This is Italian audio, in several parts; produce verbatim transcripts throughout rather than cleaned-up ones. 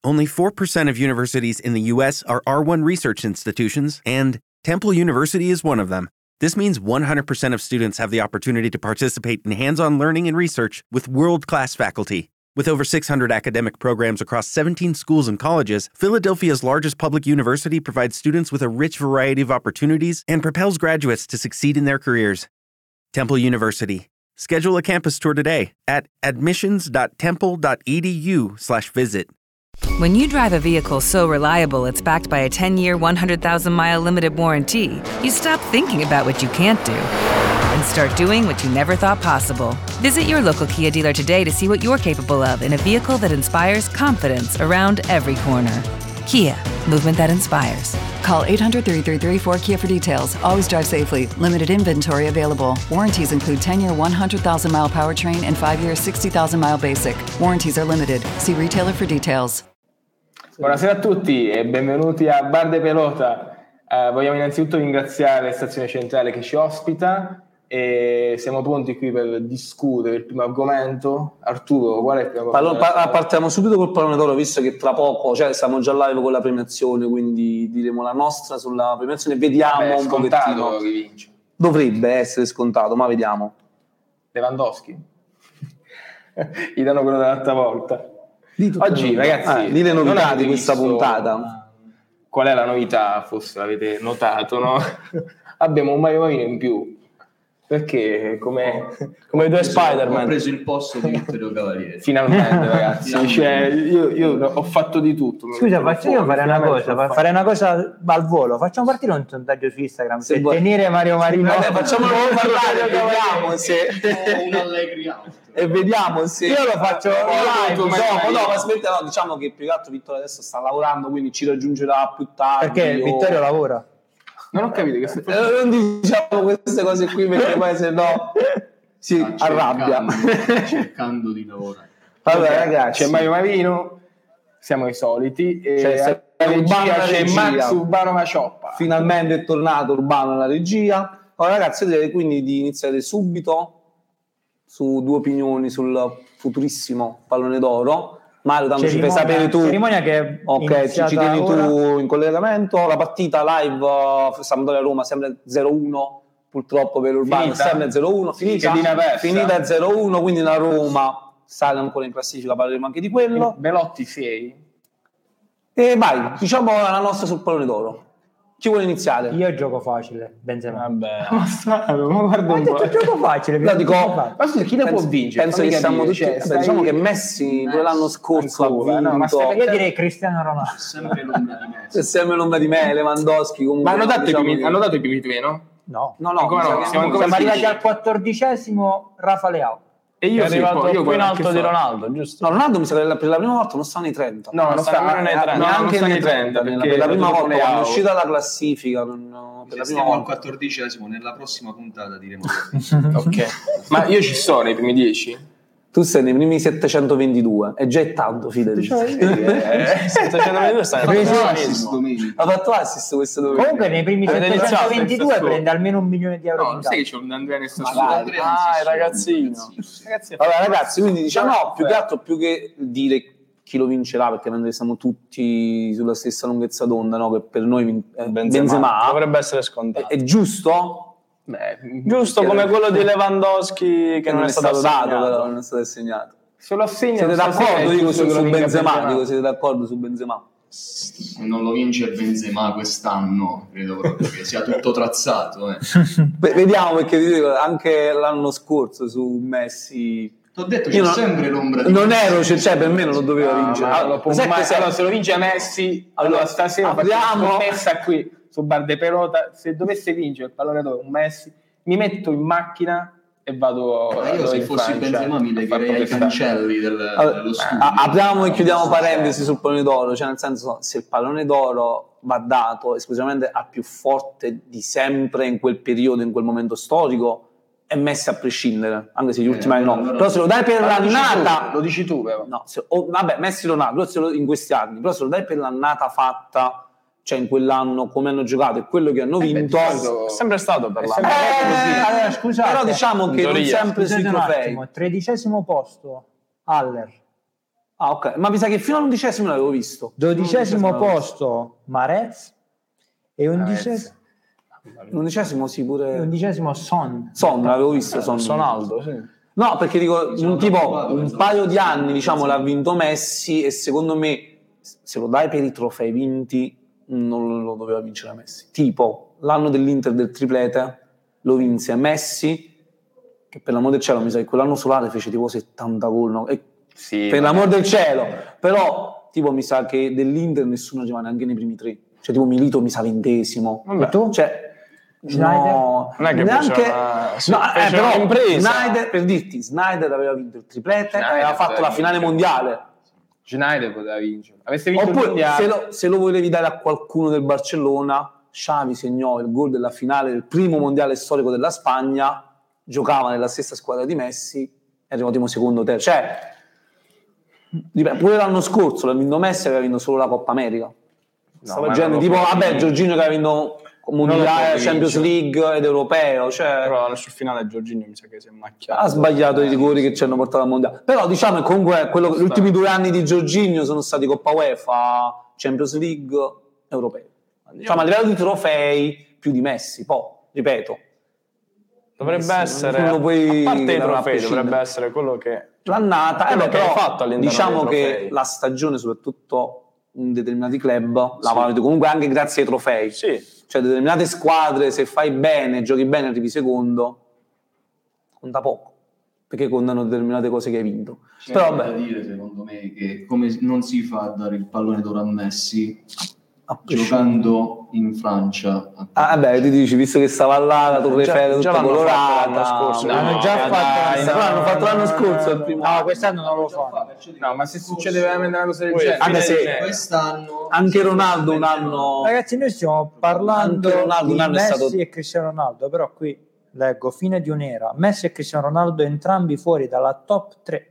Only four percent of universities in the U S are R one research institutions, and Temple University is one of them. This means one hundred percent of students have the opportunity to participate in hands-on learning and research with world-class faculty. With over six hundred academic programs across seventeen schools and colleges, Philadelphia's largest public university provides students with a rich variety of opportunities and propels graduates to succeed in their careers. Temple University. Schedule a campus tour today at admissions dot temple dot e d u slash visit. When you drive a vehicle so reliable it's backed by a ten-year, one hundred thousand mile limited warranty, you stop thinking about what you can't do and start doing what you never thought possible. Visit your local Kia dealer today to see what you're capable of in a vehicle that inspires confidence around every corner. Kia, movement that inspires. Call eight hundred, three three three, four Kia for details. Always drive safely. Limited inventory available. Warranties include ten-year, one hundred thousand mile powertrain and five-year, sixty thousand mile basic. Warranties are limited. See retailer for details. Buonasera a tutti e benvenuti a Bar de Pelota. Uh, vogliamo innanzitutto ringraziare Stazione Centrale che ci ospita e siamo pronti qui per discutere il primo argomento. Arturo, qual è il primo Pallone, argomento? pa- partiamo subito col pallone d'oro, visto che tra poco, cioè siamo già live con la premiazione, quindi diremo la nostra sulla premiazione. Vediamo Vabbè, un scontato pochettino. chi vince. Dovrebbe essere scontato, ma vediamo. Lewandowski. Gli danno quello dell'altra volta. Oggi, le ragazzi, eh, di le non novità avete di questa visto puntata. Qual è la novità? Forse l'avete notato, no? Abbiamo un Mario Marino in più. Perché come, come i due Spider-Man ho preso il posto di Vittorio Cavalieri. Finalmente, ragazzi. Finalmente. Cioè, io, io ho fatto di tutto. Scusa, faccio io fare una cosa, fare una cosa al volo. Facciamo partire un sondaggio su Instagram Se per vuoi. tenere Mario Marino. Vabbè, facciamolo parlare, vediamo se Oh, un Allegri out. e vediamo se Io lo faccio live, dopo, dopo, no, ma aspetta, no, diciamo che più che altro Vittorio adesso sta lavorando, quindi ci raggiungerà più tardi. perché o- Vittorio lavora. Non ho capito che stai Eh, facendo. non diciamo queste cose qui perché poi se no si Sta arrabbia. cercando, cercando di lavorare. Allora, Ok, ragazzi, c'è Mario Marino, siamo i soliti. E C'è alla sempre Urbano regia alla c'è regia. Max Urbano Macioppa. finalmente è tornato Urbano alla regia. Allora, ragazzi, io direi quindi di iniziare subito su due opinioni sul futurissimo pallone d'oro. Mario, tanto ci fai sapere tu. Cerimonia che è Ok, ci, ci iniziata tieni ora. tu in collegamento. La partita live uh, Sampdoria-Roma sembra zero uno, purtroppo per Urbano Finita? sembra zero uno. Finita, Schedina persa. finita zero uno, quindi la Roma sale ancora in classifica, parleremo anche di quello. Belotti sei. E vai, diciamo la nostra sul pallone d'oro. Chi vuole iniziare? Io gioco facile, Benzema. Vabbè. Ma strano, ma guarda Ho un detto po'. gioco facile. No, dico, Benzema. Ma scusa, chi la può penso, vincere? penso Fammi che siamo capire, tutti. cioè, vabbè, stai- diciamo che Messi pure l'anno scorso Ancora, ha vinto. no, ma stai- Io direi Cristiano Ronaldo. Sempre l'ombra di Messi. C'è sempre l'ombra di me, Lewandowski comunque. Ma hanno dato, diciamo i primi, che- hanno dato i primi tre, no? No. No, no, Ancora mi sa no, che- siamo ancora Siamo arrivati sedici. al quattordicesimo Rafa Leao. E io è sì, arrivato poi- io più in guarda alto che di so. Ronaldo, giusto? No, Ronaldo mi sa che per la prima volta non sta nei trenta. No, non sta sta nemmeno nei trenta. no, non neanche sta nei nei trenta, trenta, perché per la prima dopo volta Leao- quando è uscita dalla classifica non- per la prima Stiamo al volta. quattordicesimo, nella prossima puntata diremo. Ok. Ma io ci sto nei primi dieci? Tu sei nei primi settecentoventidue e già è tanto, fidati. Eh, settecentoventidue sta nel Assist domenica. Ha fatto assist questo domenica. Comunque nei primi Avete iniziato settecentoventidue senza prende almeno un milione di euro No, di non sai che ingaggio. c'è un Andrea nel Ma stadio. dai. Ah, il ragazzino. Ragazzi, Allora ragazzi, quindi diciamo no, più che altro più che dire chi lo vincerà, perché mentre siamo tutti sulla stessa lunghezza d'onda, no? Che per noi vin- eh, Benzema. Benzema, Dovrebbe essere è, scontato. è giusto? Beh, Giusto che- come quello di Lewandowski che, Che non è stato dato, però non è stato assegnato. se lo assegna Siete d'accordo dico, su, su Benzema? Benzema. Dico, siete d'accordo su Benzema? Se non lo vince Benzema quest'anno, credo proprio che sia tutto trazzato. Eh. Beh, vediamo, perché ti dico, anche l'anno scorso su Messi Ti ho detto, Io c'è non- sempre l'ombra di non Messi. ero, cioè, cioè, per me non lo doveva No, vincere. ma Allora, lo può sai mai- cos'è? allora, se lo vince Messi, allora, Allora, stasera apriamo- faccio scommessa qui su Bar de Pelota. Se dovesse vincere il pallone d'oro un Messi, mi metto in macchina e vado. Ma io vado se in fossi Francia Benzema mi a far legherei ai protestare. cancelli del, Allora, dello studio. a- apriamo e chiudiamo parentesi sul pallone d'oro, cioè nel senso, se il pallone d'oro va dato esclusivamente al più forte di sempre in quel periodo, in quel momento storico, è Messi a prescindere, anche se gli Eh, ultimi anni no. allora- Però se lo dai per Ma lo dici l'annata, tu, lo dici tu però. no, se- o- vabbè, Messi Ronaldo, però se lo- in questi anni, però se lo dai per l'annata fatta, cioè in quell'anno come hanno giocato e quello che hanno Eh beh, vinto, di solito- È sempre stato per È la sempre stato così. Eh, allora, scusate, però diciamo in che non teoria. sempre sui scusate un trofei. attimo, tredicesimo posto Haller, Ah, ok. Ma mi sa che fino all'undicesimo l'avevo visto. Dodicesimo posto Marez e undicesimo, L'undicesimo sì, e pure... undicesimo Son. Son, l'avevo visto, Son. Sonaldo, sì. No, perché dico, un tipo, un paio di anni, diciamo, l'ha vinto Messi e secondo me, se lo dai per i trofei vinti, non lo doveva vincere Messi. Tipo, l'anno dell'Inter del triplete, lo vinse Messi, che per l'amor del cielo, mi sa che quell'anno solare fece tipo settanta gol, no? E Sì, per vabbè. l'amor del cielo, però, tipo, mi sa che dell'Inter nessuno arriva neanche nei primi tre. Cioè, tipo, Milito mi sa ventesimo. E tu? Cioè, Schneider? no, Non è che neanche... fece una- sì, no, eh, fece però, un'impresa. Snyder, per dirti, Snyder aveva vinto il triplete, Schneider aveva fatto poteva la finale vincere. mondiale. Schneider poteva vincere. Avesse vinto il Oppure, mondiale. se lo, se lo volevi dare a qualcuno del Barcellona, Xavi segnò il gol della finale del primo mondiale storico della Spagna, giocava nella stessa squadra di Messi, è arrivato in secondo terzo. Cioè, dipende, pure l'anno scorso l'ha vinto Messi, aveva vinto solo la Coppa America. Stava ma gente, non lo tipo, può vabbè, dire. Giorginio che aveva vinto mondiale, può Champions vincere. League ed europeo, cioè... Però sul finale Giorginio mi sa che si è macchiato. ha sbagliato i rigori che ci hanno portato al mondiale. Però diciamo che comunque quello, gli ultimi due anni di Giorginio sono stati Coppa UEFA, Champions League, europeo. Diciamo a livello di trofei più di Messi, poi ripeto. Dovrebbe Messi, essere, non lo puoi a parte i dare a trofei, prescindere. dovrebbe essere quello che... L'annata, eh quello beh, che hai però fatto all'interno diciamo dei che trofei. la stagione, soprattutto in determinati club, la valuti comunque anche grazie ai trofei. Sì. Cioè determinate squadre, se fai bene, giochi bene, arrivi secondo, conta poco, perché contano determinate cose che hai vinto. C'è Però da vabbè, dire secondo me che come non si fa a dare il pallone d'oro a Messi a prescindere. giocando in Francia. Ah, vabbè, ti dici, visto che stava là, la Torre Già- Eiffel già tutta l'hanno colorata, fatto l'anno scorso. L'hanno No, già dai, fatto dai, però l'hanno fatto l'anno scorso il primo No, anno. quest'anno non lo fanno. No, ma se succede veramente una cosa del Poi, genere. anche se- eh, Quest'anno Anche Ronaldo un anno... Ragazzi, noi stiamo parlando Anche Ronaldo di un anno è Messi stato- e Cristiano Ronaldo, però qui leggo fine di un'era. Messi e Cristiano Ronaldo entrambi fuori dalla top tre.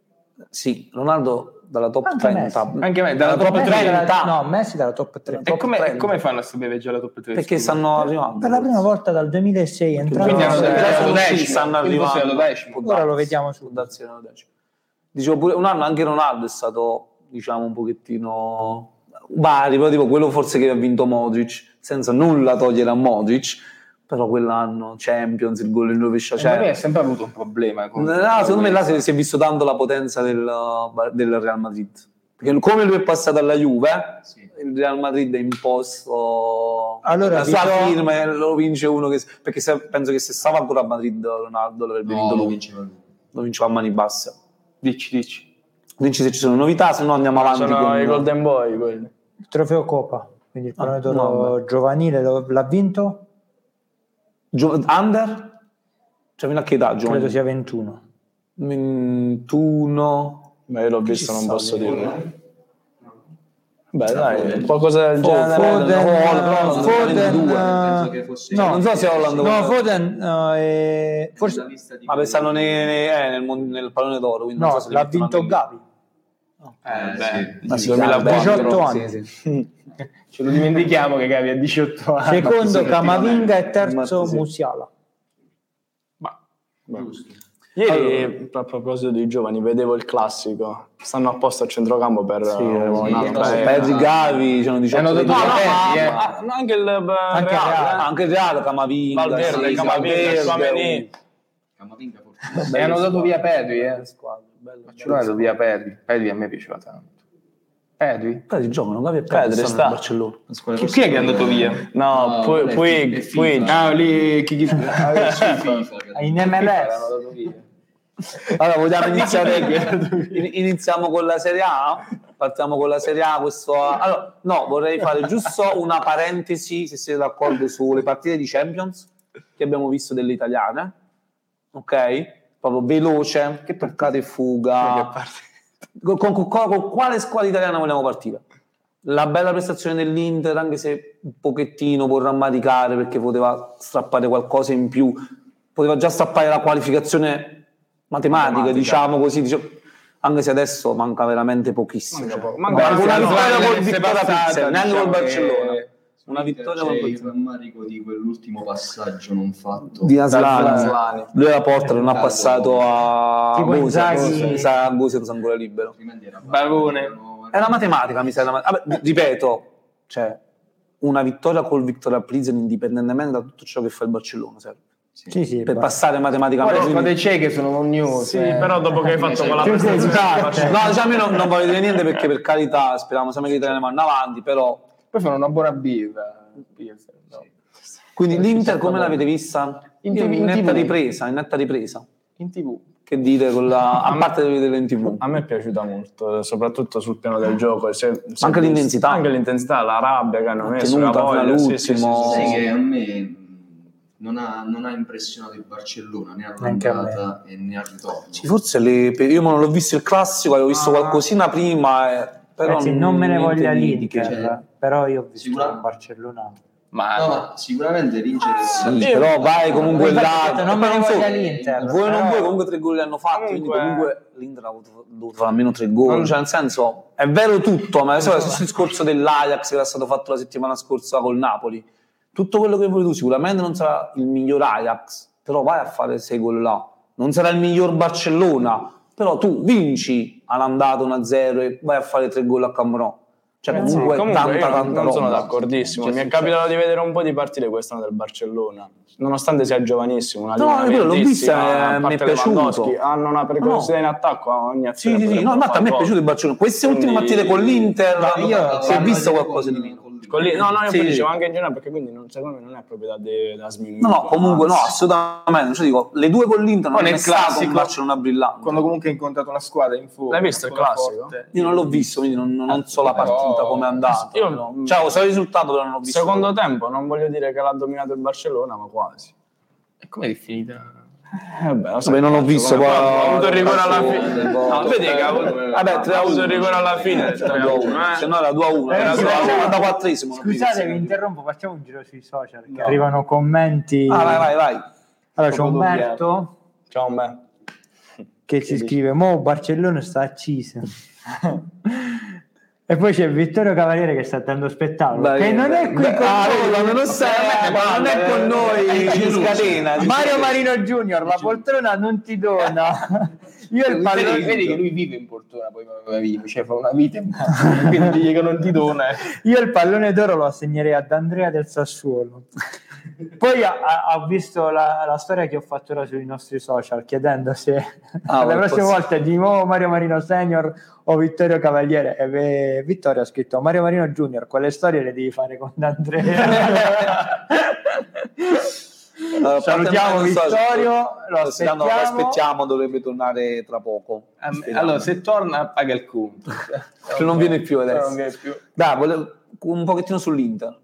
Sì, Ronaldo dalla top Anche trenta. Messi. Anche me, dalla Dalla top top Messi trenta. dalla- no, Messi dalla top tre. E come, trenta. come fanno a sapere già la top tre? Perché scusa? stanno arrivando. Per la prima volta dal duemilasei entrambi Quindi hanno No, detto adesso lo sì, decimo, stanno quindi forse arrivando. è lo decimo. Può Ora lo darsi, vediamo può subito. darsi che è lo decimo. Dicevo pure un anno anche Ronaldo è stato, diciamo, un pochettino vari, però tipo quello forse che ha vinto Modric, senza nulla togliere a Modric, però quell'anno Champions, il gol in rovescia, Secondo me cioè ha sempre avuto un problema. Con... no, secondo me là si, si è visto tanto la potenza del, del Real Madrid, perché come lui è passato alla Juve, il Real Madrid è imposto Allora, la sua vi do- firma e lo vince uno che, perché se- penso che se stava ancora a Madrid Ronaldo l'avrebbe no, vinto lo lui, vinceva lui. lo vinceva a mani basse. Dici, dici. Dici se ci sono novità, se no andiamo avanti Sono con i Golden Boy quelli. Il trofeo Coppa, quindi il pallone Ah, d'oro no, giovanile lo- l'ha vinto? Gio- Under? Cioè fino a che età? Credo sia ventuno. ventuno. Beh, io l'ho Chi visto, ci non sta posso lì? dirlo. Beh, dai, qualcosa del genere. Foden, però sono Foden, ventidue, penso eh, che fosse- no, Non so se Holland no, Foden eh, forse La lista di Vabbè, stanno quelli- nei- eh, nel, mon- nel pallone d'oro, quindi non no, so se li l'ha mettono vinto anche lì. Gavi. Eh, sì. Ma sì, duemilaquattro, diciotto anni. sì, sì. Ce lo dimentichiamo che Gavi ha diciotto anni. Secondo Camavinga e terzo Infatti sì. Musiala. Giusto. Ieri, a proposito dei giovani, vedevo il classico. Stanno apposta a centrocampo per Sì, uh, sì, un'altra sì. era. Pedri, Gavi, c'erano diciotto Hanno dato venti. due No, no, pezzi, ma- eh. Ah, no, anche il eh, Anche Real, Real. eh. anche il Real, Camavinga, Valverde, sì, Camavinga, Valverde, Tchouaméni. Camavinga forse. E hanno dato via Pedri, eh. bello, Ce l'hanno dato via Pedri. Pedri a me piaceva tanto. Pedri? Pedri giocano, Gavi e Pedri Pedri stanno sta. a Barcellona. Chi, chi è che è andato via? No, No, Pu- è Puig, FIFA. Puig. Ah, lì chi, chi... ah, Su FIFA, che- In M L l'hanno S. dato via. Allora, vogliamo iniziare? In- Iniziamo con la Serie A? Partiamo con la Serie A. Questo... Allora, no, vorrei fare giusto una parentesi, se siete d'accordo, sulle partite di Champions che abbiamo visto delle italiane. Ok? Proprio veloce, che toccata e fuga. Con, con- con- con quale squadra italiana vogliamo partire? La bella prestazione dell'Inter, anche se un pochettino può rammaricare perché poteva strappare qualcosa in più, poteva già strappare la qualificazione matematica, Matematica. diciamo così, diciamo, anche se adesso manca veramente pochissimo. Manca poco. Manca Manca una anche vittoria la col L'S Vittoria passata, Pilsen, neanche diciamo col che- Barcellona. Una vittoria c'è con il rammarico di quell'ultimo passaggio non fatto di Aslani. Lui la porta non ha passato a Tipo Inzaghi. mi sa Gusio ancora libero. altrimenti era Barone. È una matematica, mi sa. Vabbè, ripeto, cioè una vittoria col Victoria Pilsen indipendentemente da tutto ciò che fa il Barcellona serve. Sì, sì, sì, Per beh. passare matematicamente. Poi le Quindi- squadre ceche sono non news. Sì, eh. però dopo che hai fatto quella prestazione No, diciamo io non, non voglio dire niente perché per carità speriamo sempre che l'Italia vanno avanti, però Poi fanno una buona birra. Pilsen, no? quindi l'Inter come l'avete vista? In Io TV, in netta TV. ripresa, in netta ripresa. In tv. Che dite con la a parte di vedere in TV? a me è piaciuta molto, soprattutto sul piano del gioco. Se, se Anche l'intensità. Anche l'intensità, la rabbia che hanno messo, la Tenuta fino voglia. Sì, sì, sì, all'ultimo. sì, Sai sì. che a me mh, non ha, non ha impressionato il Barcellona né Neanche a me. all'andata e né al ritorno. Sì, forse le, io non l'ho visto il classico, avevo visto qualcosina prima, eh, però Ragazzi, non me ne niente voglia di- l'Inter, cioè, però io ho visto sicura- il Barcellona. Ma No, ma sicuramente vincere Sì, però vai comunque Infatti, là. ho detto, non me ne Però voglia so- l'Inter. Voi non però- voi comunque tre gol li hanno fatti, quindi Comunque- comunque l'Inter ha avuto- dovuto fare almeno tre gol. Cioè, nel senso, è vero tutto, ma è lo stesso discorso dell'Ajax che era stato fatto la settimana scorsa col Napoli. Tutto quello che vuoi tu, sicuramente non sarà il miglior Ajax, però vai a fare sei gol là. Non sarà il miglior Barcellona, però tu vinci all'andata uno a zero e vai a fare tre gol a Camp Nou. Cioè, Sì, comunque, comunque tanta, io non, tanta non sono roba. d'accordissimo. Cioè, Mi è capitato di vedere un po' di partite quest'anno del Barcellona, nonostante sia giovanissimo. Una No, linea io l'ho verdissima, vista, a eh, parte mi è piaciuto. Lewandowski, hanno una pericolosità No. in attacco a ogni Sì, azione. sì, sì, no, potrebbero infatti a me è fare piaciuto il Barcellona. Queste ultime Quindi- partite con l'Inter, No, io si è parlo visto di- qualcosa di con- meno. con- Con lì- no, no, io Sì, poi sì. dicevo anche in generale perché quindi non, secondo me non è proprio da, de- da sminuire. No, no, comunque no, Anzi. assolutamente. Cioè, dico, le due con l'Inter non Poi è nel stato un classico, Barcellona brillante. quando comunque hai incontrato una squadra in fuga. L'hai visto il una squadra classico? forte. Io non l'ho visto, quindi non, non so la Però- partita come è andata. Io- però- cioè, lo so il risultato, però non l'ho visto. Secondo tempo, non voglio dire che l'ha dominato il Barcellona, ma quasi. E come è finita? Eh, vabbè, lo so Vabbè, non che ho cazzo, visto, come- poi- ha avuto il rigore alla poi- fine. poi- No, vedi che ha avuto, vabbè, tre ha avuto il rigore alla fine. tre a uno, eh. Se no era due a uno, Eh, era sì, due a uno, sì. quarantaquattresimo. Scusate, vi interrompo, facciamo un giro sui social, che arrivano commenti. Ah, vai, vai, vai. Allora, c'è Proprio Umberto Ciao, me. che ci scrive: Mo Barcellona sta accisa. E poi c'è Vittorio Cavaliere che sta dando spettacolo, Vai, che non è qui beh, con ah, noi. vedi, quando non sei, ma non è con noi in scatena. Mario Marino Junior, la poltrona non ti dona. Io il Vedi, pallone. vedi che lui vive in Portona, poi va via, cioè fa una vita in Portona, quindi digli che non ti dona. eh. Io il pallone d'oro lo assegnerei ad Andrea del Sassuolo. Poi ha, ha- ha visto la, la storia che ho fatto ora sui nostri social, chiedendo se Ah, la vai, prossima posso- volta di nuovo Mario Marino Senior o Vittorio Cavaliere. E beh, Vittorio ha scritto: Mario Marino Junior, quelle storie le devi fare con Andrea. Allora, Salutiamo non so, Vittorio, lo lo aspettiamo. aspettiamo. aspettiamo, dovrebbe tornare tra poco. Allora, se torna paga il conto. Cioè, non viene più adesso. Non viene più. Dai, volevo- un pochettino sull'Inter.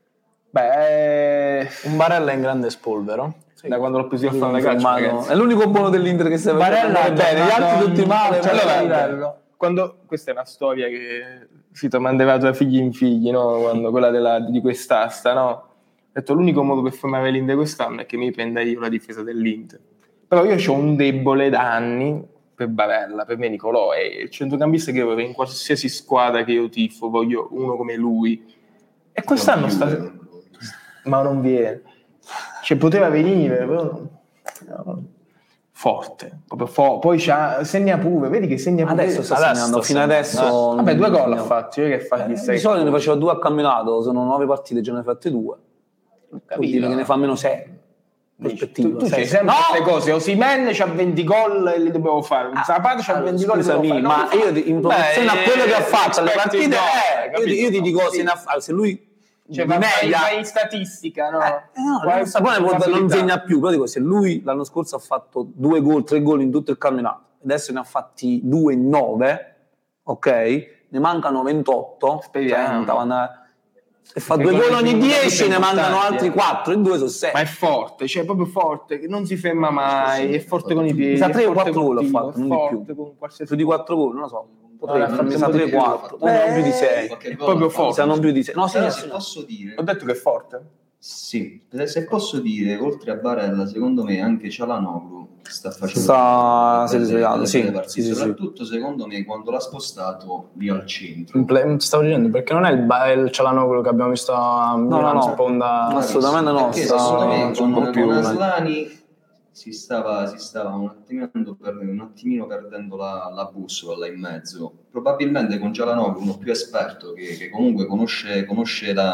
Beh, eh, Un Barella in grande spolvero. da quando l'ho preso io a fare la calcio, Insomma, no. ragazzi. È l'unico buono dell'Inter che sta Barella facendo bene, gli altri tutti male. Cioè, però- livello. Quando, questa è una storia che si tramandava da figli in figli, no? Quando, quella della, di quest'asta, no? Ho detto l'unico modo per fermare l'Inter quest'anno è che mi prenda io la difesa dell'Inter. Però io ho un debole da anni per Barella, per me Nicolò è il centrocampista che in qualsiasi squadra che io tifo voglio uno come lui. E quest'anno sta... Ma non viene. Cioè poteva venire, però... no. Forte, proprio fo- poi c'ha, segna pure, vedi che segna pure. Adesso sta Adesso segnando, sta fino adesso. Ah, vabbè, due gol ha no. fatto, io che fa Eh, di solito ne faceva due a campionato, sono nove partite, già ne ha fatte due. Vuol dire che ne fa meno sei. Prospettiva. Tu, tu sei. c'hai sempre No! queste cose, Osimhen c'ha venti gol e li dobbiamo fare, Zapata c'ha Allora, venti gol e li scusami, dobbiamo ma fare. No, io ti- in proporzione Beh, a quello che ha fatto alle expected partite, goal, eh, io, capito? ti- io ti dico, Sì. se, ne ha, fa- se lui cioè, di va media, vai in statistica, no? Eh, no, Qual- non sa- poi non probabilità. segna più, però dico, se lui l'anno scorso ha fatto due gol, tre gol in tutto il campionato, adesso ne ha fatti due in nove, ok? Ne mancano ventotto, Speriamo. trenta, quando- se fa Perché due gol gol ogni sono dieci, ne importanti, mancano altri eh. quattro, in due sono sei. Ma è forte, cioè è proprio forte, che non si ferma mai, è forte con i piedi. Mi sa è tre o forte quattro col gol ho tiro, fatto, è non di forte più. con qualsiasi Più di quattro gol, non lo so. Potrei, No, ne ha mi fatto sa un po' tre di più. quattro, non più di sei. Qualche È gol proprio ha fatto. Mi sa non più di sei. No, sì, Però sì, se no. posso dire, Ho detto che è forte. Sì, se posso dire, oltre a Barella, secondo me anche Çalhanoğlu sta facendo sta si è risvegliato, sì, partite, sì, sì, soprattutto sì. Secondo me quando l'ha spostato lì al centro. Play, stavo dicendo, perché non è il, il Çalhanoğlu che abbiamo visto a Milan, no, no, sponda... assolutamente no, perché sta, secondo me con, un po' più, con Aslani si stava, si stava un attimino, per, un attimino perdendo la, la bussola là in mezzo. Probabilmente con Çalhanoğlu, uno più esperto che, che comunque conosce, conosce la,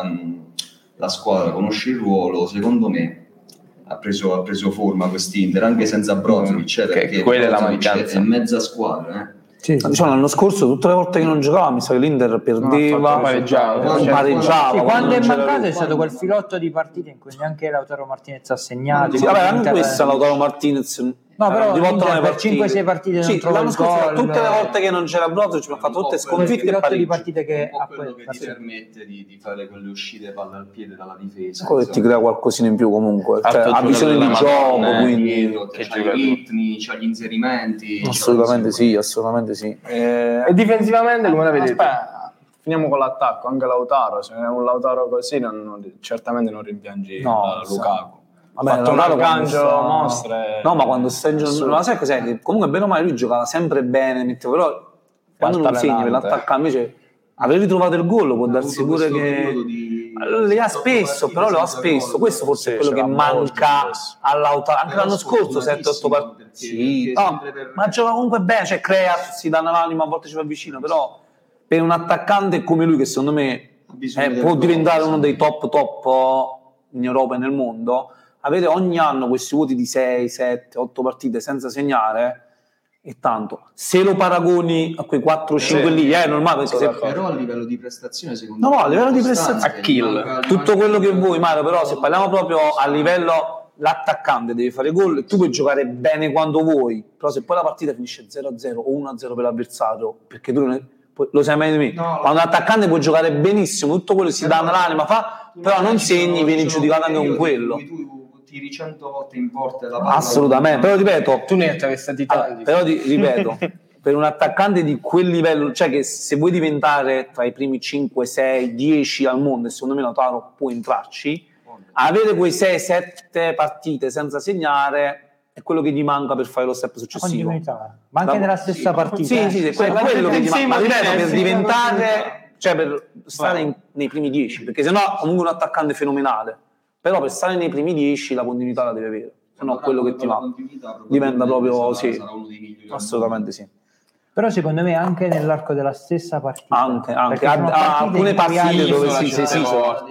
la squadra, conosce il ruolo, secondo me ha preso, ha preso forma quest'Inter anche senza Brozovic, mm, perché quella è la Brozovic mancanza, è mezza squadra, eh. Sì, diciamo l'anno scorso tutte le volte che non giocava mi sa che l'Inter perdeva, pareggiava, cioè, pareggiava. Sì, quando è mancato lui. è stato quel filotto di partite in cui neanche Lautaro Martinez ha segnato. Sì, vabbè, anche questa Lautaro Martinez. No, però di volta per per cinque sei partite sì, non trova l'anno il scorso gol. Tutte le volte che non c'era Brozovic ci abbiamo fatto tutte sconfitte e pareggi. Di partite che un po' a quello poi, che ti permette di, di fare quelle uscite palla al piede dalla difesa, quello che ti crea qualcosina in più comunque, cioè, Altro ha bisogno di gioco, eh, quindi dietro, che c'ha i ritmi, c'ha gli inserimenti, assolutamente sì, assolutamente sì. E, e difensivamente come la vedete? Aspetta, finiamo con l'attacco, anche Lautaro, se è un Lautaro così non, non, certamente non rimpiangi no, uh, Lukaku. Vabbè, fatto un aggancio sta... mostre. No, ma quando stai giocando, ma sai cos'è? Che comunque bene o male lui giocava sempre bene, metteva, però quando non segni per l'attaccare invece aver ritrovato il gol può darsi pure che di... le ha spesso, però lo ha spesso. Questo forse è quello che manca all'Autaro. Anche l'anno scorso sette otto partite. Sì, no, per... ma gioca comunque bene, cioè crea, si danno l'anima, a volte ci va vicino, però per un attaccante come lui che secondo me eh, può diventare uno dei top top in Europa e nel mondo, avere ogni anno questi voti di sei, sette, otto partite senza segnare è tanto. Se lo paragoni a quei quattro cinque sì, lì è normale, se però a livello di prestazione secondo no, me no, a livello di prestazione a kill tutto quello che vuoi Mario, però se parliamo proprio a livello l'attaccante deve fare gol e tu puoi giocare bene quando vuoi, però se poi la partita finisce zero a zero o uno a zero per l'avversario, perché tu non è, lo sai meglio di me, no, quando l'attaccante può giocare benissimo tutto quello si dà l'anima fa, però non segni, vieni giudicato anche con quello. Tiri cento volte in porta la palla. Assolutamente, però ripeto, tu ne hai attraversati tanti. Però ti, ripeto, per un attaccante di quel livello, cioè che se vuoi diventare tra i primi cinque, sei, dieci al mondo, e secondo me Lautaro può entrarci, avere quei sei sette partite senza segnare è quello che gli manca per fare lo step successivo. Ma anche nella stessa sì, partita. Sì, sì, sì, sì, quello, quello che gli manca. Ma ripeto, per diventare, cioè per stare in, nei primi dieci, perché sennò comunque un attaccante fenomenale. Però per stare nei primi dieci la continuità la deve avere, se no quello che ti va diventa proprio sì, sarà uno dei migliori assolutamente sì. Però secondo me anche nell'arco della stessa partita, anche, anche. A, a alcune partite dove si sì, sì,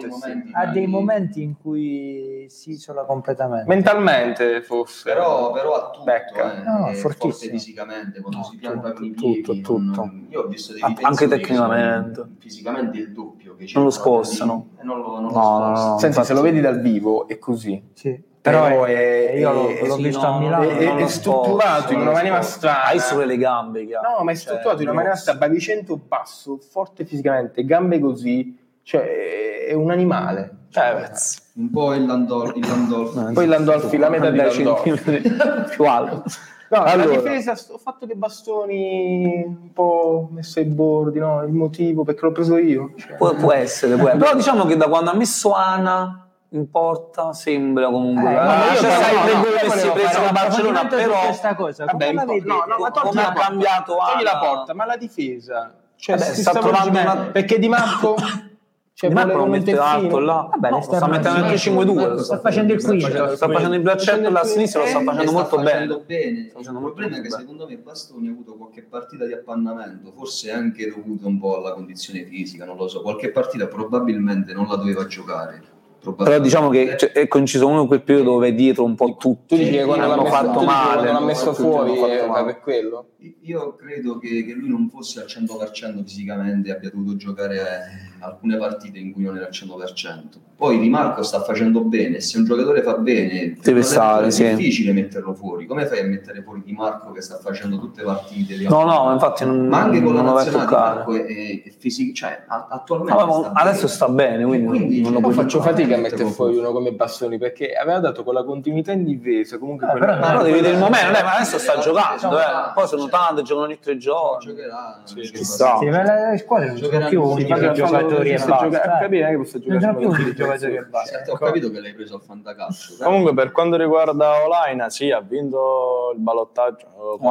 ha dei momenti in cui si isola completamente mentalmente forse, però, però ha tutto, Becca. Eh, no, è fortissimo. forte fisicamente quando no, si pianta tutto, con i piedi tutto, tutto. Non, io ho visto dei difensori anche tecnicamente fisicamente il doppio che non lo spostano e non lo, non no, lo spostano. No, no, senti infatti, se lo vedi dal vivo è così sì. Però, però è, è, io l'ho, è, l'ho sì, visto no, a Milano è, è, è strutturato in una maniera strana. hai solo le gambe che no ma è strutturato cioè, in una maniera strana, bavicento basso, forte fisicamente, gambe così, cioè è un animale, cioè, un po' il Landolfi, il Landolfi. poi il Landolfi, la metà di Landolfi più alto. No, allora, la difesa ho fatto dei bastoni un po' messo ai bordi, no? Il motivo perché l'ho preso io, cioè. può, può essere può. Però diciamo che da quando ha messo Ana in porta sembra comunque eh, eh, ma io sai no, tre no, gol messi preso da Barcellona, però questa cosa vabbè, come, po- no, no, ma come ha cambiato Ana, togli la porta, ma la difesa cioè, vabbè, si sta trovando una... perché Di Marco cioè Di Marco non mette alto là, vabbè, no, sta mettendo anche cinque due, sta facendo il quinto, sta facendo il braccetto alla sinistra, lo sta facendo molto bene. bene. Il problema è che secondo me Bastoni ha avuto qualche partita di appannamento, forse anche dovuto un po' alla condizione fisica, non lo so, qualche partita probabilmente non la doveva giocare. Però diciamo che cioè, è coinciso uno in quel periodo dove dietro un po' tutti tu dici che quando hanno l'ha fatto messo, male, quando l'ha messo fuori fatto male. Per quello io credo che, che lui non fosse al cento per cento fisicamente, abbia dovuto giocare eh, alcune partite in cui non era al cento per cento. Poi Di Marco sta facendo bene, se un giocatore fa bene deve stare, è sì. difficile metterlo fuori. Come fai a mettere fuori Di Marco che sta facendo tutte le partite? No, no, infatti non, ma anche con la non nazionale Di toccare. Marco è, è fisico, cioè attualmente no, sta adesso bene. sta bene, quindi, quindi non lo poi faccio fatica a mettere fuori uno come Bastoni, perché aveva dato quella continuità in difesa. Comunque, eh, quella... però no, devi vedere il momento, dai, ma adesso sta giocando, eh. Poi sono tante, giocano ogni tre giorni. Giocherà, sì, ci sta. Sì, ma le squadre non sono più undici giocatori e basta. Capire che posso giocare, non sono più undici giocatori e basta. Ho capito che l'hai preso al fantacalcio. Comunque, per quanto riguarda Olaina, sì, ha vinto il ballottaggio.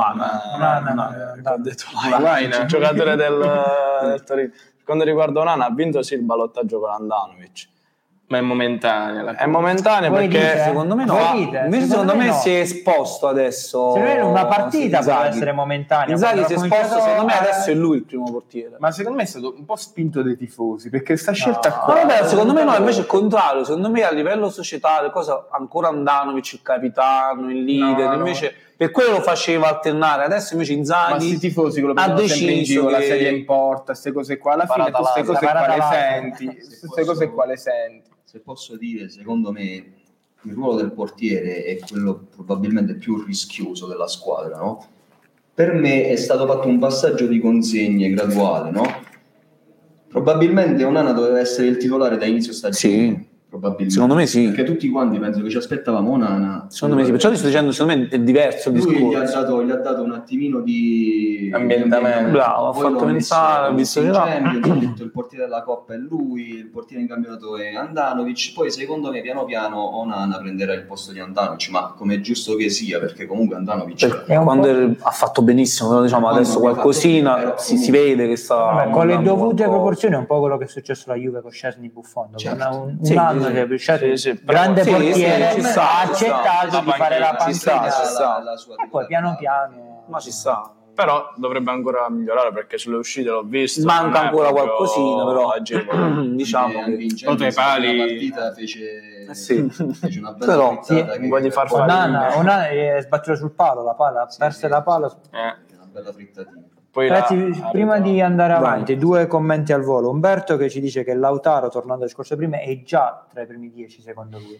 Ho detto Olaina, il giocatore del, del Torino. Per quanto riguarda Onana, ha vinto sì il ballottaggio con Andanovic. Ma è momentanea. È momentanea Voi perché dite? Secondo me no. Voi dite? Invece Secondo secondo me, me no. si è esposto adesso. Secondo me una partita può Inzaghi. essere momentanea. Inzaghi si è esposto, secondo me a- adesso è lui il primo portiere. Ma secondo me è stato un po' spinto dai tifosi, perché sta scelta No. qua... No, vabbè, secondo me no, invece è il contrario. Secondo me a livello societario, cosa ancora Andanovic, il capitano, il leader, No, no. invece per quello lo faceva alternare. Adesso invece Ma Inzaghi questi tifosi che lo ha prendono sempre in deciso giro, la che- serie in porta, queste cose qua, alla fine tu Parata queste cose l'altra, qua le parata l'altra. senti, Se queste posso- cose qua le senti. Se posso dire, secondo me il ruolo del portiere è quello probabilmente più rischioso della squadra, no? Per me è stato fatto un passaggio di consegne graduale, no? Probabilmente Onana doveva essere il titolare da inizio stagione. Sì. Probabilmente. Secondo me sì. Perché tutti quanti penso che ci aspettavamo Onana. Secondo me sì, perciò ti sto dicendo, secondo me è diverso il Lui gli ha, discorso. dato, gli ha dato un attimino di Ambientamento. Bravo, ha Poi fatto l'ho pensare, messo- ha visto in che là. Champions, ha detto il portiere della Coppa è lui, il portiere in campionato è Andanovic. Poi secondo me piano piano Onana prenderà il posto di Andanovic, ma come è giusto che sia, perché comunque Andanovic Perché È un quando po'- er- ha fatto benissimo, però diciamo Quando adesso ha fatto qualcosina bene, però si, si vede che sta Vabbè, con le andando dovute un po'. proporzioni è un po' quello che è successo alla Juve con Szczesny Buffon. Dopo Certo. una- un, Sì, un anno sì, che è Szczesny, sì, sì, però- grande sì, portiere, sì, ci sta, ha ci sta. accettato di La fare la panchina, ci sta, panchina. ci sta. la sua E poi piano titolarità. piano... Ma ci sta. Però dovrebbe ancora migliorare perché sulle uscite l'ho visto. Manca non è ancora proprio qualcosina, però agevole. diciamo Anche- anche che in Sotto i Champions pali. la partita fece, Eh sì. fece una bella Però, frittata sì, che- voglio far che- fare- Onana, Onana è sbattuta sul palo, la palla, ha Sì, perso sì, la palla. sì, Eh. una bella frittatina. Poi Ragazzi, là- prima di andare Vai. avanti, due commenti al volo. Umberto che ci dice che Lautaro, tornando al discorso prima, è già tra i primi dieci secondo lui.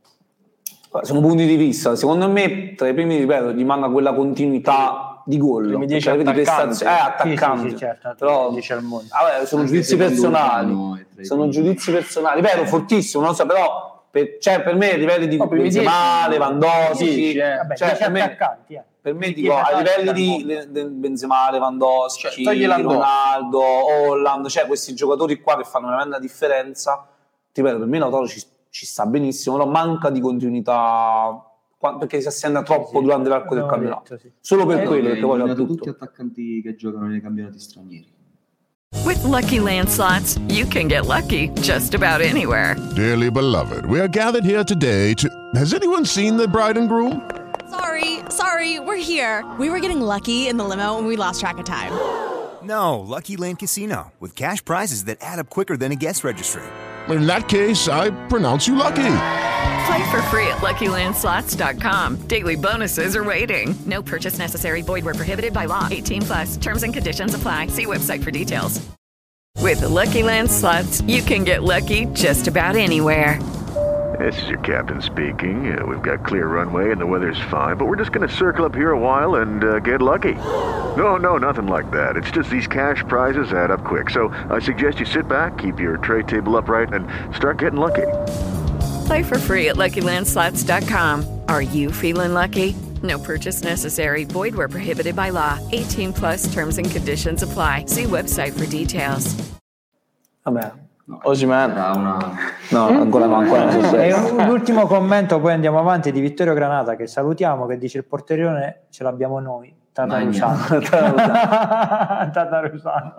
sono punti di vista. Secondo me, tra i primi, ripeto, gli manca quella continuità di gol. Primi dieci Cioè, vedi, attaccanti. prestazioni- eh, attaccanti. Sì, sì, sì, certo, Però, dieci al mondo. vabbè, sono Anche giudizi secondo personali. Urano è tra i Sono primi. giudizi personali. Ripeto, fortissimo, non lo so, però per, cioè, per me, a livelli di No, primi Benzema, dieci. Lewandowski, dieci, eh. Vabbè, cioè, dieci per me, attaccanti, eh. per me dieci dico, a attaccanti livelli al di mondo. le- de- Benzema, Lewandowski, Cioè, togli Landò. Ronaldo, Holland, cioè questi giocatori qua che fanno veramente la differenza. Ti ripeto, per me Lautaro ci, ci sta benissimo, però manca di continuità qua- perché si assenta troppo sì, durante l'arco del abbiamo campionato. detto, sì. Solo per Eh, quello, hai perché poi c'ha nominato tutti tutto. attaccanti che giocano nei campionati stranieri. With Lucky Land Slots, you can get lucky just about anywhere. Dearly beloved, we are gathered here today to... Has anyone seen the bride and groom? Sorry, sorry, we're here. We were getting lucky in the limo and we lost track of time. No, Lucky Land Casino, with cash prizes that add up quicker than a guest registry. In that case, I pronounce you lucky. Play for free at Lucky Land Slots dot com. Daily bonuses are waiting. No purchase necessary. Void where prohibited by law. eighteen plus. Terms and conditions apply. See website for details. With the Lucky Land Slots, you can get lucky just about anywhere. This is your captain speaking. Uh, we've got clear runway and the weather's fine, but we're just going to circle up here a while and uh, get lucky. No, no, nothing like that. It's just these cash prizes add up quick. So I suggest you sit back, keep your tray table upright, and start getting lucky. Play for free at Lucky Land Slots dot com. Are you feeling lucky? No purchase necessary. Void where prohibited by law. eighteen plus terms and conditions apply. See website for details. Vabbè, No, Osimhen. era una... no, ancora no, ancora non so E se- un- l'ultimo commento, poi andiamo avanti, di Vittorio Granata, che salutiamo, che dice il porterione ce l'abbiamo noi, Tatarusano. Tatarusano.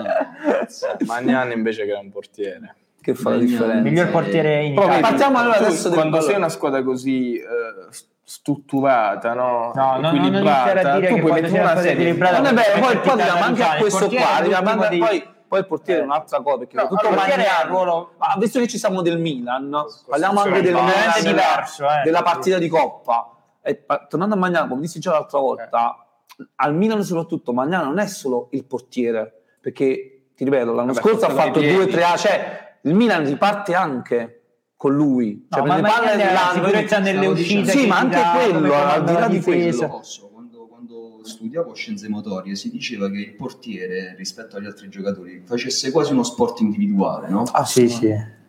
Magnan invece che era un portiere. che fa la Magnan. differenza. Miglior portiere in Però Italia. vedi, Partiamo allora tu adesso del quando sei valore. una squadra così eh, strutturata, no? No, no, non Equilibrata, iniziare a dire tu che puoi quando mettere sei una una squadra serie equilibrata Non è vero, poi, metti poi arriviamo anche a Tatarusano. questo Il portiere qua, è arriviamo l'ultimo anche- dei- poi, poi il portiere è un'altra cosa, perché No, tutto il portiere Magnan- ha il ruolo- Ma visto che ci siamo del Milan, parliamo anche è del veramente Milan, diverso, eh. della partita di Coppa. E, pa- tornando a Magnan, come dissi già l'altra volta, al Milan soprattutto, Magnan non è solo il portiere, perché, ti ripeto, l'anno Vabbè, scorso ha sono i fatto piedi. due tre A, cioè il Milan riparte anche con lui. Cioè, No, ma prende palle Magnan è la dell'anno, sicurezza nelle stavo uscite. dicendo- Sì, che ma ti anche dà, quello, come al comanda di là la di difesa. quello. Posso, quando, quando studiavo scienze motorie si diceva che il portiere rispetto agli altri giocatori facesse quasi uno sport individuale, no? Ah, sì, sì.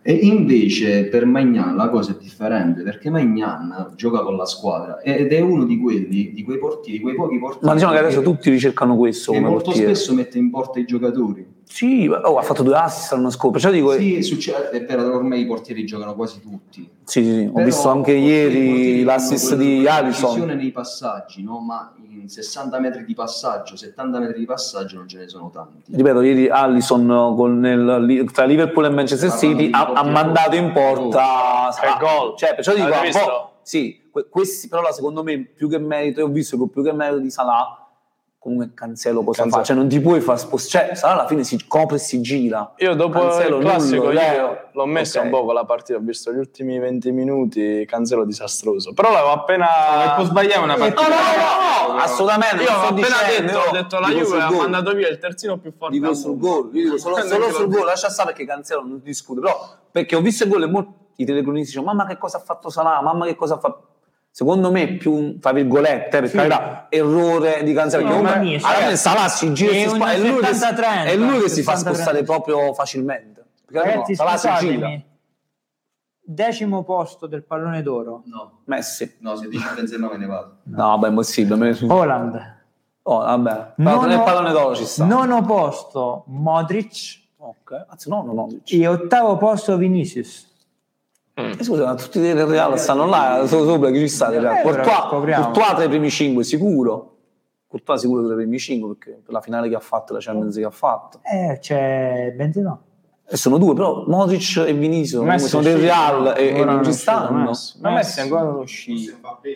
E invece per Maignan la cosa è differente, perché Maignan gioca con la squadra ed è uno di quelli, di quei portieri, di quei pochi portieri. Ma diciamo che adesso tutti ricercano questo che come molto portiere. spesso mette in porta i giocatori. Sì, oh, ha fatto due assist l'anno scorso, perciò dico... Sì, succede, è vero, ormai i portieri giocano quasi tutti. Sì, sì, sì. Ho Però visto anche ieri l'assist di Alisson. Precisione nei passaggi, no? Ma in sessanta metri di passaggio, settanta metri di passaggio non ce ne sono tanti. Ripeto, ieri Alisson con nel, tra Liverpool e Manchester City ha, ha mandato in porta tre gol. Cioè, perciò dico, Avete visto? oh, sì, que- questi però secondo me più che merito, e ho visto che più che merito di Salah, comunque Cancelo cosa Cancelo. fa? Cioè non ti puoi far spostare, cioè Salah alla fine si copre e si gira. Io dopo Cancelo, il classico nullo, io Leo. l'ho messa Ok. un po' con la partita, ho visto gli ultimi venti minuti, Cancelo disastroso. Però l'avevo appena... Non può sbagliare una partita. No, no, no, no, assolutamente. Io non ho sto appena dicendo, detto, ho detto la dico Juve sul ha gol. mandato via il terzino più forte Dico al sul mondo. gol, io dico solo, solo sul gol, lascia stare perché Cancelo non discute, però perché ho visto il gol e molti telecronisti dicono mamma che cosa ha fatto Salah, mamma che cosa ha fatto... Secondo me più un, tra virgolette, per Sì. carità, errore di Cancelo, No, che ma comunque sì. alla fine Salah si gira e È si un spa- è lui che si- settanta trenta, è lui che si fa settanta spostare trenta. proprio facilmente. Perché Ragazzi, no, Salah si gira. scusatemi, decimo posto del pallone d'oro, No, Messi. no, se dici Benzema me ne vado. No, vabbè, è impossibile. Me- Holland. Oh, vabbè. Però nel pallone d'oro ci sta. Nono posto Modric Ok, anzi no, no, no. e ottavo posto Vinicius. Eh, scusa, ma tutti del Real stanno là, solo sopra chi ci sta del Real? Eh, però Courtois, scopriamo. Courtois tra i primi cinque sicuro. Courtois sicuro tra i primi cinque perché per la finale che ha fatto, la Champions che ha fatto. Eh, c'è Benzema. E sono due, però Modric e Vinicius comunque Messi sono è del uscito, Real no, e, e ancora non non ci è uscito, stanno. Messi. Ma Messi ancora non è uscito.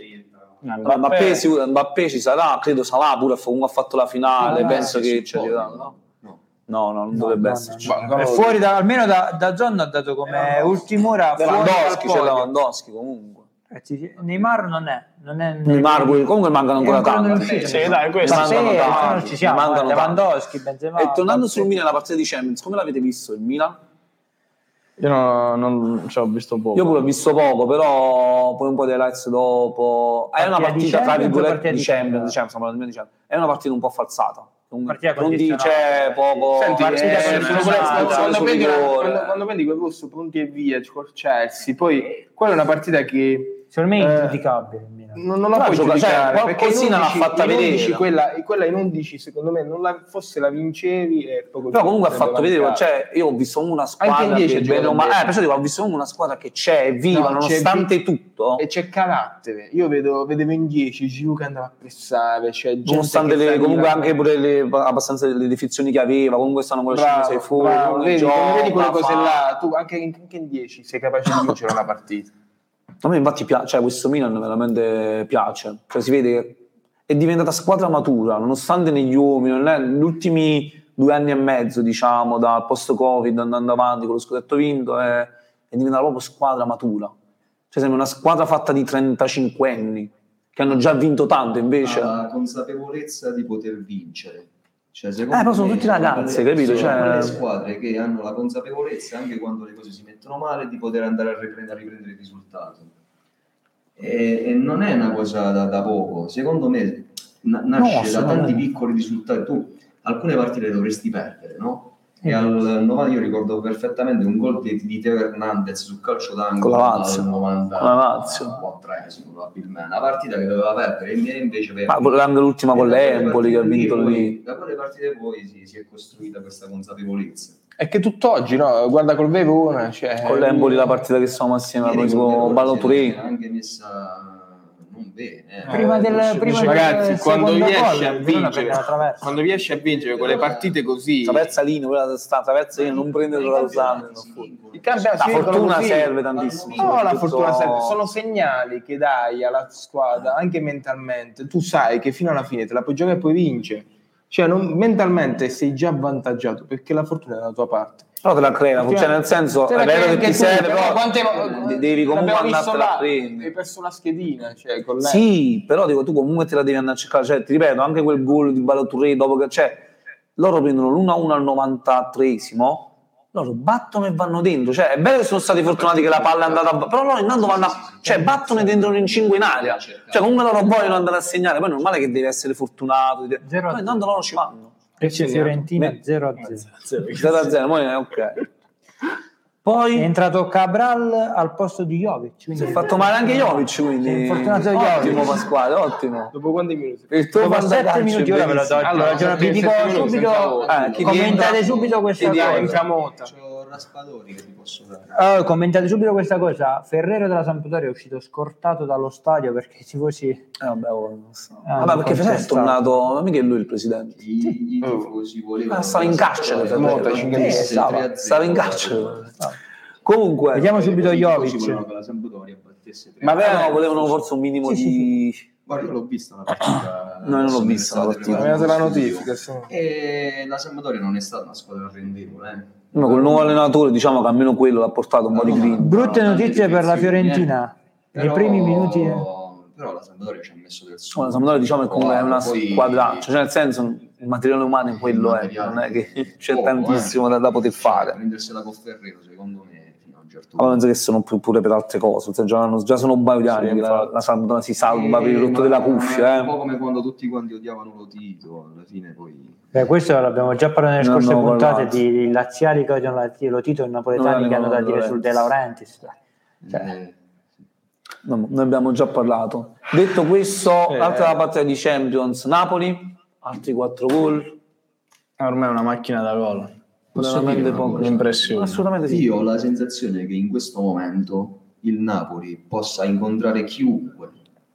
Ma Mbappé, sicuro- Mbappé ci sarà, credo sarà pure, comunque ha fatto la finale, No, penso Messi che sul ci podio, arriverà, no? no? No, no, non No, dovrebbe no, esserci. no, no. ancora È lo- fuori da, almeno da, da Zon ha dato come ultima ora fuori dal Lewandowski, c'è podio. Lewandowski comunque. Ragazzi, Neymar non è, non è Neymar pure- comunque mancano ancora tanti. tanti. Sì, dai, questo Ma mancano sì, tanti, non ci siamo. mancano eh, tanti. Lewandowski, Benzema. E tornando Mbappé. sul Milan, la partita di Champions, come l'avete visto il Milan? Io non, non ci ho visto poco. Io pure ho visto poco, però poi un po' di highlights dopo. È una Partita di partita, tra Champions o virgolette, partita di di Champions, Champions? diciamo, stiamo parlando di Champions. È una partita un po' falsata. Comunque, Partita non dice condizionata. poco. Senti, partita eh, condizionata, quando, quando, sale quando sul prendi una- rigore. quando- quando prendi quel posto pronti e via col Chelsea, poi quella è una partita che Secondo me è eh, ingiudicabile il Milan. non, non la Però puoi gioca- cioè, giudicare perché in qualcosina l'ha undici, fatta in undici vedere. quella, quella in undici secondo me non la, fosse la vincevi è poco Però comunque ha sarebbe fatto vedere, mancato. cioè io ho visto una Anche squadra in dieci che ha bene o giocato male, bene. eh, perciò dico, ho visto comunque una squadra che c'è, è viva, No, c'è nonostante vi- tutto. e c'è carattere. Io vedo, vedevo in dieci Giroud che andava a pressare, c'è gente Nonostante che le, saliva- comunque anche pure le, abbastanza le defezioni che aveva, comunque stanno con le cinque sei bravo, fuori, bravo, comunque vedi, gioca, quando vedi quelle cose fa- là, tu anche in, anche in dieci sei capace di vincere una partita. A me infatti piace, cioè questo Milan veramente piace, cioè si vede che è diventata squadra matura, nonostante negli uomini, non è- negli ultimi due anni e mezzo, diciamo, dal post-Covid andando avanti con lo scudetto vinto, è, è diventata proprio squadra matura. Cioè sembra una squadra fatta di trentacinquenni, che hanno già vinto tanto, invece... Ha la consapevolezza di poter vincere. Cioè, Eh, però sono me, tutti ragazzi, quelle- capito? sono Cioè- quelle squadre che hanno la consapevolezza, anche quando le cose si mettono male, di poter andare a riprendere, a riprendere il risultato. E, e non è una cosa da, da poco. Secondo me na- nasce da assolutamente. tanti piccoli risultati. Tu alcune partite le dovresti perdere, no? E Eh. al novanta io ricordo perfettamente un gol di, di Teo Hernandez sul calcio d'angolo Con la Lazio. al novanta Con la Lazio. quattresimo probabilmente, una partita che doveva perdere e invece per- Ma pure anche l'ultima con e da quelle l'Empoli che ha partite vinto poi- lì. Da quelle partite poi si, si è costruita questa consapevolezza. È che tutt'oggi, no? Guarda col Verona, cioè, Con l'Empoli la partita che siamo assieme, Ieri noi con tipo Verona ballo si è Turino. anche messa non bene. eh. Prima del- Eh, prima del- ragazzi, quando secondo riesci gol, a il Verona vincere, prende la traversa. quando riesci a vincere quelle partite così, Traversa linea, quella sta traversa linea, non prende la usare. il campionato La si vincono fortuna così. serve tantissimo. No, la soprattutto- fortuna serve, sono segnali che dai alla squadra anche mentalmente. Tu sai che fino alla fine te la puoi giocare e poi vince. Cioè, non- mentalmente sei già avvantaggiato perché la fortuna è dalla tua parte. Però te la crea, cioè nel senso, Te è la vero crei che anche ti tu, serve, però però quante de- devi comunque l'abbiamo visto andartela a là, prendere. hai perso la schedina, cioè, con lei. Sì, però dico, tu comunque te la devi andare a cercare, cioè ti ripeto, anche quel gol di Balotelli dopo che, cioè, loro prendono l'uno a uno al novantatreesimo, loro battono e vanno dentro, cioè è vero che sono stati fortunati che la palla è andata a... però loro intanto vanno a... cioè battono e entrano in cinque in aria, cioè comunque loro vogliono andare a segnare, poi è normale che devi essere fortunato, devi- Zero a poi intanto loro ci vanno. Fiorentina zero a zero. zero a zero, mo è ok. Poi è entrato Cabral al posto di Jovic. Si è fatto male anche Jovic, quindi fortunato ottimo Jovic. Pasquale, ottimo. Dopo quanti minuti? Il tuo Dopo sette minuti, ora ve lo do. Allora, Allora, vi dico subito, eh, chi commentate rientra- subito questa Chi cosa. entra Motta. C'ho Raspadori che ti posso dare. Allora, commentate subito questa cosa. Ferrero della Sampdoria è uscito scortato dallo stadio perché i tifosi. Eh, vabbè, oh, non so. Ah, vabbè, perché non Ferrero è c'è tornato, non mica è lui il presidente. I, i tifosi volevano Ah, stava in carcere, Raspadori, Ferrero. cinque Eh, mesi, stava, tre a zero. stava in carcere. Comunque, Vediamo subito I tifosi Jovic. volevano che la Sampdoria battesse tre ma a zero. avevano, volevano forse un minimo Sì, di... Guarda, io l'ho vista la partita. No, io non l'ho sono vista la state partita. private Avete la in studio. notifica, sì. E la Sampdoria non è stata una squadra arrendevole. Eh. No, col nuovo allenatore diciamo che almeno quello l'ha portato un po' di grinta. Brutte No, notizie tante per la difezioni, Fiorentina. eh. Nei Però- primi minuti. eh. Però la Sampdoria ci ha messo del suo. La Sampdoria diciamo che comunque è una Poi- squadra, cioè nel senso il materiale umano in quello è, non è che c'è Poco, tantissimo eh. da, da poter fare. Prendersela con Ferrero, secondo me, fino a un certo Allora penso che sono più pure per altre cose, cioè, già, già sono un paio di anni Sì, che la, infatti. la Sampdoria si salva per il rotto ma- della ma cuffia. È un po' Eh. come quando tutti quanti odiavano lo Tito, alla fine poi... Beh, questo l'abbiamo già parlato nelle Ne scorse abbiamo puntate parlato. di, di laziali che odiano la- lo Tito e i napoletani No, che hanno da no, dire no, sul no. De Laurentiis. Cioè, Eh, No, ne abbiamo già parlato. Detto questo, Eh. l'altra partita di Champions, Napoli, altri quattro gol. Ormai è una macchina da gol. Posso Veramente dire una poco. cosa? Un'impressione. Assolutamente sì. Io ho la sensazione che in questo momento il Napoli possa incontrare chiunque.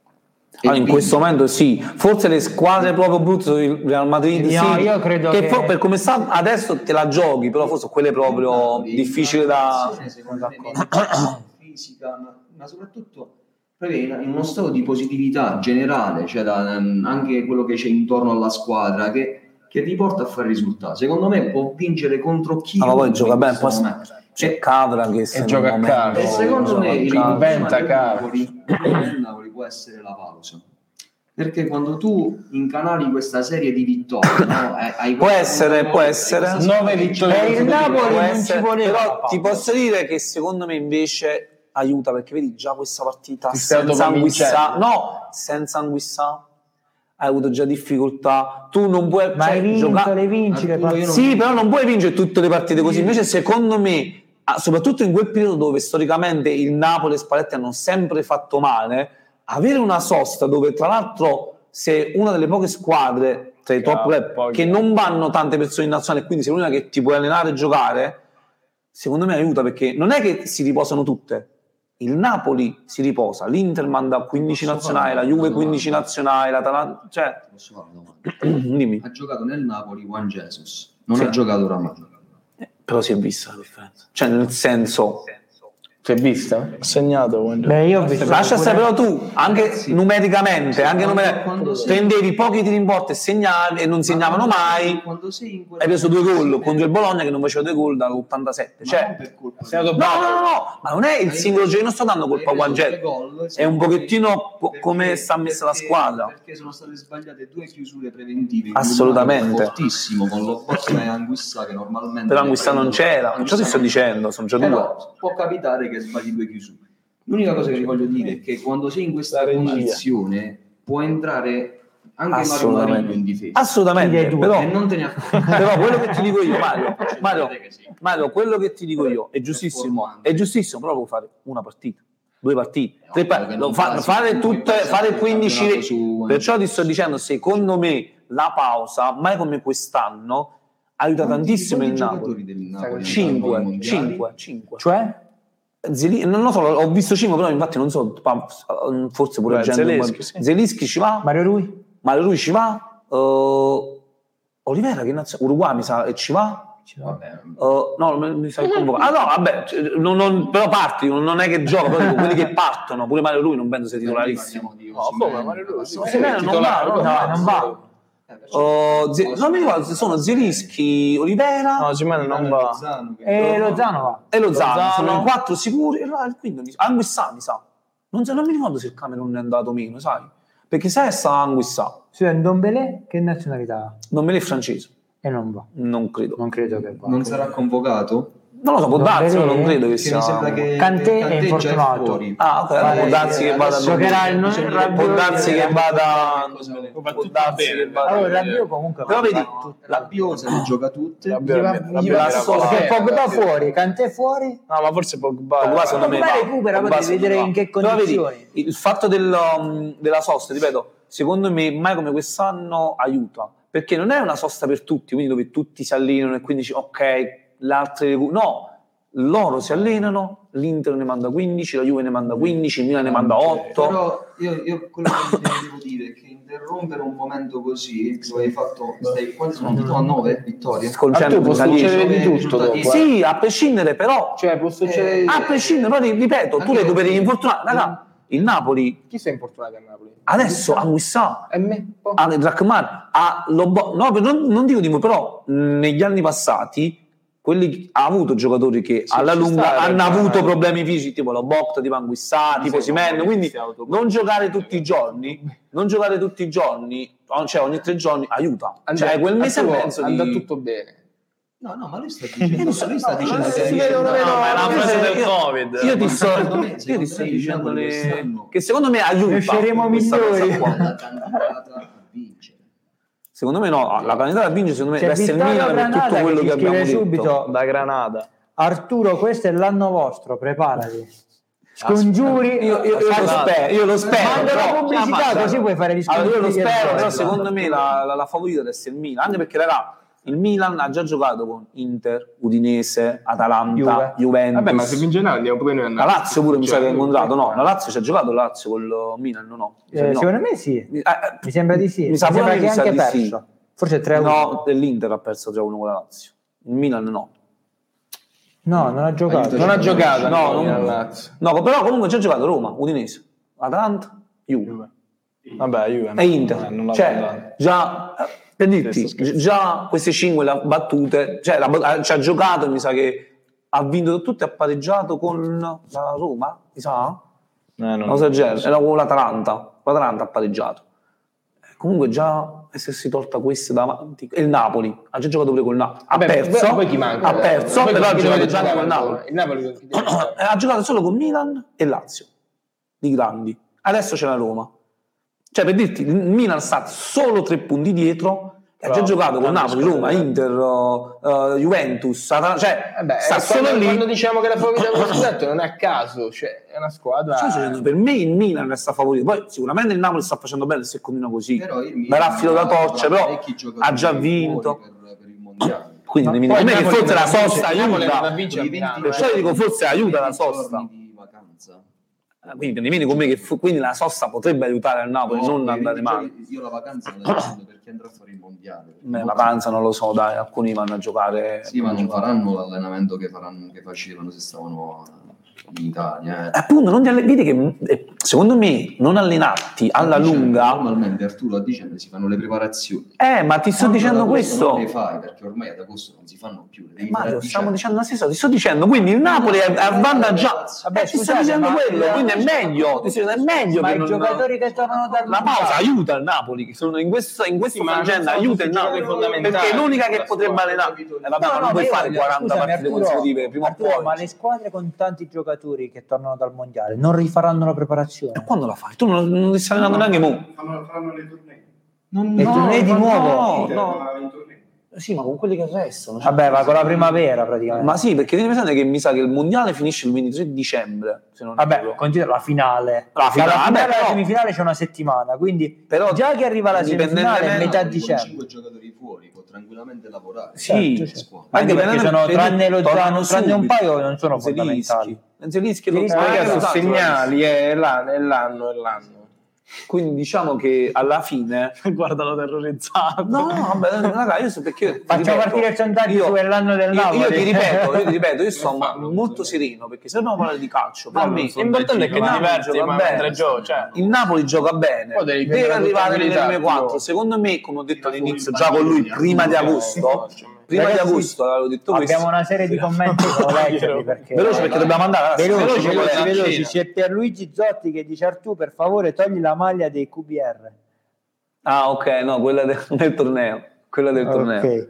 E Ah, in quindi- questo momento sì, forse le squadre proprio brutte sono il Real Madrid, No, sì, io credo che, che- for- per come sta adesso te la giochi, però forse quelle proprio Napoli, difficili una da... situazione, secondo me, mentale, fisica, ma, ma soprattutto proprio in, in uno stato di positività generale, cioè da, um, anche quello che c'è intorno alla squadra che, che ti porta a fare risultati. Secondo me può vincere contro chi Ah, ma poi gioca bene, poi c'è Cavra che se gioca nel a momento- calcio. e secondo me il Calcio. problema Inventa del calcio. Napoli, il problema del Napoli può essere la pausa. Perché quando tu incanali questa serie di vittorie, no? Eh, hai Può essere, può hai essere. questa- Nove vittorie Per il Napoli Può non essere, ci voleva la però pausa. ti posso dire che secondo me invece aiuta, perché vedi già questa partita Ti stai senza Anguissa, autoconvincendo. no, senza Anguissa hai avuto già difficoltà, tu non puoi ma cioè, hai vinto, gioca- le vinci le Arturo, io partite. non- Sì, però non puoi vincere tutte le partite così. Invece, secondo me, ah, soprattutto in quel periodo dove storicamente il Napoli e Spalletti hanno sempre fatto male, avere una sosta dove, tra l'altro, sei una delle poche squadre tra i Che ha top club pochi- che non vanno tante persone in nazionale, quindi sei l'unica che ti puoi allenare e giocare, secondo me aiuta, perché non è che si riposano tutte. Il Napoli si riposa, l'Inter manda quindici Posso nazionali, fare la una Juve domanda? quindici nazionali, l'Atalanta, cioè, Posso fare una domanda? dimmi. Ha giocato nel Napoli Juan Jesus, non Sì. ha giocato Ramalho. Però si è vista la differenza. Cioè, nel senso, Si è vista? Ha segnato Juan Beh, io ho visto lascia pure- stare, però tu, anche numericamente, anche Quando- numer- quando sei- prendevi pochi tiri in porta e segnavi e non segnavano mai. Quando sei in quella Hai preso due gol posizione- contro il Bologna che non faceva due gol dall'ottantasette. Ma Cioè, non per colpa Sei andato no, bravo. no, no, no, ma non è il Hai singolo, preso- cioè io non sto dando colpa a hai Juan preso Jesus. due gol, È un pochettino co- perché- come sta messa la perché- squadra. Perché sono state sbagliate due chiusure preventive. Assolutamente. Fortissimo con lo Bosnia e Anguissa che normalmente... Però Anguissa non c'era, non so se sto dicendo, sono già due. Però può capitare che sbagli due chiusure. L'unica cosa che vi voglio dire è che quando sei in questa La regia. condizione può entrare anche Mario Assolutamente. Marinho in difesa. Assolutamente, però, E non te ne accorgi. però quello che ti dico io, Mario, Mario, Vedete che sì. Mario, quello che ti dico io è giustissimo, è giustissimo, però puoi fare una partita, due partite, tre quello par- che lo non fa- fa- fare sì, tutte, poi fare passa quindici, il campionato su- perciò ti sto dicendo, secondo me la pausa, mai come quest'anno, aiuta tantissimo il Quanti Napoli. giocatori del Napoli cinque, ai mondiali? cinque, cinque. Cioè? Zeli- non lo so, ho visto cinque, però infatti non so, pa- forse pure Beh, gente- Zelensky, sì. Zelensky ci va, Mario Rui? Mario Rui ci va, eh, Olivera che nazio- Uruguay mi sa e ci va. Vabbè, Uh, no, mi, mi sa che convocato. Ah no, vabbè, cioè, non, non- però parti, non, non è che gioca, però dico, quelli che partono, pure Mario Lui non penso sia titolarissimo. parliamo di No, Osimhen, come Mario Lui? passiamo- Sì, non va, no, No, non va. Eh, perciò- Uh, Ze- non mi ricordo se sono Zelischi, Olivera No, Osimhen non va. Lozano, che- E Lozano va. e Lozano, Lozano. sono i quattro sicuri, e là il quinto mi- Anguissa mi sa. Non, so- non mi ricordo se il Camerun è andato meno, sai? Perché sai sta Anguissa, Su Ndombele che nazionalità ha? non me ne è francese, E non va. non credo. Non credo che va. Non sarà convocato? Non lo so, può darsi, ma non credo che sia. Mi sembra che Kanté che è infortunato. fuori. Ah, ok, può darsi che vada. Giocherà il non Può darsi che vada. Può darsi che vada. Allora, Rabiot comunque. Però vedi, Rabiot se le gioca tutte. Perché Pogba fuori, Kanté fuori. No, ma forse Pogba. Pogba secondo me Pogba recupera, poi devi vedere in che condizioni. Il fatto del, um, della sosta, ripeto, secondo me mai come quest'anno aiuta, perché non è una sosta per tutti, quindi dove tutti si allenano e quindi dici ok, l'altro no, loro si allenano, l'Inter ne manda quindici, la Juve ne manda quindici, il Milan ne manda otto. Però io, io quello che devo dire è che interrompere un momento così, dove hai fatto, stai, quanti sono andato a nove vittorie? Scolcendo può succedere di tutto dopo, eh. Sì, a prescindere però, cioè può succedere eh, a prescindere, però ripeto, tu le recuperi infortunati, raga, il Napoli chi si è infortunato a Napoli? adesso a Wissà, E me? a Drachman, a Lobo, no, non, non dico di voi, però mh, negli anni passati quelli ha avuto giocatori che Sì, alla ci lunga sta, hanno perché- avuto problemi fisici, tipo la Botta, tipo Anguissà, tipo sì, Simen, sì, quindi sì, auto- non giocare tutti i giorni, non giocare tutti i giorni, cioè ogni tre giorni aiuta, cioè quel mese e mezzo andrà di... tutto bene. No, no, ma lui sta dicendo, lui sta dicendo che sì, vedo, vedo, No, ma è la io- fase del io- Covid. Io ti sto, Secondo me- io ti secondo sto me dicendo diciamo le- quest'anno- che secondo me aiuta Usciremo questa cosa migliori. qua. la candidata a vincere. Secondo me no, la candidata a vincere secondo me C'è resta il Vittorio Milan per Granata tutto quello che che, ci abbiamo scrive detto. subito. Da Granada. Arturo, questo è l'anno vostro, preparati. Scongiuri. Io, io- io lo spero, io lo spero. Manda la però- pubblicità, Ah, ma- così puoi fare gli Allora, io lo scongiuri. spero, però secondo me la, la, la favorita resta il Milan, anche perché raga, il Milan ha già giocato con Inter, Udinese, Atalanta, Juve. Juventus. Vabbè, ma se vince noi andiamo pure noi a La Lazio pure mi sa che ha Cioè, incontrato, no, la Lazio ci ha giocato il Lazio con il Milan, no, no. Mi sa Eh, di no. secondo me sì. Eh, eh, Mi sembra di sì. Mi Mi, sa sembra pure che mi sa anche di perso. sì. Forse tre a uno. No, l'Inter ha perso tre a uno con la Lazio. Il Milan no. No, non ha giocato. Non ha giocato, No, no, non- Lazio. No, però comunque ci ha giocato Roma, Udinese, Atalanta, Juve. Vabbè, Juve. E Inter, eh, non l'ha cioè guardato. già eh, per dirti, gi- già queste cinque le ha battute, cioè la, ha- ci ha giocato e mi sa che ha vinto tutte, ha pareggiato con la Roma, mi sa? Eh, non- Una cosa del genere, era con l'Atalanta, l'Atalanta ha pareggiato. Eh, Comunque già essersi tolta queste davanti, e il Napoli, ha già giocato pure col Napoli, ha Vabbè, perso, poi- poi chi manca? ha perso, Poi però ha chi giocato deve già giocare col ancora? Napoli. Il Napoli con chi deve giocare? Eh, ha giocato solo con Milan e Lazio di grandi, adesso c'è la Roma, cioè per dirti il Milan sta solo tre punti dietro e ha già Bravo, giocato con grande Napoli, Roma, squadra. Inter, uh, uh, Juventus, Atalanta, cioè Vabbè, sta eh, solo quando, lì. quando diciamo che la favorita per lo scudetto non è a caso, cioè è una squadra. Cioè, cioè, per me il Milan resta favorito, poi sicuramente il Napoli sta facendo bene se continua così, Però il Milan verrà filo da torcia, avrà però parecchi giocatori ha già fuori vinto, per, per il mondiale. quindi Ma mi poi a me il che Napoli forse la non vince- sosta il Napoli aiuta, non ha vinto a Milano, perciò io dico forse aiuta la venti sosta. giorni di vacanza. Eh, quindi tendi con me che fu- quindi la sosta potrebbe aiutare al Napoli, No, non quei andare venti male. giorni- Io la vacanza la prendo perché andrà fuori il mondiale. Beh, la panza non lo so, dai, alcuni vanno a giocare. Sì, ma non faranno l'allenamento che, faranno, che facevano se stavano in Italia. Eh. Appunto, non ti alle- vedi che eh, secondo me non allenarti alla A dicembre, lunga. Normalmente Arturo a dicembre si fanno le preparazioni. Eh, ma ti sto Quando dicendo ad agosto questo. Non le fai perché ormai ad agosto non si fanno più. Le devi fare a Mario, stiamo dicembre. dicendo la stessa cosa, ti sto dicendo, quindi il Napoli è avvantaggiato. Vabbè, Eh, ti sto scusate, dicendo ma- quello, quindi è meglio, ti sto dicendo, è meglio Ma che i non- giocatori che tornano dal la pausa aiuta il Napoli, che sono in questo, in questo Sì, ma frangente non sono aiuta il tutti Napoli, giocatori fondamentali perché è l'unica che della potrebbe squadra, allenare. capito? Eh, vabbè, No, ma no, non puoi ma io fare voglio- quaranta scusami, partite Arturo, consecutive, prima o Arturo, poi. ma le squadre con tanti giocatori che tornano dal mondiale non rifaranno la preparazione? E quando la fai? Tu non, non ti stai allenando neanche mo. Fanno, faranno le tournée. Non, le tournée di no, nuovo? no, no. Sì, ma con quelli che restano. cioè- Vabbè, ma con la primavera praticamente. Ma sì, perché tieni presente che mi sa che il mondiale finisce il ventitré dicembre. Se non Vabbè, erro. considera la finale. La finale, Dalla finale vabbè, alla però- semifinale c'è una settimana, quindi Però già che arriva la semifinale è indipendentemente- metà Con dicembre. cinque giocatori fuori può tranquillamente lavorare. Sì, Certo, certo. Squadra. Anche perché veramente- sono, tranne lo tornano Zano, tranne un subito. paio non sono Zelinski. fondamentali. Zelinski lo Zelinski, eh, Ragazzi, sono esatto. segnali, è l'anno, è l'anno, è l'anno. Quindi diciamo che alla fine Guardalo terrorizzato. no, no, vabbè, raga, io so perché Facciamo ripeto, partire il sondaggio io- su l'anno del io, Napoli. io ti ripeto, io ti ripeto, io sto Non fanno, molto sereno perché se dobbiamo parlare di calcio, per me L'importante è che il ti Napoli diverti, gioca ma bene. mentre giochi, cioè. Il Napoli gioca bene, Poi devi deve prendere la arrivare nelle tranquillità, prime quattro. tipo- Secondo me, come ho detto all'inizio, già con lui prima di agosto, prima Ragazzi, di agosto avevo detto questo. Abbiamo una serie di commenti che devo leggerli perché Veloce perché dobbiamo andare veloci, veloci, veloci, veloci. veloci. C'è Pierluigi Zotti che dice: Artù, per favore togli la maglia dei Q B R. Ah, ok, no, quella del, del torneo, quella del torneo. Ok.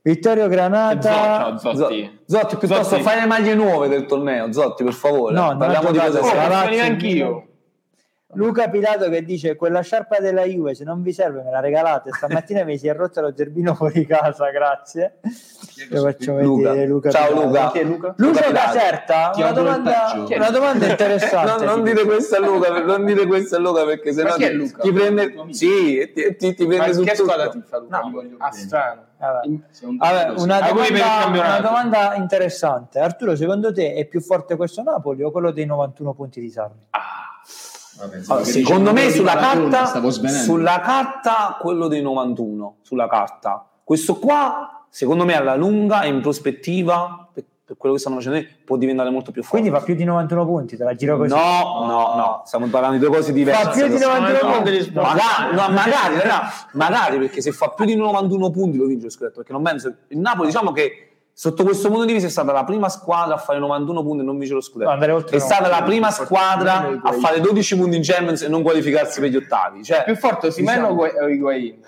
Vittorio Granata. No, Zotti. Zotti, piuttosto Zotti. fai le maglie nuove del torneo, Zotti, per favore. No, parliamo di cose oh, serie. Anch'io. Luca Pilato che dice: quella sciarpa della Juve se non vi serve me la regalate, stamattina mi si è rotto lo zerbino fuori casa, grazie. Lo faccio Luca. vedere Luca Ciao Pilato. Luca. Chi è Luca? Luca Caserta, una domanda, una domanda interessante. non, non dite questo a Luca, non dite questo a Luca perché sennò Ma chi è ti, Luca? ti prende sì, ti, ti, ti prende Ma su che tutto. squadra ti fa Luca? No. Ah, strano. Vabbè. un Vabbè, una, Auguri per il domanda, campionato. una domanda interessante. Arturo, secondo te è più forte questo Napoli o quello dei novantuno punti di Sarri? Vabbè, Allora, secondo me sulla carta, stavo svenendo. sulla carta quello dei novantuno, sulla carta. Questo qua, secondo me alla lunga e in prospettiva, per, per quello che stanno facendo, può diventare molto più forte. Quindi fa più di novantuno punti, te la giro così. No, no, no, stiamo parlando di due cose diverse. Fa più di novantuno punti. Magari, no, magari, raga, magari, perché se fa più di novantuno punti lo vince lo scudetto, perché non penso. Il Napoli, diciamo che sotto questo punto di vista è stata la prima squadra a fare novantuno punti e non vincere lo scudetto. È stata la prima squadra a fare dodici punti in Champions e non qualificarsi per gli ottavi. Cioè, Più forte Osimhen diciamo- o Higuain?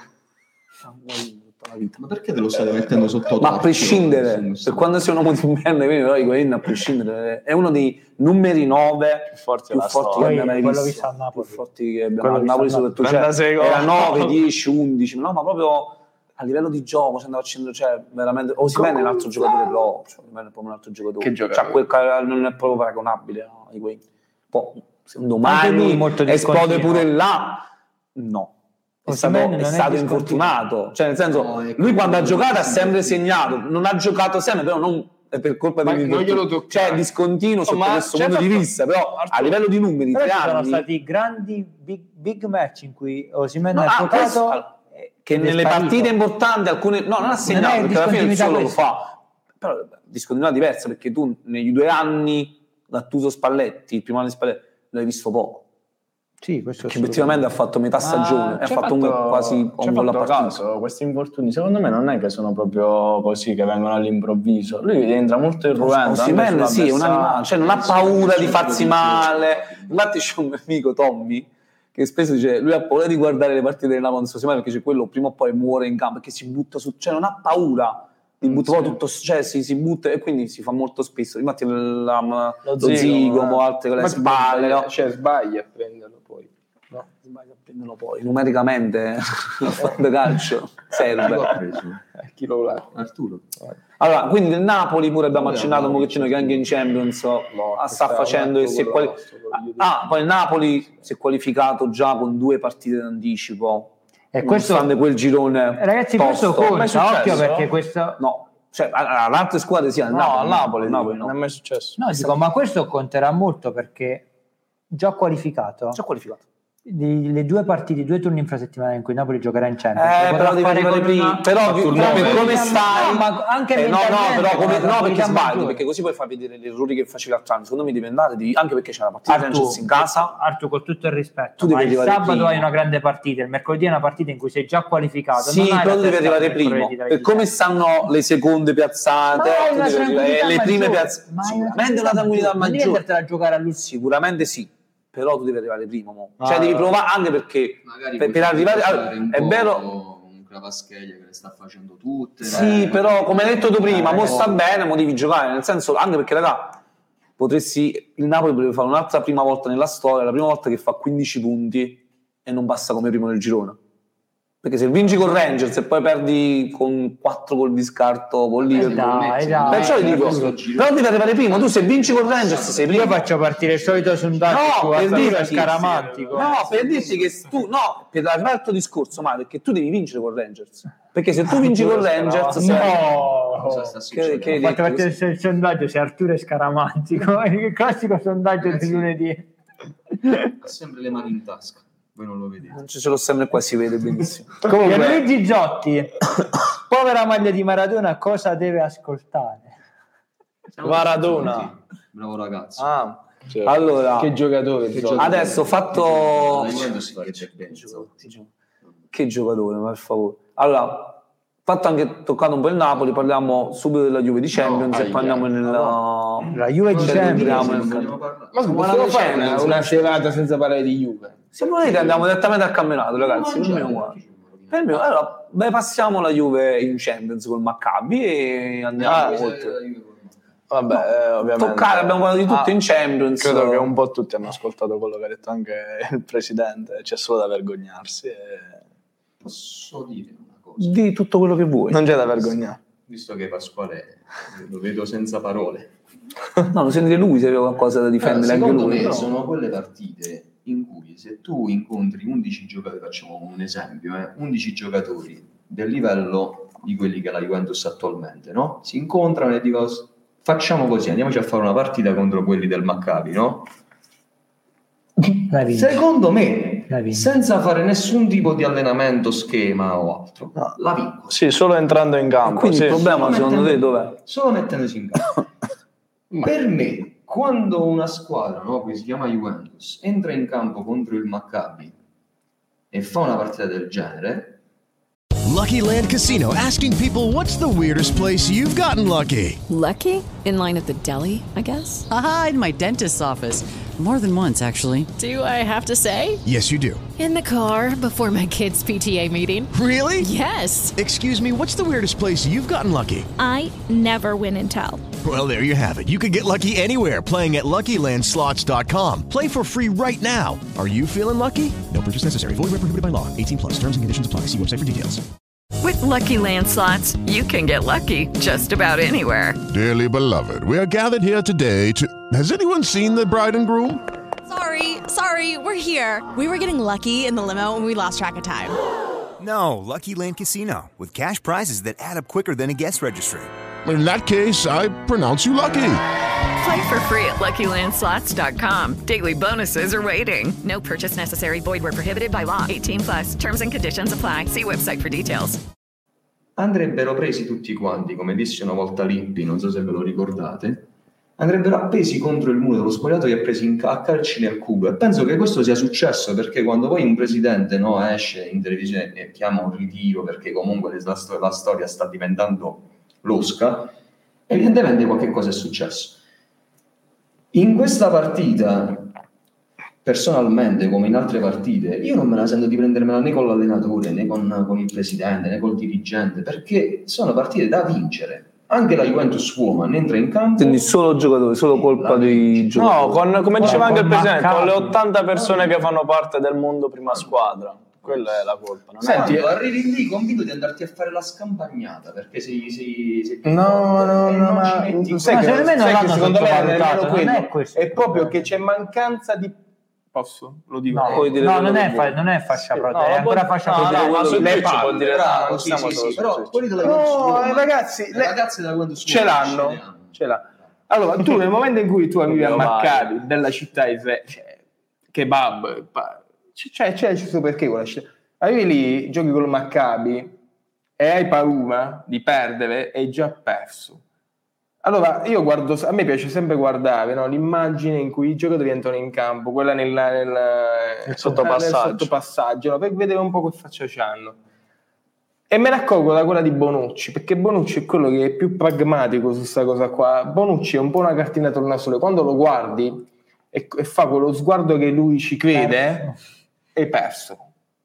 Ma perché te lo state mettendo sotto? Ma a prescindere, per quando sei un uomo di merda, quindi però Higuain a prescindere è uno dei numeri nove più forti, più forti che Poi abbiamo mai quello visto. visto a Napoli. Più forti che abbiamo Quello a Napoli visto a soprattutto, Napoli. cioè, trentasei gol. era nove, dieci, undici, no, ma proprio a livello di gioco, ci andava facendo, cioè veramente Osimhen è un altro giocatore proprio, cioè, Osimhen è proprio un altro giocatore. Che giocatore? Cioè, quel ca- non è proprio paragonabile a Higuain. Poi se un Anche domani lui molto esplode discontinuo. pure là, no. È stato, Osimhen è non è stato discontinuo. infortunato, cioè nel senso No, è lui quando ha quello giocato ha che sempre si segnato, non ha giocato sempre, però non è per colpa Ma di non glielo infortuni. toccare. Cioè discontinuo sotto ma questo c'è punto di fatto- vista, però a Arturo, livello di numeri, Però tre ci sono anni stati grandi big, big match in cui Osimhen No, ha ah, questo- giocato che ed è nelle sparito. partite importanti alcune no, non ha segnato è perché alla fine il discontinuità solo lo questa. fa. Però discontinuità diversa perché tu negli due anni Gattuso Spalletti, il primo anno di Spalletti, l'hai visto poco. Sì, questo Che effettivamente ha fatto metà stagione, Ma ha ci fatto un quasi ci un hai gol a fatto partita. caso, questi infortuni secondo me non è che sono proprio così che vengono all'improvviso, lui entra molto irruento. Osimhen sì, è un animale, cioè non ha paura di farsi male. Infatti c'è un mio amico Tommy che spesso dice lui ha paura di guardare le partite del Napoli Osimhen perché c'è quello prima o poi muore in campo perché si butta su, cioè non ha paura. Ti butta proprio tutto, cioè si, si butta e quindi si fa molto spesso. Infatti la, lo, lo zigomo, eh. altre con le Ma spalle, no? Cioè sbaglia a prenderlo poi. No, sbaglia a prenderlo poi. Numericamente da calcio serve. Eh, chi lo vuole? Arturo. Allora, quindi del Napoli pure abbiamo accennato un pochettino che anche in Champions no, sta facendo e si è quali... Ah, poi il Napoli si è qualificato già con due partite d'anticipo. E questo nonostante quel girone ragazzi, tosto. questo Ma è conta, occhio successo? perché questo No, cioè ad altre squadre sì, al No, Napoli, al Napoli, al Napoli no. non è mai successo. no, dico, ma questo conterà molto perché già qualificato Già qualificato. di- le due partite, i due turni infrasettimanali in cui Napoli giocherà in Champions. Eh, lo però potrà devi fare arrivare con prima. una- Però vi- turno per vero. come stai, No, ma anche eh, no, no, mentalmente, però come, con la no, perché qualità sbagli, maggiore. perché così poi fai vedere gli errori che facevi l'altro anno. Secondo me devi andare, devi- anche perché c'è la partita di Artu, Rangers in casa. Artu, con tutto il rispetto, Tu devi ma il arrivare sabato primo. hai una grande partita, il mercoledì è una partita in cui sei già qualificato. Sì, non hai però la devi testa arrivare del primo. mercoledì della Per come Liga. stanno le seconde piazzate, Ma hai tu una devi arrivare- tranquillità eh, le prime maggiore. piazzate. Ma hai una Sicuramente una tranquillità Non devi maggiore. andartela a giocare all'ultimo. Sicuramente sì, però tu devi arrivare primo. mo. Ah, cioè devi allora. provare anche perché Magari per, puoi per arrivare fare allora, un è po' vero. un Cravaschelia che le sta facendo tutte. Sì, eh, però come hai detto tu prima, eh, mo eh, sta bene, mo devi giocare, nel senso, anche perché raga, potresti, il Napoli potrebbe fare un'altra prima volta nella storia, la prima volta che fa quindici punti e non passa come primo nel girone. Perché se vinci con Rangers e poi perdi con quattro gol di scarto con Liverpool, dai, dai, perciò dai, dico, dai. però devi arrivare primo, tu se vinci con Rangers sei primo. Io faccio partire il solito sondaggio No, su per Arturo dirti, Scaramantico. no, per dirti che tu, no, per arrivare al tuo discorso, ma perché tu devi vincere con Rangers. Perché se tu vinci con Rangers, No, sei- Cosa sta che, succedendo? che hai Ho fatto detto? partire il sondaggio se Arturo è Scaramantico, il classico sondaggio del lunedì. Ha sempre le mani in tasca. Voi non lo vedete. Non ce ce l'ho sempre qua, si vede benissimo. Comunque, Luigi Giotti, povera maglia di Maradona, cosa deve ascoltare? Maradona. Bravo ragazzo. Ah, certo. Allora, Che giocatore. Che Zotti. adesso fatto La Juventus si farebbe bene, Zotti. che giocatore, ma per favore. Allora, fatto anche toccato un po' il Napoli, parliamo subito della Juve di Champions No, e poi andiamo nella La Juve di Cioè, Champions. entriamo Non nel- vogliamo parlare. Ma Guarda possiamo le fare una, Champions. una serata senza parlare di Juve? Se volete andiamo direttamente al campionato, ragazzi. Per me è uguale. Per me, allora, beh, passiamo la Juve in Champions col Maccabi e andiamo Ah, oltre. Vabbè, eh, ovviamente. Toccare, abbiamo parlato di tutto Ah, in Champions. Credo che un po' tutti hanno ascoltato quello che ha detto anche il presidente. C'è solo da vergognarsi. E... Posso dire una cosa? Di tutto quello che vuoi. Non c'è da vergognare. Visto che Pasquale lo vedo senza parole. No, lo sentire lui se aveva qualcosa da difendere Allora, anche secondo lui. me però. sono quelle partite in cui se tu incontri undici giocatori, facciamo un esempio, eh, undici giocatori del livello di quelli che ha la Juventus attualmente, no? Si incontrano e dicono facciamo così, andiamoci a fare una partita contro quelli del Maccabi, no? Secondo me, senza fare nessun tipo di allenamento, schema o altro, No. la vinco. Sì, solo entrando in campo. Quindi sì. il problema Solo secondo mettendo- te dov'è? Solo mettendosi in campo. Per me, quando una squadra, no, che si chiama Juventus, entra in campo contro il Maccabi e fa una partita del genere, Lucky Land Casino, asking people, what's the weirdest place you've gotten lucky? Lucky? In line at the deli, I guess? Aha, in my dentist's office. More than once, actually. Do I have to say? Yes, you do. In the car before my kids' P T A meeting. Really? Yes. Excuse me, what's the weirdest place you've gotten lucky? I never win and tell. Well, there you have it. You can get lucky anywhere, playing at Lucky Land Slots dot com. Play for free right now. Are you feeling lucky? No purchase necessary. Void where prohibited by law. eighteen plus. Terms and conditions apply. See website for details. With Lucky Land Slots, you can get lucky just about anywhere. Dearly beloved, we are gathered here today to... Has anyone seen the bride and groom? Sorry, sorry, we're here. We were getting lucky in the limo and we lost track of time. No, Lucky Land Casino, with cash prizes that add up quicker than a guest registry. In that case, I pronounce you lucky. Play for free at Lucky Land Slots dot com. Daily bonuses are waiting. No purchase necessary. Void where prohibited by law. eighteen plus. Terms and conditions apply. See website for details. andrebbero presi tutti quanti, come disse una volta Lippi, non so se ve lo ricordate, andrebbero appesi contro il muro dello spogliatoio e presi in ca- a calci nel culo. E penso che questo sia successo perché quando poi un presidente, no, esce in televisione e chiama un ritiro perché comunque la, sto- la storia sta diventando losca, evidentemente qualche cosa è successo. In questa partita, personalmente, come in altre partite, io non me la sento di prendermela né con l'allenatore, né con, con il presidente, né col dirigente, perché sono partite da vincere. Anche la Juventus Woman entra in campo. Quindi solo giocatori, solo colpa dei giocatori. No, con, come diceva No, anche il con presidente, con le Maccabi. ottanta persone che fanno parte del mondo prima squadra. Quella è la colpa. Non Senti, è... arrivi lì convinto di andarti a fare la scampagnata perché sei, sei, sei più No, forte, no, e no, non ma ci metti sai Ma che, secondo me non sai che l'hanno secondo me è sottovalutato, nemmeno non quello, è questo è il proprio problema. che c'è mancanza di... Posso? Lo dico. No, Puoi dire no, quello non, che è fa- vuoi. non è fascia Sì, protetta, no, è ancora può- fascia no, protetta. no, ma su le Twitch palle, può dire, bravo, bravo, sì, stiamo sì, solo sì, su però Twitch. quelli della No, Juventus, eh, ragazzi, le le- ragazze della Juventus ce Woman l'hanno, ce l'ha. Allora, tu nel momento in cui tu arrivi a Maccabi, bella città di Israele, cioè, kebab, pa- cioè, c'è il suo perché quella città. Arrivi lì, giochi col Maccabi e hai paura di perdere e hai già perso. Allora, io guardo, a me piace sempre guardare, no, l'immagine in cui i giocatori entrano in campo, quella nel, nel, Il sottopassaggio. nel sottopassaggio, no, per vedere un po' che faccia c'hanno. E me ne accorgo da quella di Bonucci, perché Bonucci è quello che è più pragmatico su questa cosa qua. Bonucci è un po' una cartina tornasole. Quando lo guardi e, e fa quello sguardo che lui ci crede, è perso.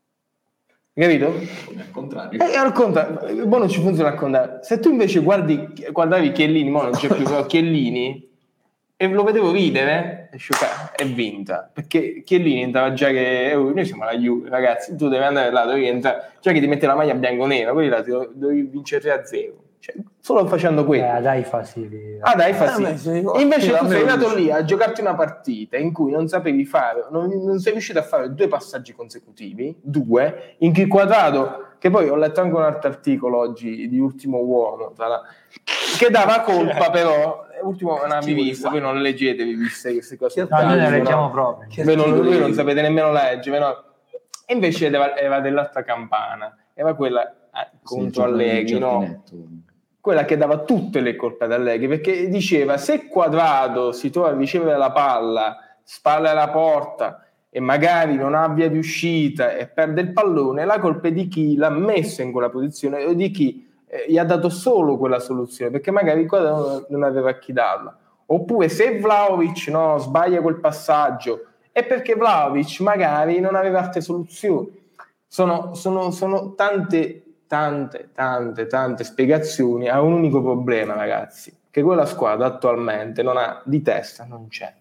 Capito? al contrario. E al contrario, Bonucci funziona al contrario. Se tu invece guardi, guardavi Chiellini, ma non c'è più, però Chiellini, e lo vedevo ridere, e sciocca- è vinta. Perché Chiellini entrava già che, eh, noi siamo la Juve, ragazzi, tu devi andare là, devi entrare, già che ti mette la maglia bianco-nera, quelli là ti do- devi vincere tre a zero. Cioè, solo facendo quello. Eh, ad Haifa sì. Ah, dai, fa sì. Eh, beh, sì, E invece sì, tu a me sei lo andato dice. lì a giocarti una partita in cui non sapevi fare, non, non sei riuscito a fare due passaggi consecutivi, due, in cui Quadrato, che poi ho letto anche un altro articolo oggi di Ultimo Uomo, tra la- che dava colpa però, Ultimo non avevi visto, voi non leggetevi viste queste cose. No, noi ne no? leggiamo proprio. Voi non, voi non sapete nemmeno leggere, no? E invece era, era dell'altra campana, era quella eh, contro Allegri, no? Quella che dava tutte le colpe ad Allegri, perché diceva se Quadrato si trova a ricevere la palla, spalla alla porta e magari non ha via di uscita e perde il pallone, la colpa è di chi l'ha messo in quella posizione o di chi eh, gli ha dato solo quella soluzione, perché magari Quadrato non aveva a chi darla. Oppure se Vlahovic, no, sbaglia quel passaggio è perché Vlahovic magari non aveva altre soluzioni. Sono, sono, sono tante tante, tante, tante spiegazioni a un unico problema, ragazzi, che quella squadra attualmente non ha di testa, non c'è.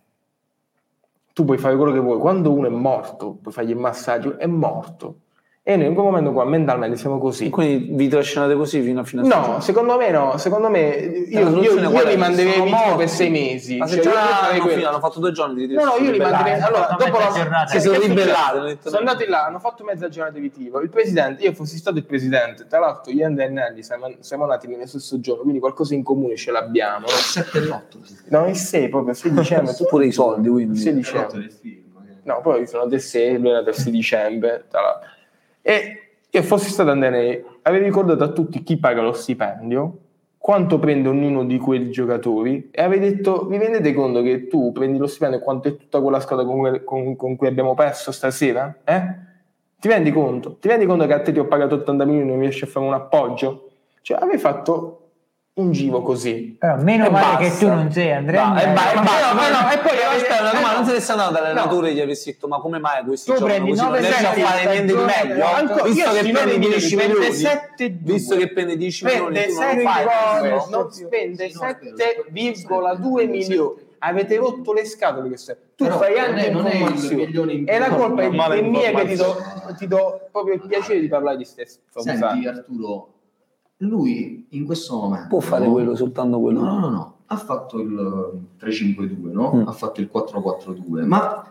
Tu puoi fare quello che vuoi, quando uno è morto, puoi fargli il massaggio, è morto. E noi in quel momento qua mentalmente siamo così. Quindi vi trascinate così fino a fine No, stagione? secondo me no, secondo me io, io, io, io li manderei in ritiro per sei mesi. Ma se Cioè, già io hanno, quello. hanno fatto due giorni di ritiro. No, no, io li manderei. Allora, dopo la giornata. Si sono Che è ribellati. successo? Sono andati là, hanno fatto mezza giornata di ritiro. Il presidente, io fossi stato il presidente, tra l'altro io e Nelly siamo, siamo nati nello stesso giorno, quindi qualcosa in comune ce l'abbiamo. Il sette e l'otto. No, il sei proprio, sei dicembre. Pure i soldi, quindi. sei dicembre. No, poi sono del sei, lui era del sei dicembre. Tra l'altro. E io fossi stato Andrea, avevi ricordato a tutti chi paga lo stipendio, quanto prende ognuno di quei giocatori e avevi detto, vi rendete conto che tu prendi lo stipendio e quanto è tutta quella squadra con, con, con cui abbiamo perso stasera? Eh? Ti rendi conto? Ti rendi conto che a te ti ho pagato ottanta milioni e non riesci a fare un appoggio? Cioè avevi fatto un giro così. Però meno E male basta. che tu non sei Andrea. No, e Andrea. ba- e basta. no, no, e poi Però avete- aspetta, una eh, domanda, no. non siete stati andati all'allenatore No. e gli avessi detto ma come mai questi Tu giocano prendi così? Non nove riesci a sette fare niente di stagioni, meglio? anche- Visto io che sti prendi nove dieci milioni, milioni, sette visto che prendi dieci milioni, Spende tu non sette fai milioni, questo? non spende sette virgola due milioni. Avete rotto le scatole questo. Tu Però fai non anche è- non è il informazioni. milione in E la più, colpa è, no, male è mia che ti do, informazione. ti do proprio il piacere di parlare di stesso. Senti Arturo, lui in questo momento Può fare no? quello, soltanto quello. No, no, no, ha fatto il tre cinque due, no? Mm. Ha fatto il quattro quattro due, ma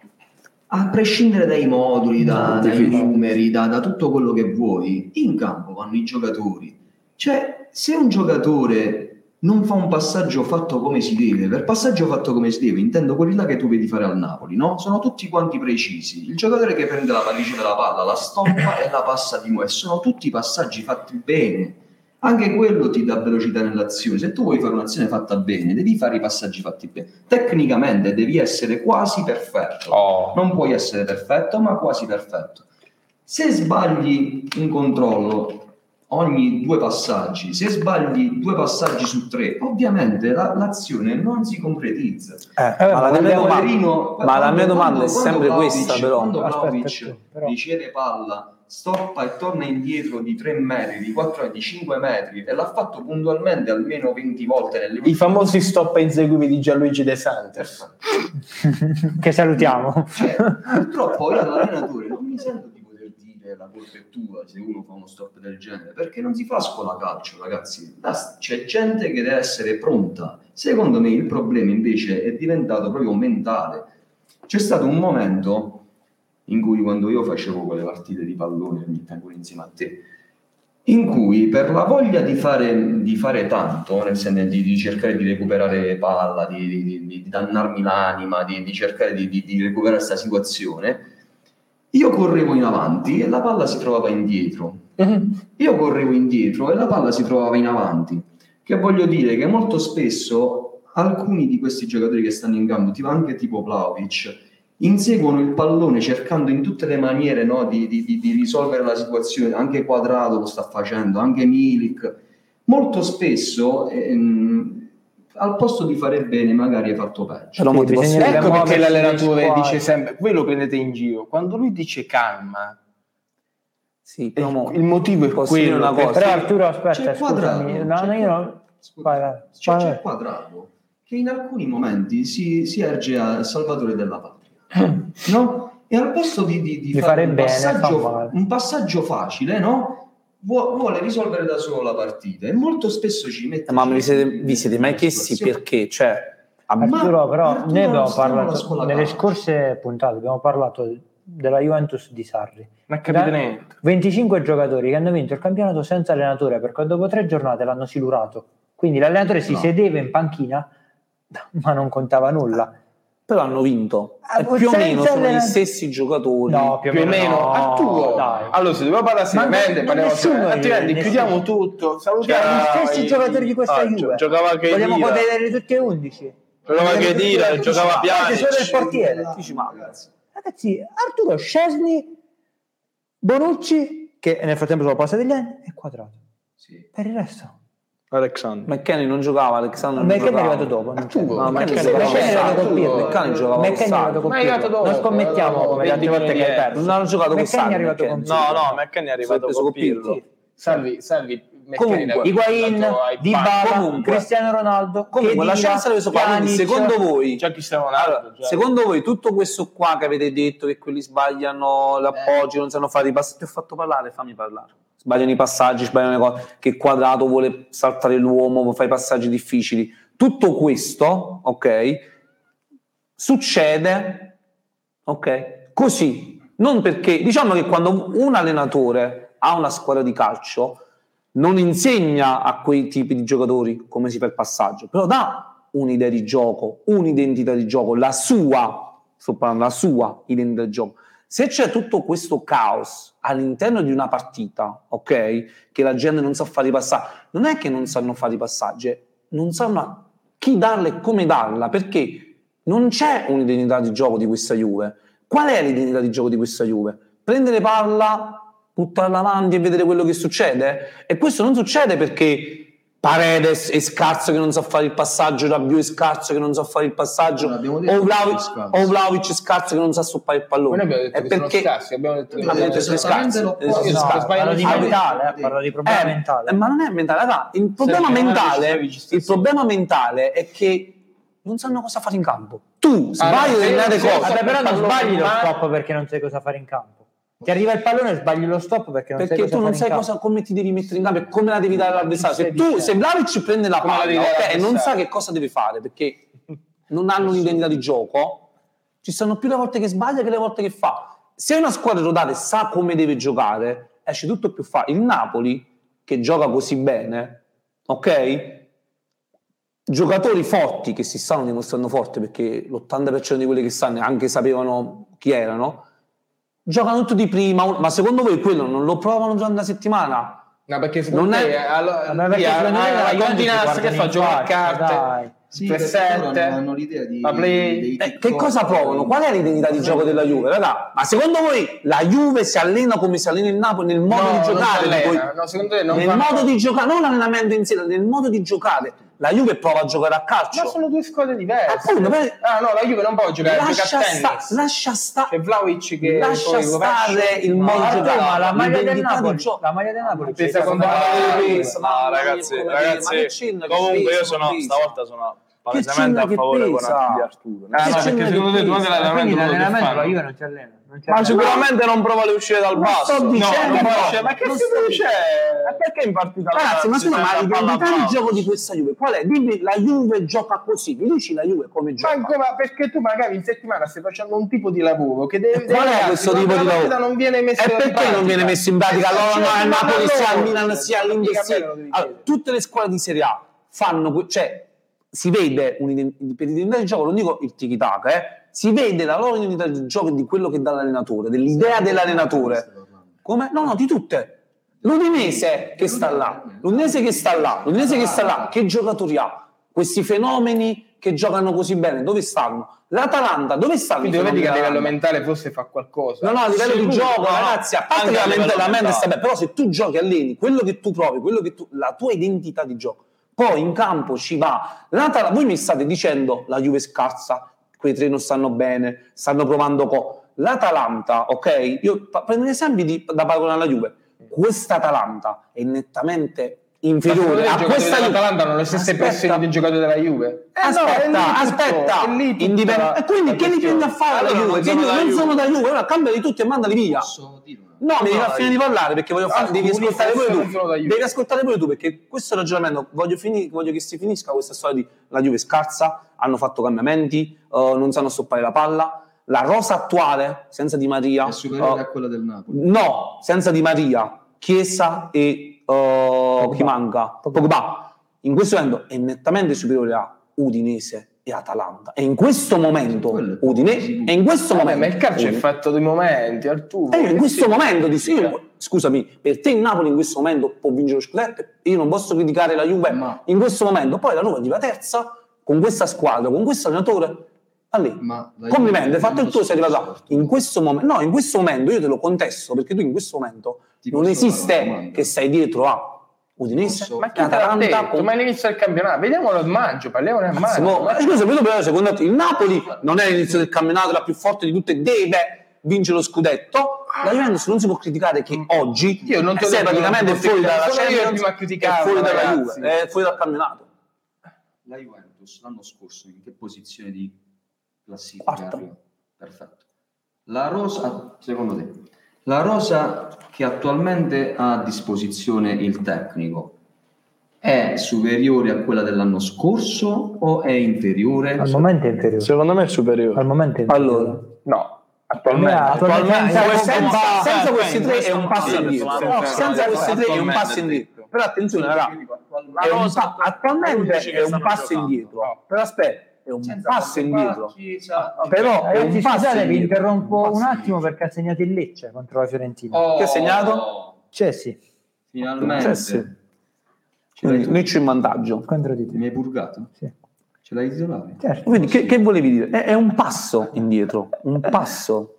a prescindere dai moduli, da- dai numeri, da, da tutto quello che vuoi, in campo vanno i giocatori. Cioè, se un giocatore non fa un passaggio fatto come si deve, per passaggio fatto come si deve intendo quelli là che tu vedi fare al Napoli, no? Sono tutti quanti precisi. Il giocatore che prende la pallina della palla, la stoppa e la passa di nuovo, e sono tutti passaggi fatti bene. Anche quello ti dà velocità nell'azione. Se tu vuoi fare un'azione fatta bene, devi fare i passaggi fatti bene. Tecnicamente devi essere quasi perfetto. Oh. Non puoi essere perfetto, ma quasi perfetto. Se sbagli un controllo ogni due passaggi, se sbagli due passaggi su tre, ovviamente la- l'azione non si concretizza. Eh, ma la mia Quando domanda- Poverino- ma la quando- mia domanda quando- è sempre quando Vlahovic- questa, però. Quando Aspetta, Vlahovic però. riceve palla, stoppa e torna indietro di tre metri, di quattro metri, di cinque metri, e l'ha fatto puntualmente almeno venti volte nelle I famosi stop e inseguivi di Gianluigi De Santis. Che salutiamo. Cioè, purtroppo io all'allenatore non mi sento di poter dire la colpa è tua se uno fa uno stop del genere, perché non si fa a scuola calcio, ragazzi. Là c'è gente che deve essere pronta. Secondo me il problema invece è diventato proprio mentale. C'è stato un momento in cui, quando io facevo quelle partite di pallone ogni tempo insieme a te, in cui per la voglia di fare, di fare tanto, nel senso di, di cercare di recuperare palla, di, di, di, di dannarmi l'anima, di, di cercare di, di, di recuperare questa situazione, io correvo in avanti e la palla si trovava indietro. Io correvo indietro e la palla si trovava in avanti. Che voglio dire che molto spesso alcuni di questi giocatori che stanno in campo, tipo anche tipo Vlahovic, inseguono il pallone cercando in tutte le maniere, no, di, di, di, di risolvere la situazione. Anche Quadrato lo sta facendo, anche Milik. Molto spesso ehm, al posto di fare bene magari hai fatto peggio. Però mo ti posso dire- Ecco perché muoversi l'allenatore nei dice squadri. sempre, voi lo prendete in giro, quando lui dice calma, Sì, però mo- il motivo è posso dire quello. una cosa? Però Arturo, aspetta, C'è Quadrato, scusami. c'è No, no, io non... Scusa, Vai, vai. c'è, Vai, c'è vai. Quadrato che in alcuni momenti si, si erge a salvatore della patria, no? E al posto di, di, di Di fare, fare un, bene, passaggio, fa male. un passaggio facile, no? Vuo- vuole risolvere da solo la partita e molto spesso ci mette... Ma vi siete, vi siete mai chiesti perché? Cioè, a- Arturo, però Arturo, noi abbiamo stiamo alla parlato scuola nelle calcio. scorse puntate, abbiamo parlato della Juventus di Sarri. Non capite Da- niente. venticinque giocatori che hanno vinto il campionato senza allenatore, perché dopo tre giornate l'hanno silurato. Quindi l'allenatore si No. sedeva in panchina, ma non contava nulla. però hanno vinto. Ah, E più o senza meno sono allenare- gli stessi giocatori. No, più o meno no, Arturo, dai. allora se dobbiamo parlare seriamente, Ma parliamo nessuno seriamente. altrimenti nessuno. chiudiamo tutto, salutiamo Cioè, gli stessi i- giocatori di questa ah, Juve. giocava anche Vogliamo Dira. vedere tutti e undici. Giocava anche Dira, giocava Guarda, solo il Pjanic. portiere. Dici, ma ragazzi. Ragazzi, Arturo Szczesny, Bonucci, che nel frattempo sono passati gli anni, e Quadrato. Sì. Per il resto. Alexander. McKennie non giocava, Alexander non McKennie è giocava. arrivato dopo. Non c'è. Arturo, No, McKennie McKennie McKennie è arrivato con Pirlo. McKennie giocava McKennie è arrivato con Ma è arrivato Pirlo. dopo, Non scommettiamo dopo come le altre venti volte che hai minuti. perso. Non hanno giocato con McKennie è Sarri, arrivato con McKennie. No, Pirlo. no, McKennie è arrivato preso con con Pirlo. Pirlo. Salvi, Salvi comunque Higuain, Dybala, Cristiano Ronaldo, comunque lasciate stare questo qua. Quindi secondo voi già Cristiano Ronaldo, allora, secondo voi tutto questo qua che avete detto che quelli sbagliano l'appoggio, eh. non sanno fare i passaggi, ti ho fatto parlare, fammi parlare. Sbagliano i passaggi, sbagliano le cose, che Quadrato vuole saltare l'uomo, fa i passaggi difficili. Tutto questo, ok, succede, ok, così. Non perché, diciamo che quando un allenatore ha una squadra di calcio non insegna a quei tipi di giocatori come si fa il passaggio, però dà un'idea di gioco, un'identità di gioco, la sua, sto parlando, la sua identità di gioco. Se c'è tutto questo caos all'interno di una partita, ok, che la gente non sa fare i passaggi, non è che non sanno fare i passaggi, non sanno a chi darla e come darla, perché non c'è un'identità di gioco di questa Juve. Qual è l'identità di gioco di questa Juve? Prendere palla, buttarla avanti e vedere quello che succede? E questo non succede perché Paredes è scarso che non sa fare il passaggio, Rabiot è scarso che non sa fare il passaggio, o Vlahovic, o Vlahovic è scarso che non sa stoppare il pallone. Noi abbiamo detto è che perché sono scarsi, abbiamo detto che sono scarsi. Parlo di mentale, eh, parlo di problema eh, mentale. Ma non è mentale, raga. Il problema mentale, il problema mentale è che non sanno cosa fare in campo. Tu sbagli allora, determinate cose. Vabbè, però non sbagli lo stop perché non sai cosa fare in campo. Ti arriva il pallone e sbagli lo stop perché non perché sai cosa tu non fare sai cosa, come ti devi mettere in campo e come la devi dare all'avversario. Se tu, se Vlahovic prende la palla, okay, e non sa che cosa deve fare perché non hanno un'identità di gioco, ci sono più le volte che sbaglia che le volte che fa. Se una squadra rotata sa come deve giocare, esce tutto più facile. Il Napoli, che gioca così bene, ok? Giocatori forti che si stanno dimostrando forti perché l'ottanta per cento di quelli che stanno anche sapevano chi erano, giocano tutti di prima, ma secondo voi quello non lo provano durante la settimana? No, perché secondo non me è... allora, ma perché via, secondo me la Continas che fa giocare a carte, dai. Sì, perché loro non hanno l'idea di, play. dei Eh, che cosa provano? Qual è l'identità di gioco della Juve? Raga, ma secondo voi la Juve si allena come si allena il Napoli nel modo no, di giocare? Non poi, no, secondo te non nel fanno... modo di giocare, non l'allenamento in sé, nel modo di giocare. La Juve prova a giocare a calcio. Ma sono due squadre diverse. Appunto, per... Ah no, la Juve non può giocare lascia a sta, tennis. Lascia stare. C'è Vlahovic che lascia poi stare il modo di giocare. Ma la maglia del Napoli, di gioco. la maglia del Napoli pensa con No, ragazzi, ragazzi, comunque io sono stavolta sono palesemente a favore di Arturo. Ah, no, perché secondo te durante l'allenamento la Juve non si allena. Non ma sicuramente non prova le uscite dal basso. No, non può, ma che si dice? Ma perché in partita? Ragazzi, ma scusa, ma l'identità di gioco di questa Juve qual è? Dimmi, la Juve gioca così, mi dici la Juve come gioca? Ma come, perché tu magari in settimana stai facendo un tipo di lavoro che deve... Qual è questo tipo di lavoro? Non viene messo e perché non viene messo in pratica? Allora al Napoli sia al Milan sia all'Inter sia... Allora, tutte le squadre di Serie A fanno... cioè si vede un'identità, per l'identità di gioco, non dico il tiki-taka, eh, si vede la loro identità di gioco di quello che dà l'allenatore, dell'idea dell'allenatore. Come? No, no, di tutte. L'Udinese che sta là, l'Udinese che sta là, l'Udinese che sta là, che giocatori ha? Questi fenomeni che giocano così bene, dove stanno? L'Atalanta, dove stanno? Quindi vedi che a livello mentale forse fa qualcosa. No, no, a livello di gioco, no, ragazzi, a parte che la mente, la mente sta bene, però se tu giochi, alleni, quello che tu provi, quello che tu, la tua identità di gioco, poi in campo ci va. L'Atalanta, voi mi state dicendo la Juve è scarsa, quei tre non stanno bene, stanno provando co. L'Atalanta, ok? Io prendo gli esempi di, da paragonare alla Juve. Questa Atalanta è nettamente inferiore a questa Juve. L'Atalanta hanno le stesse pressioni dei giocatori della Juve. Eh aspetta, no, aspetta. Indipend- e quindi che li prendi a fare la Juve? Che non sono da Juve, allora cambiali tutti e mandali via. No, mi devi far finire di parlare perché voglio fare, devi ascoltare pure tu. Devi ascoltare pure tu perché questo ragionamento voglio, fini, voglio che si finisca questa storia di la Juve scarsa, hanno fatto cambiamenti, uh, non sanno stoppare la palla. La rosa attuale senza Di Maria è superiore uh, a quella del Napoli. No, senza Di Maria, Chiesa e uh, chi manca? Pogba. In questo momento è nettamente superiore a Udinese e Atalanta. E in questo momento Udinese e in questo Vabbè, momento ma il calcio Udine. è fatto di momenti, Arturo. E io in questo momento di sì, scusami, per te il Napoli in questo momento può vincere lo scudetto, io non posso criticare la Juve ma in questo momento, poi la Roma arriva terza con questa squadra, con questo allenatore. Allì, complimenti, hai fatto il tuo, sei arrivato in questo momento. No, in questo momento io te lo contesto perché tu in questo momento Ti non esiste che sei dietro a Udinese, Posso? Ma chi te l'ha detto? Con... Ma all'inizio del campionato, vediamolo a maggio, parliamone a maggio. Ma scusa, vedo però secondo te il Napoli non è all'inizio del campionato la più forte di tutte, deve vince lo scudetto. La Juventus non si può criticare che oggi io non sei praticamente fuori dalla Champions, è fuori dalla Juve, è fuori dal campionato. La Juventus l'anno scorso in che posizione di classifica arriva? Perfetto. La rosa, secondo te, la rosa che attualmente ha a disposizione il tecnico è superiore a quella dell'anno scorso o è inferiore? Al momento è inferiore. Secondo me è superiore. Al momento è inferiore. Allora, no. Attualmente, attualmente, attualmente senza, senza, senza questi tre è un passo indietro. Senza questi tre è un passo indietro. Però attenzione, raga, è un pa- attualmente è un passo indietro. Però aspetta, è un passo indietro. Però è un passo indietro. Vi interrompo un attimo perché ha segnato il Lecce contro la Fiorentina. Che ha segnato? Chelsea. Finalmente. Lecce in vantaggio. Contro di te. Mi hai purgato? Sì. Ce l'hai titolare? Certo. Quindi che, che volevi dire? È, è un passo indietro, un passo.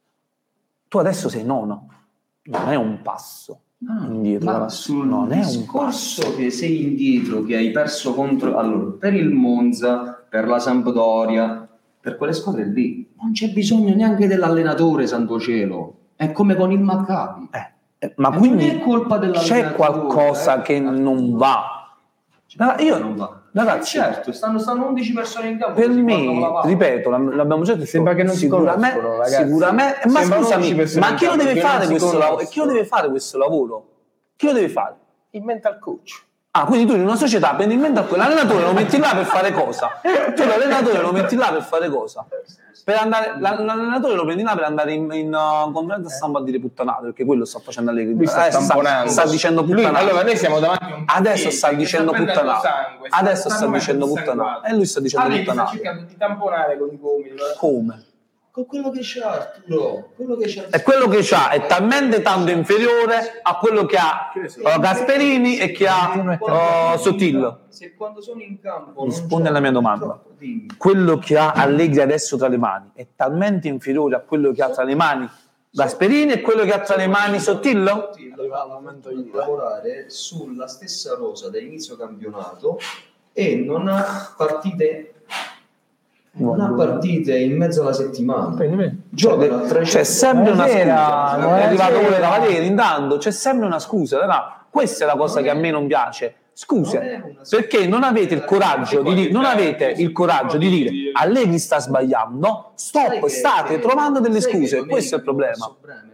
Tu adesso sei nono, non è un passo ah, indietro. Ma sul non è un discorso passo. che sei indietro, che hai perso contro allora, per il Monza, per la Sampdoria, per quelle squadre lì, non c'è bisogno neanche dell'allenatore, santo cielo. È come con il Maccabi. Eh, eh, ma quindi non è colpa dell'allenatore, c'è qualcosa eh? che non va. No, io non va. Ragazzi, certo, stanno, stanno undici persone in campo. Per me, ripeto, l'abbiamo già detto, sembra che non si sicuramente, conoscono, ragazzi. Sicuramente, ma scusami, ma chi lo deve fare questo lavoro? Chi lo deve fare questo lavoro? Chi lo deve fare? Il mental coach. Ah, quindi tu in una società prendi il mental coach, l'allenatore lo metti là per fare cosa? Tu l'allenatore lo metti là per fare cosa? Per andare, l'allenatore lo prendi là per andare in, in uh, conferenza stampa a dire puttanate, perché quello sta facendo Allegri. Lui sta, sta, sta dicendo puttanate. Allora noi siamo davanti a un adesso sta dicendo puttanate. Adesso sta dicendo puttanate. E lui sta dicendo Allegri puttanate. sta cercando di tamponare con i gomiti. Come? Con quello che c'ha Arturo, quello che c'ha. E quello che c'ha è talmente tanto inferiore a quello che ha uh, Gasperini e che ha uh, Sottillo. Se quando sono in campo risponde alla mia domanda. Quello che ha Allegri adesso tra le mani è talmente inferiore a quello che ha tra le mani Gasperini e quello che ha tra le mani Sottillo? Doveva lavorare sulla stessa rosa da inizio campionato e non ha partite non ha partite in mezzo alla settimana. Cioè, c'è sempre una scusa. È arrivato pure Cavalieri, intanto c'è sempre una scusa. Allora, questa è la cosa che a me non piace. Scuse, perché non avete il coraggio di dire, non avete il coraggio di dire Allegri sta sbagliando, stop, state trovando delle scuse, questo è il problema.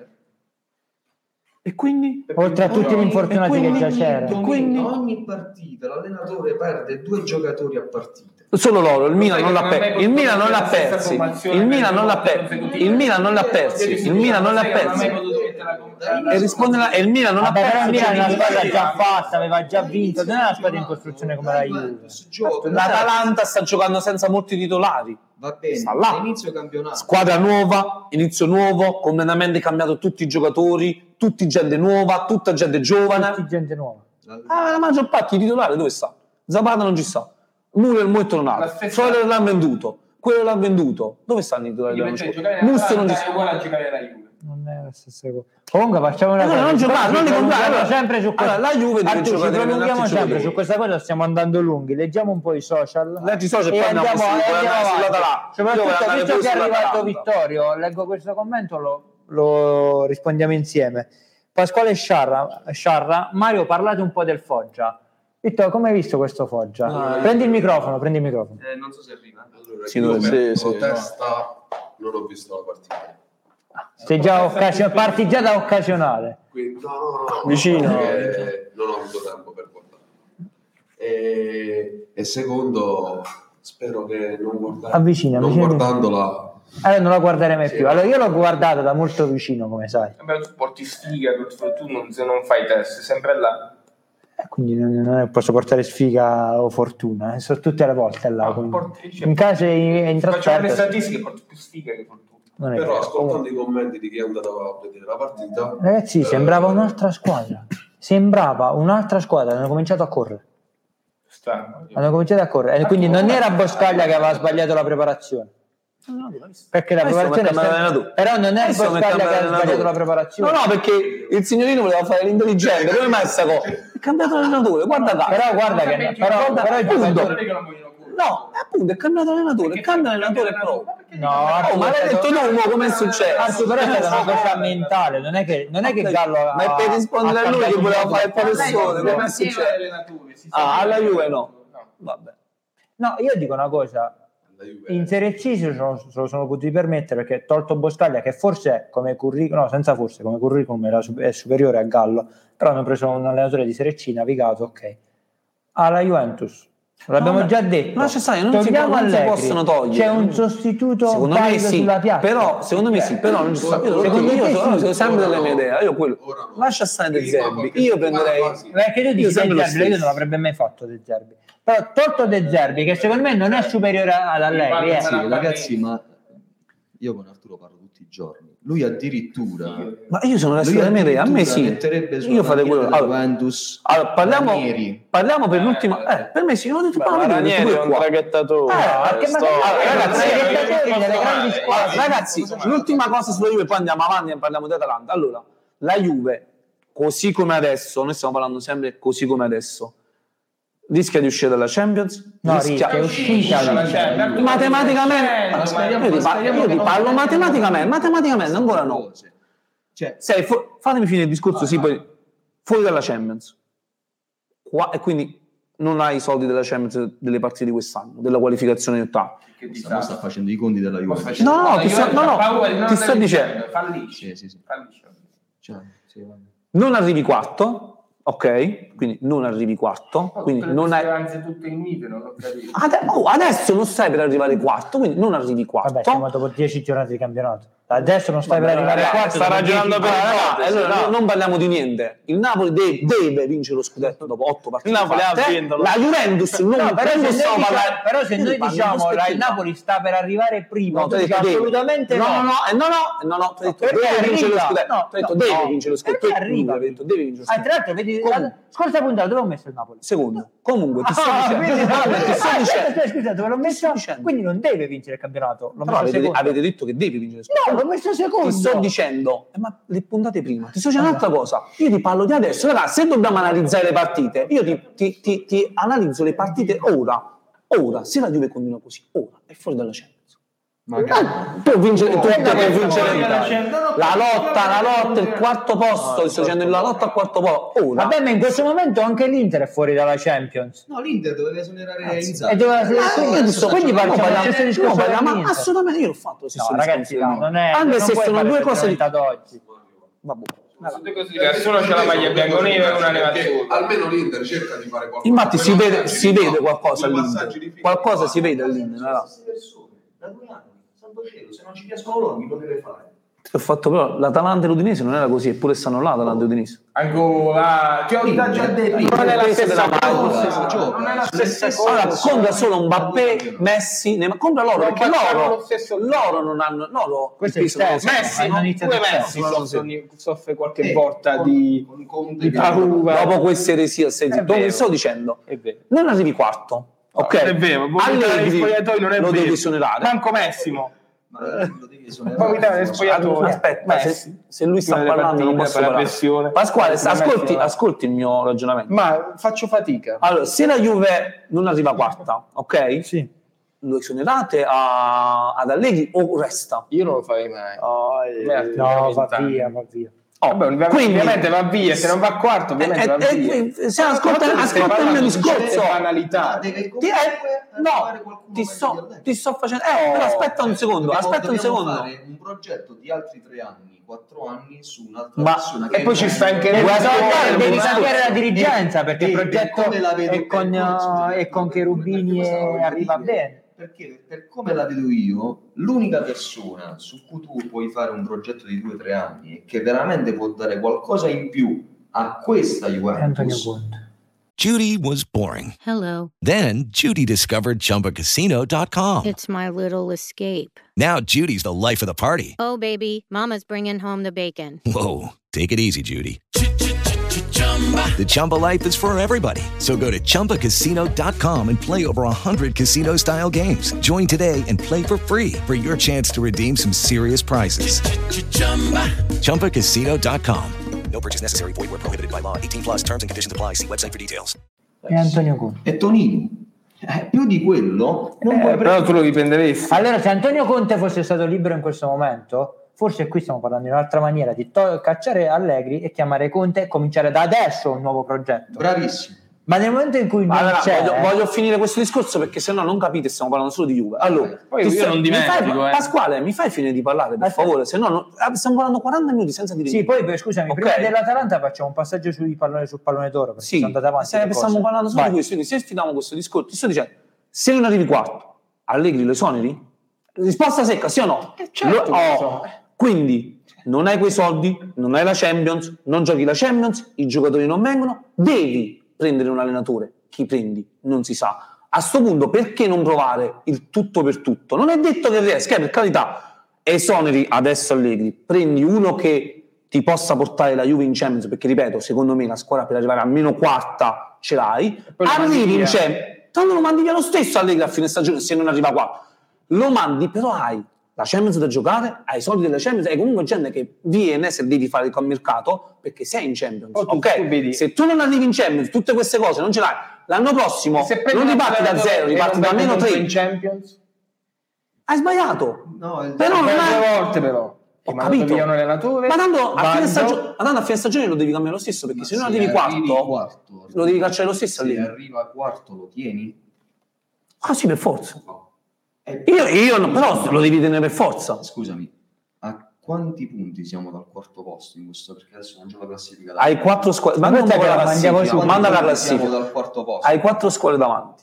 E quindi? Oltre a tutti gli infortunati che già c'erano. Quindi ogni partita l'allenatore perde due giocatori a partita. Solo loro, il Milan non l'ha perso, il Milan non l'ha persi, il Milan non l'ha persi, il Milan non l'ha persi, il Milan non l'ha persi. E risponde la, e il Milan non ha perso. Il Milan è una squadra già fatta, aveva già vinto, non è una squadra in costruzione come la Juve. L'Atalanta sta giocando senza molti titolari. Va bene, sta là. Inizio campionato. Squadra nuova, inizio nuovo, completamente cambiato tutti i giocatori, tutti gente nuova, tutta gente giovane. Tutti gente nuova. Ah, la maggior parte di titolari dove sta? Zapata non ci sta. Müller molto non ha. Freuler l'ha venduto. Quello l'ha venduto. Dove stanno i titolari? Musso non ci sta. Non è la stessa cosa. Comunque facciamo una eh, cosa. No, non giocare, non li comprare. Allora, sempre su allora, la Juve deve Artù, giocare. Ci prolunghiamo sempre su questa cosa, stiamo andando lunghi. Leggiamo un po' i social. Leggi i social e poi andiamo, andiamo, su, andiamo avanti. Soprattutto visto che è arrivato Vittorio, leggo questo commento, lo, lo rispondiamo insieme. Pasquale Sciarra, Sciarra, Mario, parlate un po' del Foggia. Vittorio, come hai visto questo Foggia? Ah, prendi il microfono, prendi il microfono. Eh, non so se arriva. Allora, sì, io sì, per sì, protesta no. non ho visto la partita. Sei già occasio- parti già da occasionale. Quindi, no, no, no, vicino. No, non ho avuto tempo per guardare. E, e secondo, spero che non guardare, avvicina, non avvicina guardandola. Allora non la guarderei mai sì, più. Allora io l'ho guardata da molto vicino, come sai. Vabbè, tu porti sfiga, tu non, se non fai test, sempre là. Eh, quindi non, non posso portare sfiga o fortuna, eh. Sono tutte le volte là. No, porti, cioè, in caso in, in facciamo le statistiche, porto più sfiga che fortuna. Però ascoltando i commenti di chi è andato a vedere la partita, ragazzi, eh, sembrava un'altra squadra. Sembrava un'altra squadra. Hanno cominciato a correre. Strano. Hanno cominciato a correre. E quindi non era Boscaglia che aveva sbagliato la preparazione. Perché la preparazione è però non è Boscaglia che ha sbagliato la preparazione. No, no, perché il signorino voleva fare l'intelligente. Come mai sta cosa? È cambiato l'allenatore, guarda caso. Però guarda che però, però i giocatori No, appunto, è cambiato allenatore, cambia allenatore pro. No, oh, ma l'hai detto tu, mo, come è successo? Artu, però è stata una cosa mentale, non è che, non è che Gallo ha, ma è per rispondere a lui che voleva fare il professore, come è successo? Ah, alla Juve no. Vabbè. No, io dico una cosa, in Serie C se lo sono, sono potuti permettere perché tolto Boscaglia, che forse come curriculum, no, senza forse, come curriculum era, è superiore a Gallo, però hanno preso un allenatore di Serie C, navigato, ok. Alla Juventus, l'abbiamo no, già detto, non, c'è non, si, non si possono togliere. C'è un sostituto secondo me sì, sulla piazza. Però, secondo me sì, però non ci sta. Io, secondo io, io sono, sono sempre delle mie idee. Io quello, lascia stare De Zerbi. Io prenderei. Perché tu dici De Zerbi, io non l'avrebbe mai fatto De Zerbi. Però tolto De Zerbi, che secondo me non è superiore ad Allegri. Eh. Sì, ragazzi, ma io con Arturo parlo tutti i giorni. Lui addirittura, ma io sono la mia idea, a me sì. Io farei quello. Allora, allora parliamo, parliamo per l'ultima. Eh, per me sì, non ho detto ma Ranieri è un traghettatore. Eh, sto... ragazzi, ragazzi, l'ultima cosa sulla Juve, poi andiamo avanti e parliamo di Atalanta. Allora, la Juve, così come adesso, noi stiamo parlando sempre così come adesso. Rischia di uscire dalla Champions? No, rischia, è uscita dalla Champions. Matematicamente, io ti parlo, io ti parlo matematicamente, matematicamente ancora no. Cioè, sei fu- fatemi finire il discorso, sì, poi fuori dalla Champions. Qua, e quindi non hai i soldi della Champions delle partite di quest'anno, della qualificazione di ottavo. Che sta, sta facendo i conti della Juve. No, no, ti sto, no, no, ti sto dicendo. Fallisce, sì, sì. Cioè, sì, non arrivi quarto. Ok, quindi non arrivi quarto, oh, quindi non hai speranze tutte in mite, non ho capito. Ade- oh, adesso non stai per arrivare quarto, quindi non arrivi quarto. Vabbè, siamo dopo dieci giornate di campionato. Adesso non stai Vabbè, per arrivare quarto. Sta ragionando per allora, allora no. non parliamo di niente. Il Napoli deve, deve vincere lo scudetto dopo otto partite. Il Napoli ha vinto. La Juventus non no, però, se diciamo, diciamo, però se noi diciamo che il Napoli sta per arrivare prima, no, dico, assolutamente no. no. No, no, eh, no, no, no, no, detto, deve vincere lo scudetto. No, detto, no, deve no. vincere lo scudetto. Arriva. Detto, deve vincere lo scudetto. Ah, tra l'altro, vedi, la scorsa puntata dove ho messo il Napoli? Secondo. Comunque, ti sto ah, dicendo. Quindi, no, ti sto dicendo. Scusa, dove l'ho messo? Quindi non deve vincere il campionato. L'ho però messo avete, avete detto che devi vincere lo scudetto. No, l'ho messo secondo. Ti sto dicendo, eh, ma le puntate prima, ti sto dicendo un'altra cosa. Io ti parlo di adesso, ragazzi. Se dobbiamo analizzare le partite, io ti, ti, ti, ti analizzo le partite ora. Ora, se la Juve continua così, ora è fuori dalla Champions. Ah, può vincere tutto, può vincere la lotta, la lotta, il quarto posto. Ti sto dicendo la lotta al quarto posto. Ora. Vabbè, ma in questo momento anche l'Inter è fuori dalla Champions. No, l'Inter doveva esonerare Inzaghi. E doveva essere quindi parliamo dello stesso discorso. Ma assolutamente io l'ho fatto lo stesso no, ragazzi, no, non è, anche non se sono due cose di oggi. Vabbè. Nessuno c'ha la maglia bianconera e una nerazzurra. Almeno l'Inter cerca di fare qualcosa. Infatti si vede, si vede qualcosa all'Inter. Qualcosa si vede all'Inter. Da due anni, santo cielo, se non ci riescono loro, mi potete fare. Ho fatto però l'Atalanta e l'Udinese non era così, eppure stanno là l'Atalanta e l'Udinese. Ancora, ti ho già detto, non è la stessa cosa. Non è la stessa cosa. Allora, compra solo Mbappé, Messi, Neymar, compra loro perché loro, loro non hanno, loro questo è il stesso. Messi, non pure Messi soffre, soffre qualche volta di, di paura. Dopo queste eresie, dove sto dicendo? Non arrivi quarto. Ok, è vero, Allegri non è lo vero. devi esonerare. Manco Massimo. Lo devi esonerare. Aspetta, se, se lui sta parlando non posso parlare. Pasquale, ascolti, ascolti il mio ragionamento. Ma faccio fatica. Allora, se la Juve non arriva quarta, ok? Sì. Lo esonerate a, ad Allegri o resta? Io non lo farei mai. Oh, eh, no, va via, va via. Oh, vabbè, ovviamente, quindi, ovviamente va via, se non va quarto ovviamente eh, va eh, via. Eh, se ascolta, ascolta il mio discorso. Banalità. Ti, eh, no, ti sto, ti sto facendo... Eh, però aspetta un secondo, aspetta un secondo. Fare un progetto di altri tre anni, quattro anni su un'altra ma, persona. E poi ci sta anche... Devi cambiare la dirigenza, perché il progetto è con, è con Cherubini e arriva bene. Perché per come la vedo io, l'unica persona su cui tu puoi fare un progetto di due o tre anni e che veramente può dare qualcosa in più a questa Juventus. Judy was boring. Hello. Then Judy discovered Chumba Casino dot com. It's my little escape. Now Judy's the life of the party. Oh, baby, mama's bringing home the bacon. Whoa, take it easy, Judy. The Chumba life is for everybody. So go to Chumba Casino dot com and play over one hundred casino-style games. Join today and play for free for your chance to redeem some serious prizes. Chumba Casino dot com. No purchase necessary. Void where prohibited by law. eighteen plus terms and conditions apply. See website for details. E Antonio Conte. E Tonino. Eh, più di quello non Eh, puoi Però tu lo riprenderesti. Allora, se Antonio Conte fosse stato libero in questo momento, forse qui stiamo parlando in un'altra maniera di to- cacciare Allegri e chiamare Conte e cominciare da adesso un nuovo progetto. Bravissimo. Ma nel momento in cui non Allora, c'è, voglio, voglio finire questo discorso perché sennò non capite, stiamo parlando solo di Juve. Allora, Poi tu io stai- non mi fai- dimentico, eh. Pasquale, mi fai finire di parlare, per favore, sennò non- ah, stiamo parlando quaranta minuti senza dire sì, niente. poi beh, scusami, Ok. prima dell'Atalanta facciamo un passaggio sui pallone sul pallone d'oro perché Sì, sono andate avanti se- le stiamo cose. parlando solo Vai. di questo, quindi se sfidiamo questo discorso, ti sto dicendo, se non arrivi quarto, Allegri lo esoneri? Risposta secca, sì o no? certo Lo- che oh, lo so. Quindi non hai quei soldi, non hai la Champions, non giochi la Champions, i giocatori non vengono, devi prendere un allenatore. Chi prendi? Non si sa. A sto punto perché non provare il tutto per tutto? Non è detto che riesca, eh, per carità, esoneri adesso Allegri, prendi uno che ti possa portare la Juve in Champions, perché ripeto, secondo me la squadra per arrivare almeno quarta ce l'hai, poi lo mandi arrivi in via. Champions, tanto lo mandi via lo stesso Allegri a fine stagione se non arriva qua, lo mandi, però hai la Champions da giocare, hai i soldi della Champions, hai comunque gente che viene se devi fare il mercato perché sei in Champions, Oh, tu- ok? tu vedi. Se tu non arrivi in Champions, tutte queste cose non ce l'hai, l'anno prossimo Se prendi non un riparti da allenatore zero, e riparti non da vai meno comunque tre, in Champions? hai sbagliato, No, il- però non Due hai... volte però. Ti Ho mandato capito. via un allenatore. Ma tanto a, fine Valido. stagione, ma tanto a fine stagione lo devi cambiare lo stesso, perché Ma se non se arrivi arrivi quarto, quarto, lo devi cacciare lo stesso se Allegri. arriva quarto lo tieni? Ah sì, per forza. Eh, Io, io no, però lo devi tenere per forza. Scusami, a quanti punti siamo dal quarto posto in questo? Perché adesso non c'è la classifica. da- Hai quattro squadre, Ma manda un questa po' che la la mandiamo classifica, su. manda la Quanti punti siamo classifica. dal quarto posto? Hai quattro squadre davanti,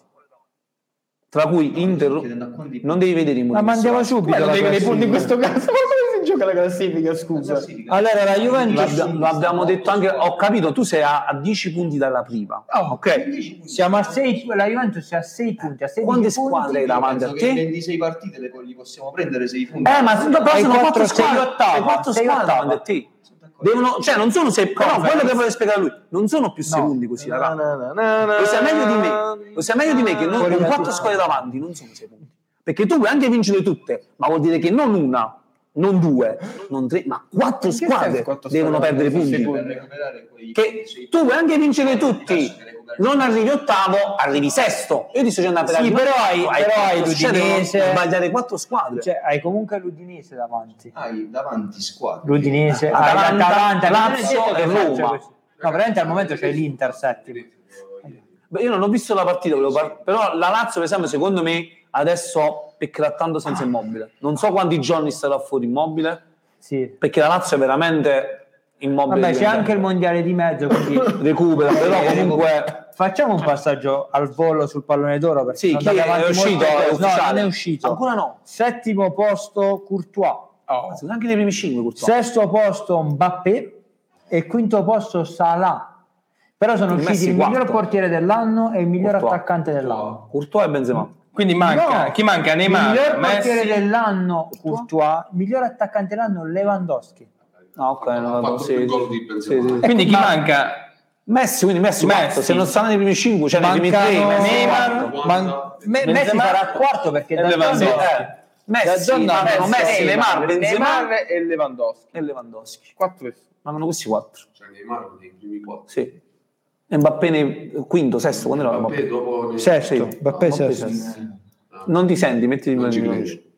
tra cui Inter, chiedendo a quanti punti- non devi vedere i La mandiamo subito. Beh, non la devi vedere i punti in classifica. questo caso. Ma come si gioca la classifica, scusa? Allora la Juventus L'abbia- lo abbiamo detto anche, ho capito, tu sei a, a dieci punti dalla prima, ok? siamo a sei, la Juventus è a sei punti, a sedici Quante punti. squadre hai davanti a Penso che in te? ventisei partite le li possiamo prendere sei punti. Eh, ma però Hai sono quattro, quattro sei squadre, ottava, hai quattro sei squadre ottava. davanti a te. Devono, cioè non sono sei, però quello che vuole spiegare lui, non sono più secondi così, raga. Lo sai meglio di me, lo sai meglio di me che non, Fuori con da quattro tutto. squadre davanti non sono sei punti. Perché tu vuoi anche vincere tutte, ma vuol dire che non una, non due, non tre, ma quattro In che squadre senso quattro devono squadre perdere devono punti. essere Per recuperare quei- Che tu vuoi anche vincere tutti, non arrivi ottavo, arrivi sesto. Io ti sto dicendo per Sì, arrivare- però hai- però hai quattro, cioè, devono l'Udinese. sbagliare quattro squadre. Cioè, hai comunque l'Udinese davanti. Hai davanti squadre. L'Udinese, hai Atalanta, l'Atalanta, Lazio non è detto che e faccia Roma. così. No, veramente al momento c'è l'Inter settimo. Beh, io non ho visto la partita, volevo par- però la Lazio, per esempio, secondo me adesso peccherà tanto senza Immobile. Non so quanti giorni starà fuori Immobile, Sì. perché la Lazio è veramente Immobile. Vabbè, c'è diventa- anche il mondiale di mezzo, quindi recupera, però comunque facciamo un passaggio al volo sul pallone d'oro perché Sì, sono chi andate è? avanti È uscito? molte È cose. No, ufficiale? non è uscito. Ancora no. Settimo posto Courtois, sono anche nei primi cinque, purtroppo. sesto posto Mbappé e quinto posto Salah. Però sono Messi usciti il miglior quarto. portiere dell'anno e il miglior Courtois. attaccante dell'anno. Courtois e Benzema. Quindi manca, No. chi manca? Il Neymar, miglior portiere Messi. dell'anno Courtois, il miglior attaccante dell'anno Lewandowski. Ah, ok, no, Ha vabbè, fatto sì, più sì. gol di Benzema. Sì, sì. Quindi chi Ma- manca? Messi, quindi Messi, Messi. quarto. Se non stanno nei primi cinque, cioè nei primi tre, Mancano Messi Neymar, quarto. Man- Me- Messi Benzema sarà quarto perché e da Lewandowski. Zona- Eh, Messi, Da zona mancano Messi, Messi, Neymar, Benzema Neymar e Lewandowski. e Lewandowski. Quattro. Mancano questi quattro. Cioè Neymar nei primi quattro. Sì. E Mbappé nei quinto, sesto, quando era Mbappé Mbappé? dopo nei- Sesto, Sì. Mbappé Mbappé sesto. sesto. Non ti senti, mettiti Non ci in credo. voce.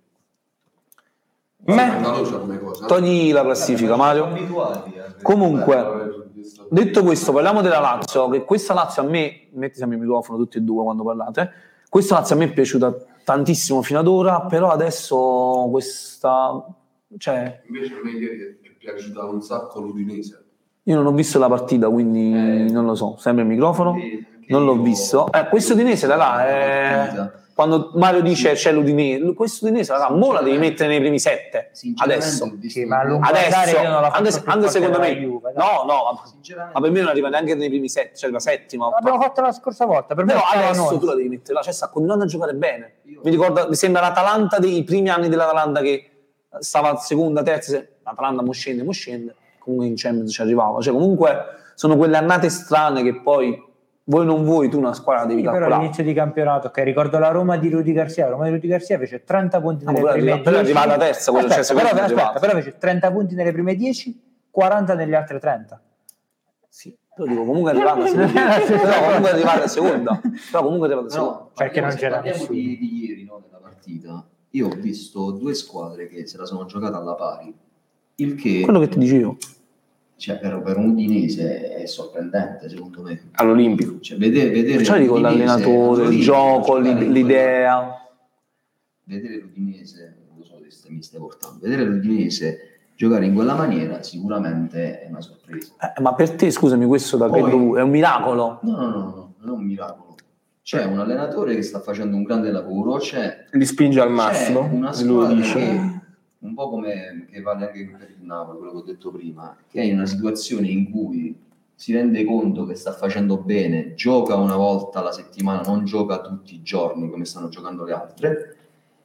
Ma una voce ormai cosa. Togli la classifica, Mario. Abituati a- Comunque, detto questo, parliamo della Lazio, che questa Lazio a me, metti sempre il microfono tutti e due quando parlate, questa Lazio a me è piaciuta tantissimo fino ad ora, però adesso questa, cioè, Invece a me ieri è piaciuta un sacco l'Udinese. io non ho visto la partita, quindi non lo so, sempre il microfono, non l'ho visto. Eh, questo Udinese, là, è... quando Mario dice c'è l'Udinese, questo Udinese, raga, mo la devi mettere nei primi sette, adesso. Sì, ma a lungo andare Adesso, io non la faccio anche, più anche forte secondo della me, Juve, dai. no, no, ma, ma per me non arriva neanche nei primi sette, cioè la settima. L'abbiamo fatto la scorsa volta, per me Però stava adesso noi. tu la devi mettere là, cioè sta continuando a giocare bene. Mi ricorda, mi sembra l'Atalanta dei primi anni dell'Atalanta che stava seconda, terza, se- l'Atalanta mo scende, mo scende, comunque in Champions ci arrivava. Cioè comunque sono quelle annate strane che poi voi non vuoi, tu una squadra devi Sì, però calcolare. all'inizio di campionato, ok, ricordo la Roma di Rudy Garcia, la Roma di Rudy Garcia fece trenta punti No, nelle però prime arriva- però dieci. arriva alla terza, quello, cioè, Aspetta, secondo però, me è aspetta, arrivato. però fece trenta punti nelle prime dieci, quaranta nelle altre trenta. Sì. Però dico, comunque è arrivata a seconda. Però comunque è arrivata a seconda. Però comunque è arrivata a seconda. No, perché non c'era parliamo nessuno. Di, di ieri, no, della partita. Io ho visto due squadre che se la sono giocata alla pari. Il che... Quello che ti dicevo. Cioè, per, per un udinese è sorprendente, secondo me. All'Olimpico. Cioè, vedere, vedere Cioè dico l'allenatore, il gioco, l'idea. Vedere l'Udinese, non lo so se mi stai portando, vedere l'Udinese giocare in quella maniera sicuramente è una sorpresa. Eh, ma per te, scusami, questo da Poi, che dov- è un miracolo? No, no, no, no, non è un miracolo. C'è un allenatore che sta facendo un grande lavoro, c'è, li spinge al massimo, c'è una lui squadra dice. che, un po' come che vale anche per il Napoli, quello che ho detto prima, che è in una situazione in cui si rende conto che sta facendo bene, gioca una volta alla settimana, non gioca tutti i giorni come stanno giocando le altre,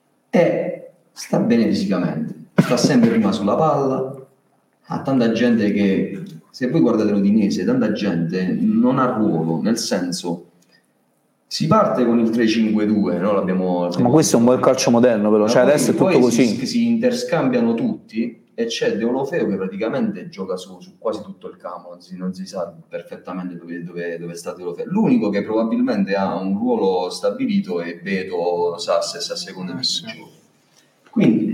e sta bene fisicamente, sta sempre prima sulla palla, ha tanta gente che, se voi guardate l'Udinese, tanta gente non ha ruolo, nel senso, si parte con il tre cinque due, no? L'abbiamo, l'abbiamo Ma questo è un buon calcio moderno, però, cioè poi, adesso è tutto poi così. Si, si interscambiano tutti e c'è Deulofeu che praticamente gioca su, su quasi tutto il campo, non si, non si sa perfettamente dove, dove, dove sta Deulofeu. L'unico che probabilmente ha un ruolo stabilito è Beto Sasses a seconda di chi gioca. Quindi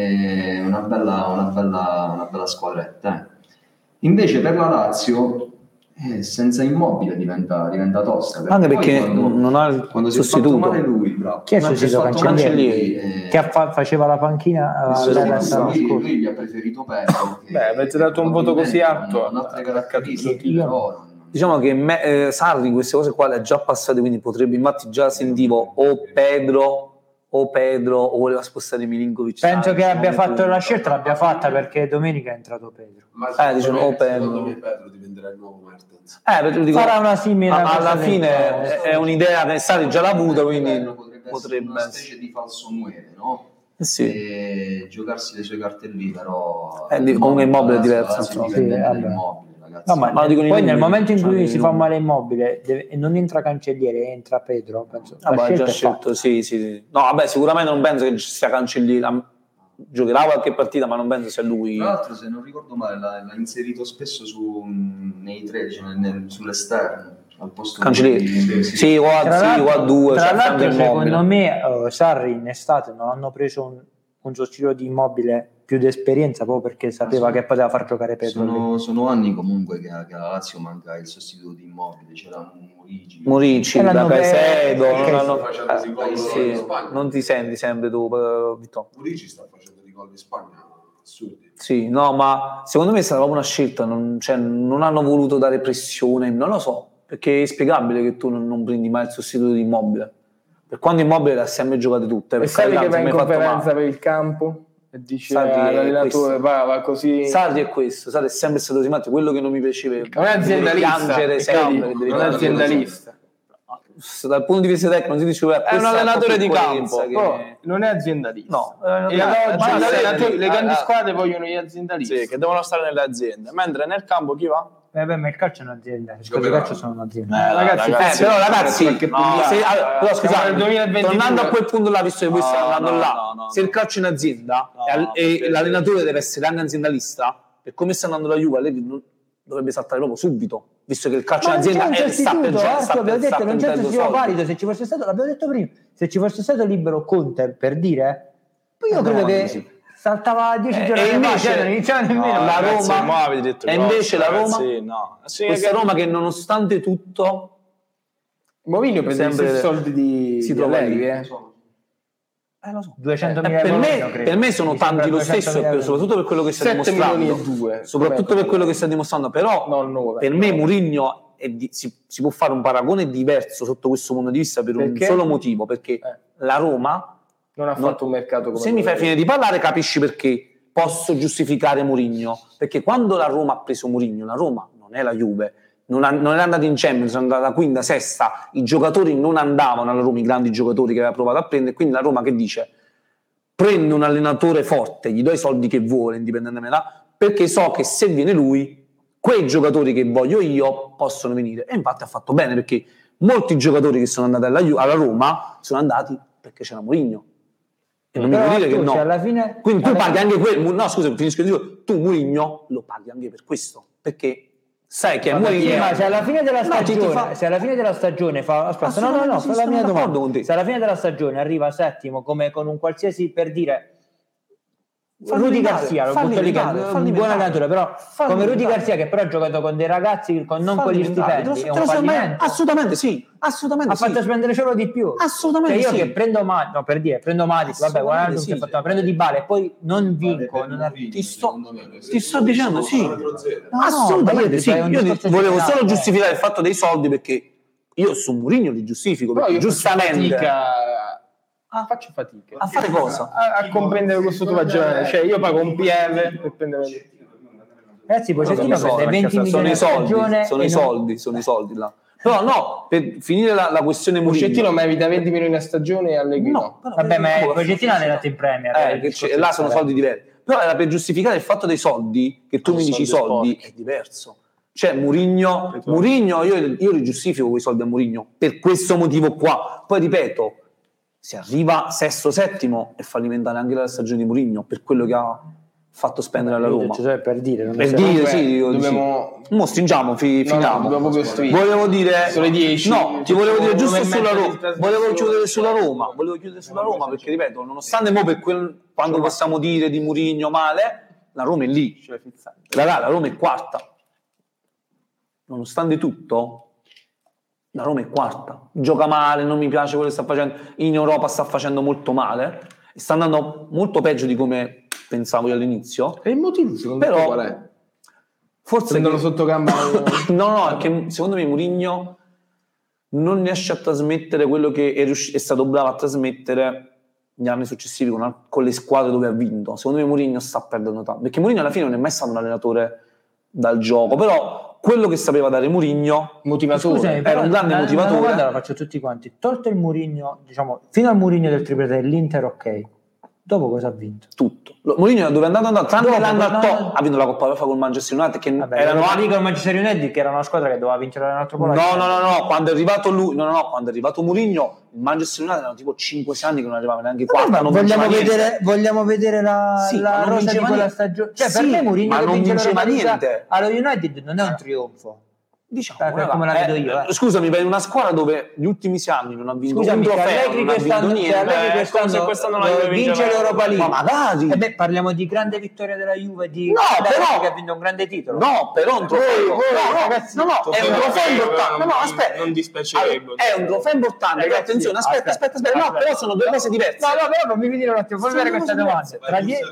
è una bella, una bella, una bella squadretta. Eh. Invece per la Lazio eh, senza Immobile diventa, diventa tosta. Perché anche perché quando, non ha il quando sostituto. si è fatto male lui, bravo. Chi è il Quando si è sostituto? fatto male Cancellieri, lui, eh, che fa- faceva la panchina il alla sostituto, lui, lui gli ha preferito Pedro. Beh, avete dato un voto così alto. Non altre caratteristiche, Io- però Diciamo che me, eh, Sarri queste cose qua le ha già passate, quindi potrebbe, infatti già sentivo o Pedro o Pedro o voleva spostare Milinkovic. Penso Sarri, che abbia secondo fatto me. la scelta, l'abbia fatta perché domenica è entrato Pedro. Ma Eh, secondo dicono, me- oh, Pedro. secondo me Pedro diventerà il nuovo Mertens. Eh, perché dico, Farà una simile ma cosa alla del fine genere. è, è un'idea che Sarri già l'ha avuta, quindi potrebbe, potrebbe essere una essere. specie di falso nuove, no? Eh sì. E giocarsi le sue carte lì, però Eh, di- comunque Immobile è diverso, Lazio no? dipende Sì, da vabbè. Immobile, ragazzi. No, ma Ma lo dicono i poi nel numeri, momento in cioè, cui i si fa numeri. male Immobile deve- e non entra Cancelliere, entra Pedro, penso. La Vabbè, ha scelta già è fatta. scelto, sì, sì, sì. No, vabbè, sicuramente non penso che ci sia Cancelliere. Giocherà qualche partita, ma non penso sia lui. Tra l'altro, se non ricordo male, l'ha, l'ha inserito spesso su, nei tre, cioè nel- sull'esterno, al posto Cancelliere. di- Sì, o a, Tra sì, o a l'altro, due. tra cioè, l'altro Franco Immobile. secondo me eh, Sarri in estate non hanno preso un, un sostituto di Immobile più di esperienza proprio perché sapeva che poteva far giocare Pedro lì. Sono, sono anni comunque che, che alla Lazio manca il sostituto di Immobile, c'era un Murici. Murici, E da l'hanno Caicedo, preso- non, che hanno- sta facendo di gol eh, in sì, Spagna. non ti senti sempre tu, eh, Vittorio. Murici sta facendo di gol in Spagna assurdi. Sì, no, ma secondo me è stata proprio una scelta, non, cioè, non hanno voluto dare pressione, non lo so, perché è spiegabile che tu non, non prendi mai il sostituto di Immobile. Per quando Immobile le ha sempre giocate tutte, E per sai carità, che non si va è in mai fatto conferenza male. per il campo e dice Sarri è all'allenatore questo. va, va così. Sarri è questo, Sarri è sempre stato così, infatti quello che non mi piaceva Non è aziendalista, piangere Riccardo, sempre, che devi non è piangere aziendalista. dal punto di vista tecnico non si diceva È un allenatore di campo, che... però non è aziendalista. No, E ad oggi ma gli sì, allenatori- le grandi eh, squadre vogliono gli aziendalisti. Sì, che devono stare nelle aziende, mentre nel campo chi va? Eh beh, ma il calcio è un'azienda, le squadre di calcio sono un'azienda. Eh, ragazzi, ragazzi, Eh, però ragazzi, qualche no, puntata. se, allora, però Siamo scusate, nel duemilaventidue. tornando a quel punto là, visto che voi No, state andando no, là, no, no, se no. il calcio è in azienda No, e, al- e perché- l'allenatore deve essere anche aziendalista, per come sta andando la Juve, lei non- dovrebbe saltare proprio subito, visto che il calcio Ma è non in c'è un azienda e sta per sostituto, sta Arco, per- abbiamo sta detto non c'è un perdendo sostituto soldi. valido, se ci fosse stato, l'abbiamo detto prima, se ci fosse stato libero Conte per dire, poi io Eh, credo no, che sì. saltava dieci Eh, giorni e fa, invece- cioè non iniziava nemmeno. No, la ragazzi, Roma- mo avete detto e grosso, invece la Roma- ragazzi, no. Sì, Questa che- Roma che nonostante tutto Mourinho prende sempre- i stessi soldi di, si di trova Allegri, lì. eh. Eh, lo so. duecentomila Eh, per, euro me, meno, credo. per me sono Mi sembra tanti lo stesso, duecentomila euro. soprattutto per quello che sta sette dimostrando. milioni e due. Soprattutto Com'è? per quello che sta dimostrando, però No, nove. per me Mourinho è di- si, si può fare un paragone diverso sotto questo punto di vista per Perché? un solo motivo, perché Eh. la Roma, Non ha non- fatto un mercato come se mi fai quello. finire di parlare capisci perché posso giustificare Mourinho, perché quando la Roma ha preso Mourinho, la Roma non è la Juve, non, ha- non è andata in Champions, è andata quinta, sesta, i giocatori non andavano alla Roma, i grandi giocatori che aveva provato a prendere, quindi la Roma che dice? Prendo un allenatore forte, gli do i soldi che vuole, indipendentemente da, perché so che se viene lui, quei giocatori che voglio io possono venire. E infatti ha fatto bene, perché molti giocatori che sono andati alla, Ju- alla Roma sono andati perché c'era Mourinho. E non mi Però puoi dire che tu, no. cioè, alla fine, Quindi tu alla paghi fine- anche quello. No, scusa, finisco di dire, tu Mourinho lo paghi anche per questo, perché sai che Ma Mourinho, sì, ma se alla fine della No, ti- ti stagione, fa- se alla fine della stagione fa aspetta, no, no, no, Assolutamente sì, fai la sono mia d'accordo domanda. con te. Se alla fine della stagione arriva settimo come con un qualsiasi, per dire Falli Rudy andare, Garcia, lo falli butto lì che è andare, un falli buon andare. allenatore, però Falli come Rudy andare. Garcia che però ha giocato con dei ragazzi con non con Falli gli andare. stipendi, Te è lo- un te lo so- fallimento. assolutamente sì, assolutamente Ha fatto sì. spendere solo di più. Assolutamente Cioè io sì. che prendo Matic, no, per dire, prendo Matic, vabbè, guarda Assolutamente che sì. fatto, prendo Dybala e poi non vinco, non arri- Ti sto, ti sto dicendo sì, No, no, assolutamente ma sì. è un Io discorso ti- volevo generale, solo eh. giustificare il fatto dei soldi, perché io su Mourinho li giustifico, Però perché io faccio giustamente fatica, ah, faccio fatica a fare cosa? a, a comprendere questo tuo ragionamento. Cioè io pago un P R per prendere Ragazzi, Pochettino sono, prende venti sono milioni i a soldi, stagione sono e i non- soldi, sono i soldi là. Però no, per finire la, la questione Mourinho. Pochettino merita venti milioni a stagione e Allegri no. Vabbè, ma il Pochettino ha allenato in Premier. Eh, il che discorso c'è- là è sono differente. soldi diversi. Però era per giustificare il fatto dei soldi, che tu Sono mi dici i soldi soldi, sporchi. è diverso. Cioè Mourinho, Mourinho io, io li giustifico quei soldi a Mourinho per questo motivo qua. Poi ripeto, si arriva sesto, settimo è fallimentare anche la stagione di Mourinho per quello che ha fatto spendere alla Io ho Roma. detto, cioè, per dire, non Per so- dire, Comunque, sì, dico di dobbiamo- sì. Mo stringiamo, fi- No, no, finiamo. dobbiamo proprio stringere. Volevo dire, Sono le dieci. no, ti volevo dire giusto Un'ora e sulla mezza di Roma. trasmissione. Volevo chiudere sulla Roma. Volevo chiudere sulla Roma perché ripeto, nonostante mo per quel quando possiamo dire di Mourinho male, la Roma è lì. Raga, la Roma è quarta. Nonostante tutto, la Roma è quarta. Gioca male, non mi piace quello che sta facendo. In Europa sta facendo molto male. E sta andando molto peggio di come pensavo io all'inizio. E il motivo secondo Però- te qual è? Forse Prendono che- sotto gamba no, no, è che secondo me Mourinho non riesce a trasmettere quello che è, riusci- è stato bravo a trasmettere negli anni successivi con, al- con le squadre dove ha vinto. Secondo me Mourinho sta perdendo tanto, perché Mourinho alla fine non è mai stato un allenatore dal gioco, però quello che sapeva dare Mourinho motivatore. Scusami, era però un grande la- motivatore. La domanda la faccio a tutti quanti. Tolto il Mourinho, diciamo, fino al Mourinho del triplete dell'Inter, ok. Dopo cosa ha vinto? Tutto. Lo- Mourinho dove è andato, è andato tranne Dopo, l'anno al no, top, no. ha vinto la Coppa UEFA con Manchester United che Vabbè, erano erano anni lì con il Manchester United, che era una squadra che doveva vincere un altro po'. No, no, no, no, quando è arrivato lui, no, no, no, quando è arrivato Mourinho, il Manchester United erano tipo cinque sei anni che non arrivava neanche quarta, Ma non vogliamo, vinceva niente. vedere, vogliamo vedere la, Sì, la ma non rosa di vinceva quella niente. stagione. Cioè, Sì, per me Mourinho ma che non vince vinceva l'Europa League niente. allo United non è un trionfo. Diciamo, Per raga, come la vedo eh, io. eh. Scusami, per una squadra dove gli ultimi sei anni non ha vinto Scusami, un che trofeo, Allegri non ha vinto quest'anno, che niente, Allegri eh, quest'anno, come se quest'anno la eh, Juve vince vinceva l'Europa League. ma magari. E beh, parliamo di grande vittoria della Juve, di No, grande però- Allegri che ha vinto un grande titolo. No, però un trofeo. Voi, voi, no, no, ragazzi, no, no, è un trofeo importante. No, no, aspetta. Non dispiacevole. Allora, è un trofeo importante. Ragazzi, attenzione, aspetta, aspetta, aspetta. No, aspetta. però sono due cose diverse. No, no, però fammi vedere un attimo, fammi Sono vedere questa cose domanda. diverse. Tra die-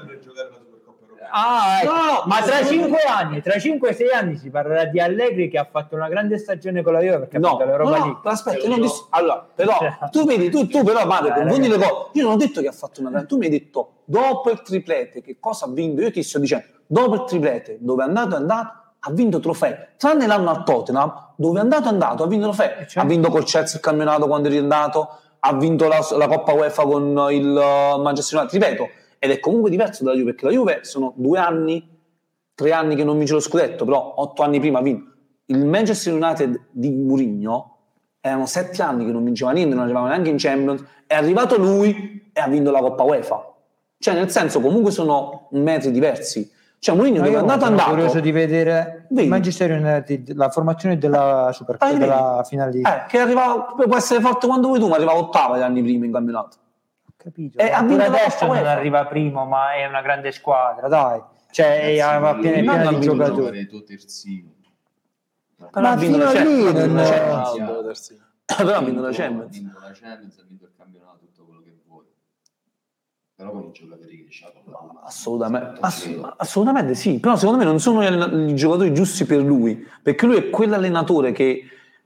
Ah, ecco. No, no, ma tra sono- cinque anni, tra cinque sei anni si parlerà di Allegri che ha fatto una grande stagione con la Juve perché No, ha vinto l'Europa no, League. no, aspetta, non dis- allora, però Cioè- tu vedi, tu, tu però Mario, Eh, confondi le ragazzi. cose. Io non ho detto che ha fatto una grande, tu mi hai detto dopo il triplete che cosa ha vinto? Io ti sto dicendo, dopo il triplete, dove è andato è andato, ha vinto trofei, tranne l'anno al Tottenham, dove è andato è andato, ha vinto trofei, Cioè? ha vinto col Chelsea il campionato quando è rientrato, ha vinto la, la Coppa UEFA con il uh, Manchester United, ripeto, ed è comunque diverso dalla Juve, perché la Juve sono due anni, tre anni che non vince lo scudetto, però otto anni prima ha vinto. Il Manchester United di Mourinho erano sette anni che non vinceva niente, non arrivava neanche in Champions, è arrivato lui e ha vinto la Coppa UEFA. Cioè, nel senso, comunque sono metri diversi. Cioè, Mourinho Ma dove è io andato è sono andato. curioso di vedere Vedi. il Manchester United, la formazione della Super Ah, vedi. della finale di Eh, che arrivava, può essere forte quando vuoi tu, ma arrivava ottava gli anni prima in campionato. capito. E ha Ancora vinto la adesso Coppa non UEFA. arriva primo, ma è una grande squadra, dai. Cioè, è Ragazzi, piena, non piena hanno di avuto giocatori. Veneto terzino. Però Ma ha vinto fino la a lì Champions, non- la Ah, Champions. sì, Però ha vinto la Ha Champions. vinto la Champions, ha vinto il campionato, tutto quello che vuoi. Però con i giocatori che c'ha con la Roma, Assolutamente, ass- Vero. assolutamente sì, però secondo me non sono gli, allen- i giocatori giusti per lui, perché lui è quell'allenatore che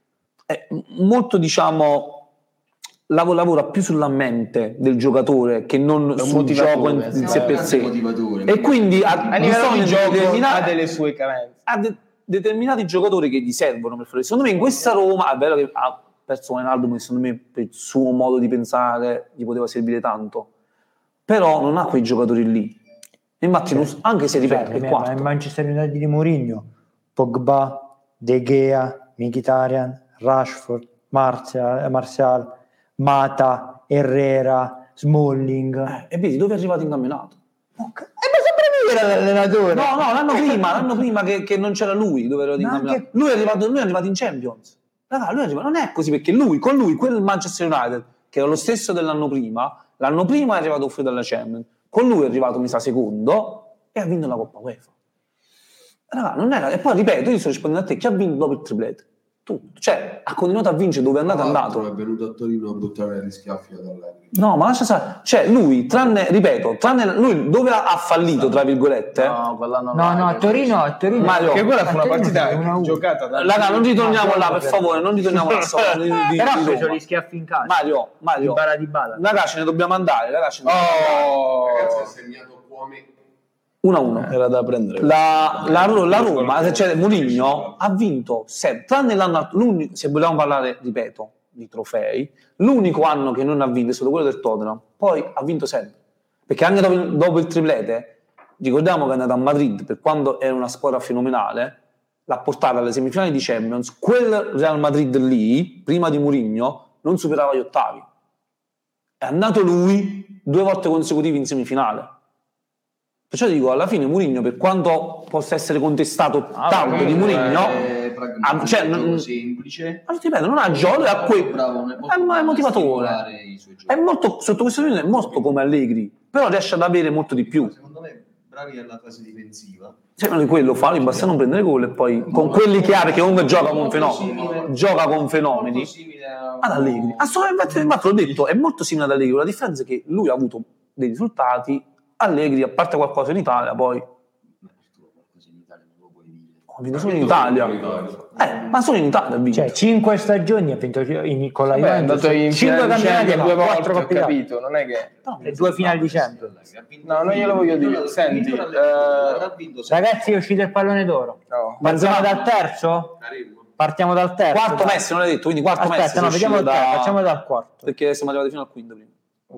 è molto, diciamo, lav- lavora più sulla mente del giocatore che non È un sul gioco in, motivatore, in sì. sé per Grande sé. motivatore. E quindi ha, A livello bisogno di di gioco determinare- ha delle sue carenze. ha de- determinati giocatori che gli servono per fare. Secondo me in questa Roma è vero che ha perso Wijnaldum, che secondo me per il suo modo di pensare gli poteva servire tanto, però non ha quei giocatori lì. E infatti non- anche se ripeto Cioè, il ma quarto. il Manchester United di Mourinho, Pogba, De Gea, Mkhitaryan, Rashford, Martial, Martial, Mata, Herrera, Smalling. Eh, e vedi dove è arrivato in campionato? Ok. E ma sempre lui era l'allenatore. No, no, l'anno prima, l'anno prima che, che non c'era lui, dove ero di anche... lui, è arrivato, lui è arrivato in Champions. Raga, lui è arrivato, non è così, perché lui, con lui, quel Manchester United, che era lo stesso dell'anno prima, l'anno prima è arrivato fuori dalla Champions, con lui è arrivato, mi sa, secondo, e ha vinto la Coppa UEFA. Raga, non era... E poi, ripeto, io sto rispondendo a te, chi ha vinto dopo il triplete? Tutto. Cioè, ha continuato a vincere dove è andato, è andato. È venuto a Torino a buttare gli schiaffi dall'Allegri. No, ma lascia stare. Cioè, lui, tranne, ripeto, tranne lui dove ha fallito, tra virgolette. No, quell'anno no, no, a Torino, a Torino. Mario, che quella fu una Torino partita una giocata da... Raga, non ritorniamo là, per favore, non ritorniamo là. Di, di, Però ha di preso Roma. gli schiaffi in casa. Mario, Mario. Di bala di bala. Raga, ce ne dobbiamo andare, raga, ce ne dobbiamo Oh, andare. Ragazzi, ha segnato Cuome. uno a uno. Era da prendere. La, la, la Roma, cioè Mourinho, ha vinto sempre, tranne l'anno, l'unico, se vogliamo parlare, ripeto, di trofei, l'unico anno che non ha vinto è stato quello del Tottenham, poi ha vinto sempre. Perché anche dopo, dopo il triplete, ricordiamo che è andato a Madrid, per quando era una squadra fenomenale, l'ha portata alle semifinali di Champions, quel Real Madrid lì, prima di Mourinho, non superava gli ottavi. È andato lui due volte consecutive in semifinale. Perciò dico, alla fine Mourinho, per quanto possa essere contestato ah, tanto di Mourinho, ha, cioè, non, semplice, ma ti ripeto, non ha gioco, è, que- bravo, è, è motivatore, è molto, sotto questo punto è molto come Allegri, però riesce ad avere molto di più. Secondo me bravi nella fase difensiva. Cioè, non di quello fa, gli basta non prendere gol e poi con molto quelli chiari che comunque gioca con fenomeni, gioca con fenomeni ad Allegri. Assolutamente, infatti l'ho detto, è molto simile ad Allegri, la differenza è che lui ha avuto dei risultati. Allegri, a parte qualcosa in Italia, poi ho vinto solo in Italia, eh, ma solo in Italia ha vinto. Cioè, cinque stagioni ha vinto in, con la Juventus, è andato in cinque campionati due volte, ho capito. capito, non è che no, le due finali di Champions. No, non glielo voglio dire. Senti, uh, ragazzi, è uscito il pallone d'oro. No. Partiamo dal terzo? Partiamo dal terzo. Quarto Messi, non l'hai detto, quindi quarto Aspetta, Messi. no, vediamo il da... terzo, facciamo dal quarto. Perché siamo arrivati fino al quinto prima.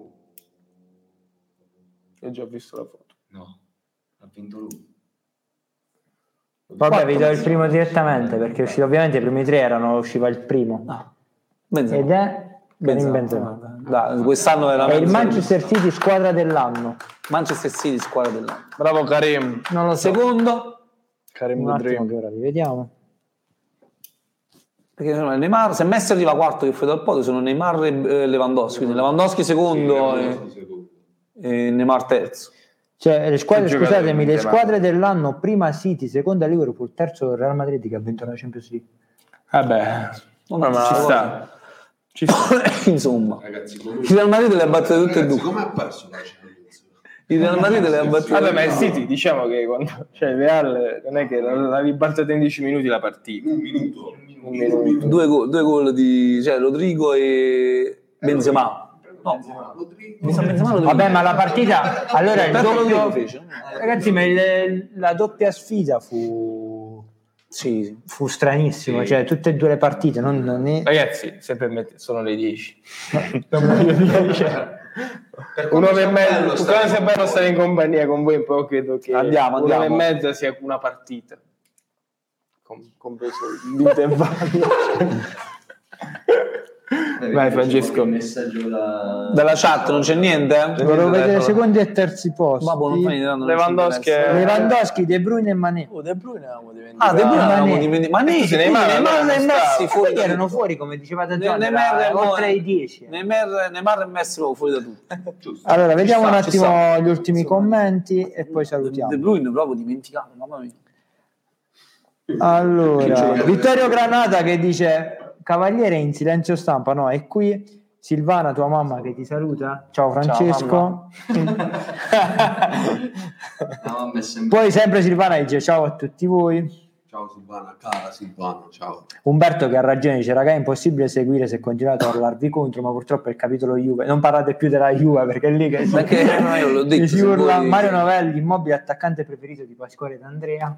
Io ho già visto la foto. No, ha vinto lui. Vabbè, vi do il primo direttamente, perché uscito, ovviamente i primi tre erano, usciva il primo. No. Ed è Benzema. Benzema. Da, quest'anno era è il Manchester City squadra dell'anno. Manchester City squadra dell'anno. Bravo Karim. Non lo so. Secondo Karim un attimo che ora li vediamo. Perché sono Neymar, se Messi arriva quarto che fuori dal podio sono Neymar e Lewandowski, quindi Lewandowski secondo e, e Neymar terzo. Cioè, le squadre, scusatemi, le squadre dell'anno, prima City, seconda Liverpool, terzo Real Madrid che ha vinto la Champions League. Vabbè, no, ma ci sta. Ci sta. Insomma, ragazzi, il Real Madrid le ha battute tutte e due. Come ha perso la Champions? Il Real Madrid le ha battute. Vabbè, ma il City, diciamo che quando, cioè il Real non è che l'ha ribaltata in dieci minuti la partita. Un minuto. Un minuto. Due gol, due gol di cioè, Rodrigo e Benzema. No, vabbè, ma la partita allora il doppio, ragazzi, ma il, la doppia sfida fu sì, fu stranissimo, cioè tutte e due le partite non, non è... ragazzi, se permette, sono le dieci. Non voglio dire, cioè, un'ora e mezza, come se è bello stare in compagnia con voi, però credo che andiamo, andiamo. un'ora e mezza sia una partita, Com- compreso l'intervallo. Vai Francesco, un messaggio da... dalla chat non c'è niente? Volevo vedere secondi e terzi posti. Ma buono, Lewandowski, Lewandowski, De Bruyne e Mané. Oh, De Bruyne avevamo dimenticato. Ah, De Bruyne avevamo dimenticato. Mané, Neymar e Messi fuori da erano fuori, come dicevate già, Neymar oltre ai dieci. Neymar, Neymar e Messi fuori da tutto. Allora, vediamo un attimo gli ultimi commenti e poi salutiamo. De Bruyne proprio dimenticato, mamma mia. Allora, Vittorio Granata che dice Cavaliere in silenzio stampa, no, è qui. Silvana, tua mamma che ti saluta. Ciao Francesco. Ciao, poi sempre Silvana dice ciao a tutti voi. Ciao Silvana, cara Silvana, ciao. Umberto che ha ragione, dice raga è impossibile seguire se continuate a parlarvi contro, ma purtroppo è il capitolo Juve, non parlate più della Juve perché è lì che perché, no, io l'ho detto, si urla. voi... Mario Novelli, immobile attaccante preferito di Pasquale D'Andrea.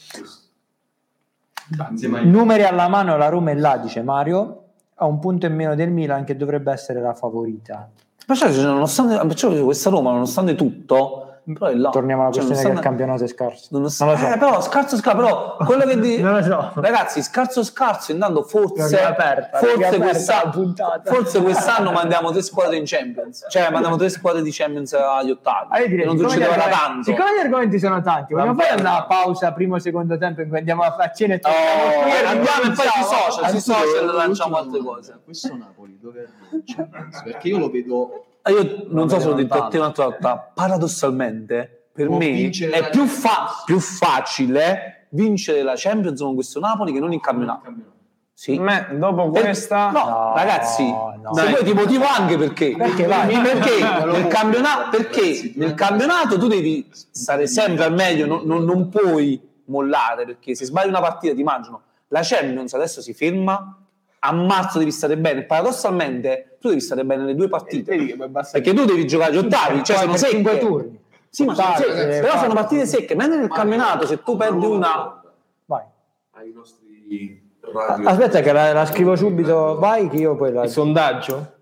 Numeri alla mano, la Roma è là, dice Mario, ha un punto in meno del Milan che dovrebbe essere la favorita. Perciò, nonostante, perciò questa Roma nonostante tutto però è là. Torniamo alla Cioè, questione non che il stanno- campionato è scarso. Non lo so. Non lo so. Eh, però scarso scarso, però quello che di... Non lo so. Ragazzi, scarso scarso, intanto forse L'abbiamo aperta, l'abbiamo forse, aperta quest'anno, la puntata. forse quest'anno mandiamo tre squadre in Champions. Cioè mandiamo tre squadre di Champions agli ottavi. Ah, io direi, che non siccome succedeva gli da argomenti- tanto. Siccome gli argomenti sono tanti, vogliamo fare Vabbè. una pausa primo e secondo tempo in cui andiamo a fare cena e torniamo Oh, qui e andiamo e poi sui ricominciamo? social, sui social lanciamo altre L'ultima cose. domanda, questo Napoli dove arriva in Champions? Perché io lo vedo Ah, Io non so se l'ho detto a lontano. te un'altra volta, paradossalmente per Può me vincere è la più, Champions. fa- più facile vincere la Champions con questo Napoli che non in campionato. Sì. Me, dopo Per- questa... no, No, ragazzi, no. se vuoi ti motivo anche perché. Perché vai? Perché nel campionato, perché nel campionato tu devi stare sempre al meglio, non, non- non puoi mollare, perché se sbagli una partita ti mangiano. La Champions adesso si ferma, a marzo devi stare bene, paradossalmente tu devi stare bene nelle due partite, Vedi che poi basta- perché tu devi giocare gli ottavi, cioè Poi sono per cinque secche. turni. Sì, ma sono Fate, secche, deve però fare. sono partite secche, mentre nel campionato se tu perdi una... Vai. ai nostri radio. Aspetta che la, la scrivo subito, vai che io poi la... Il sondaggio?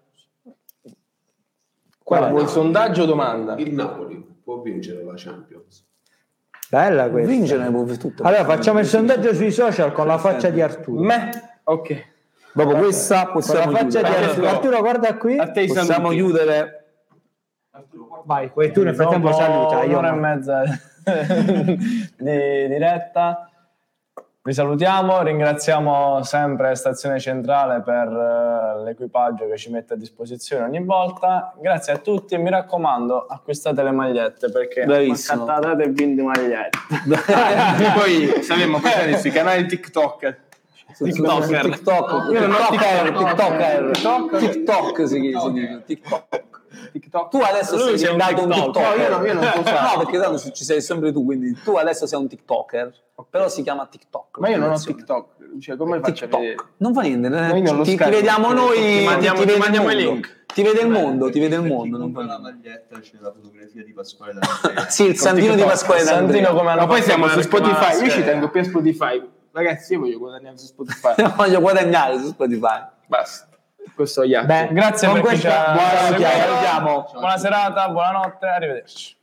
Qual è? Vuoi il sondaggio o domanda? Il Napoli può vincere la Champions. Bella questa. Vincere può tutto. Allora facciamo il sondaggio sui social con la faccia di Arturo. Me? Ok. Dopo questa Con possiamo la faccia di chiudere. Arturo. Arturo, guarda qui. A te i Possiamo saluti. chiudere. Vai, poi tu nel frattempo Dopo saluta. Io un'ora no. e mezza di diretta vi salutiamo, ringraziamo sempre Stazione Centrale per eh, l'equipaggio che ci mette a disposizione ogni volta. Grazie a tutti e mi raccomando acquistate le magliette perché Bravissimo. accattate e vinte magliette. Poi saremo presenti sui canali TikTok. TikToker. TikTok. Io non ho TikToker. TikTok. TikTok. TikTok si si dice. TikTok. TikTok. Tu adesso Lui sei sei un diventato un TikToker. TikToker. No, io non- io non so fare. No, perché tanto ci sei sempre tu, quindi tu adesso sei un TikToker, però si chiama TikTok. Ma io non ho Attenzione. TikTok. Cioè, come faccio a TikTok. vedere? Non fa niente, Noi non lo ti, ti scarico. vediamo noi, Ti mandiamo- ti ti vede mandiamo il i mondo. link. Ti vede il mondo, ti vede il Per chi mondo. Non fa compra la niente. maglietta c'è la fotografia di Pasquale D'Andrea. Sì, il Santino di Pasquale Santino D'Andrea. come hanno Ma poi fatto siamo per su Spotify. Io maschere. ci tengo più a Spotify. Ragazzi, io voglio guadagnare su Spotify. Voglio guadagnare su Spotify. Basta. Questo è gli altri. Beh, Grazie con per chi ci questa ha buona seguito. salutiamo. Buona serata, buonanotte, arrivederci.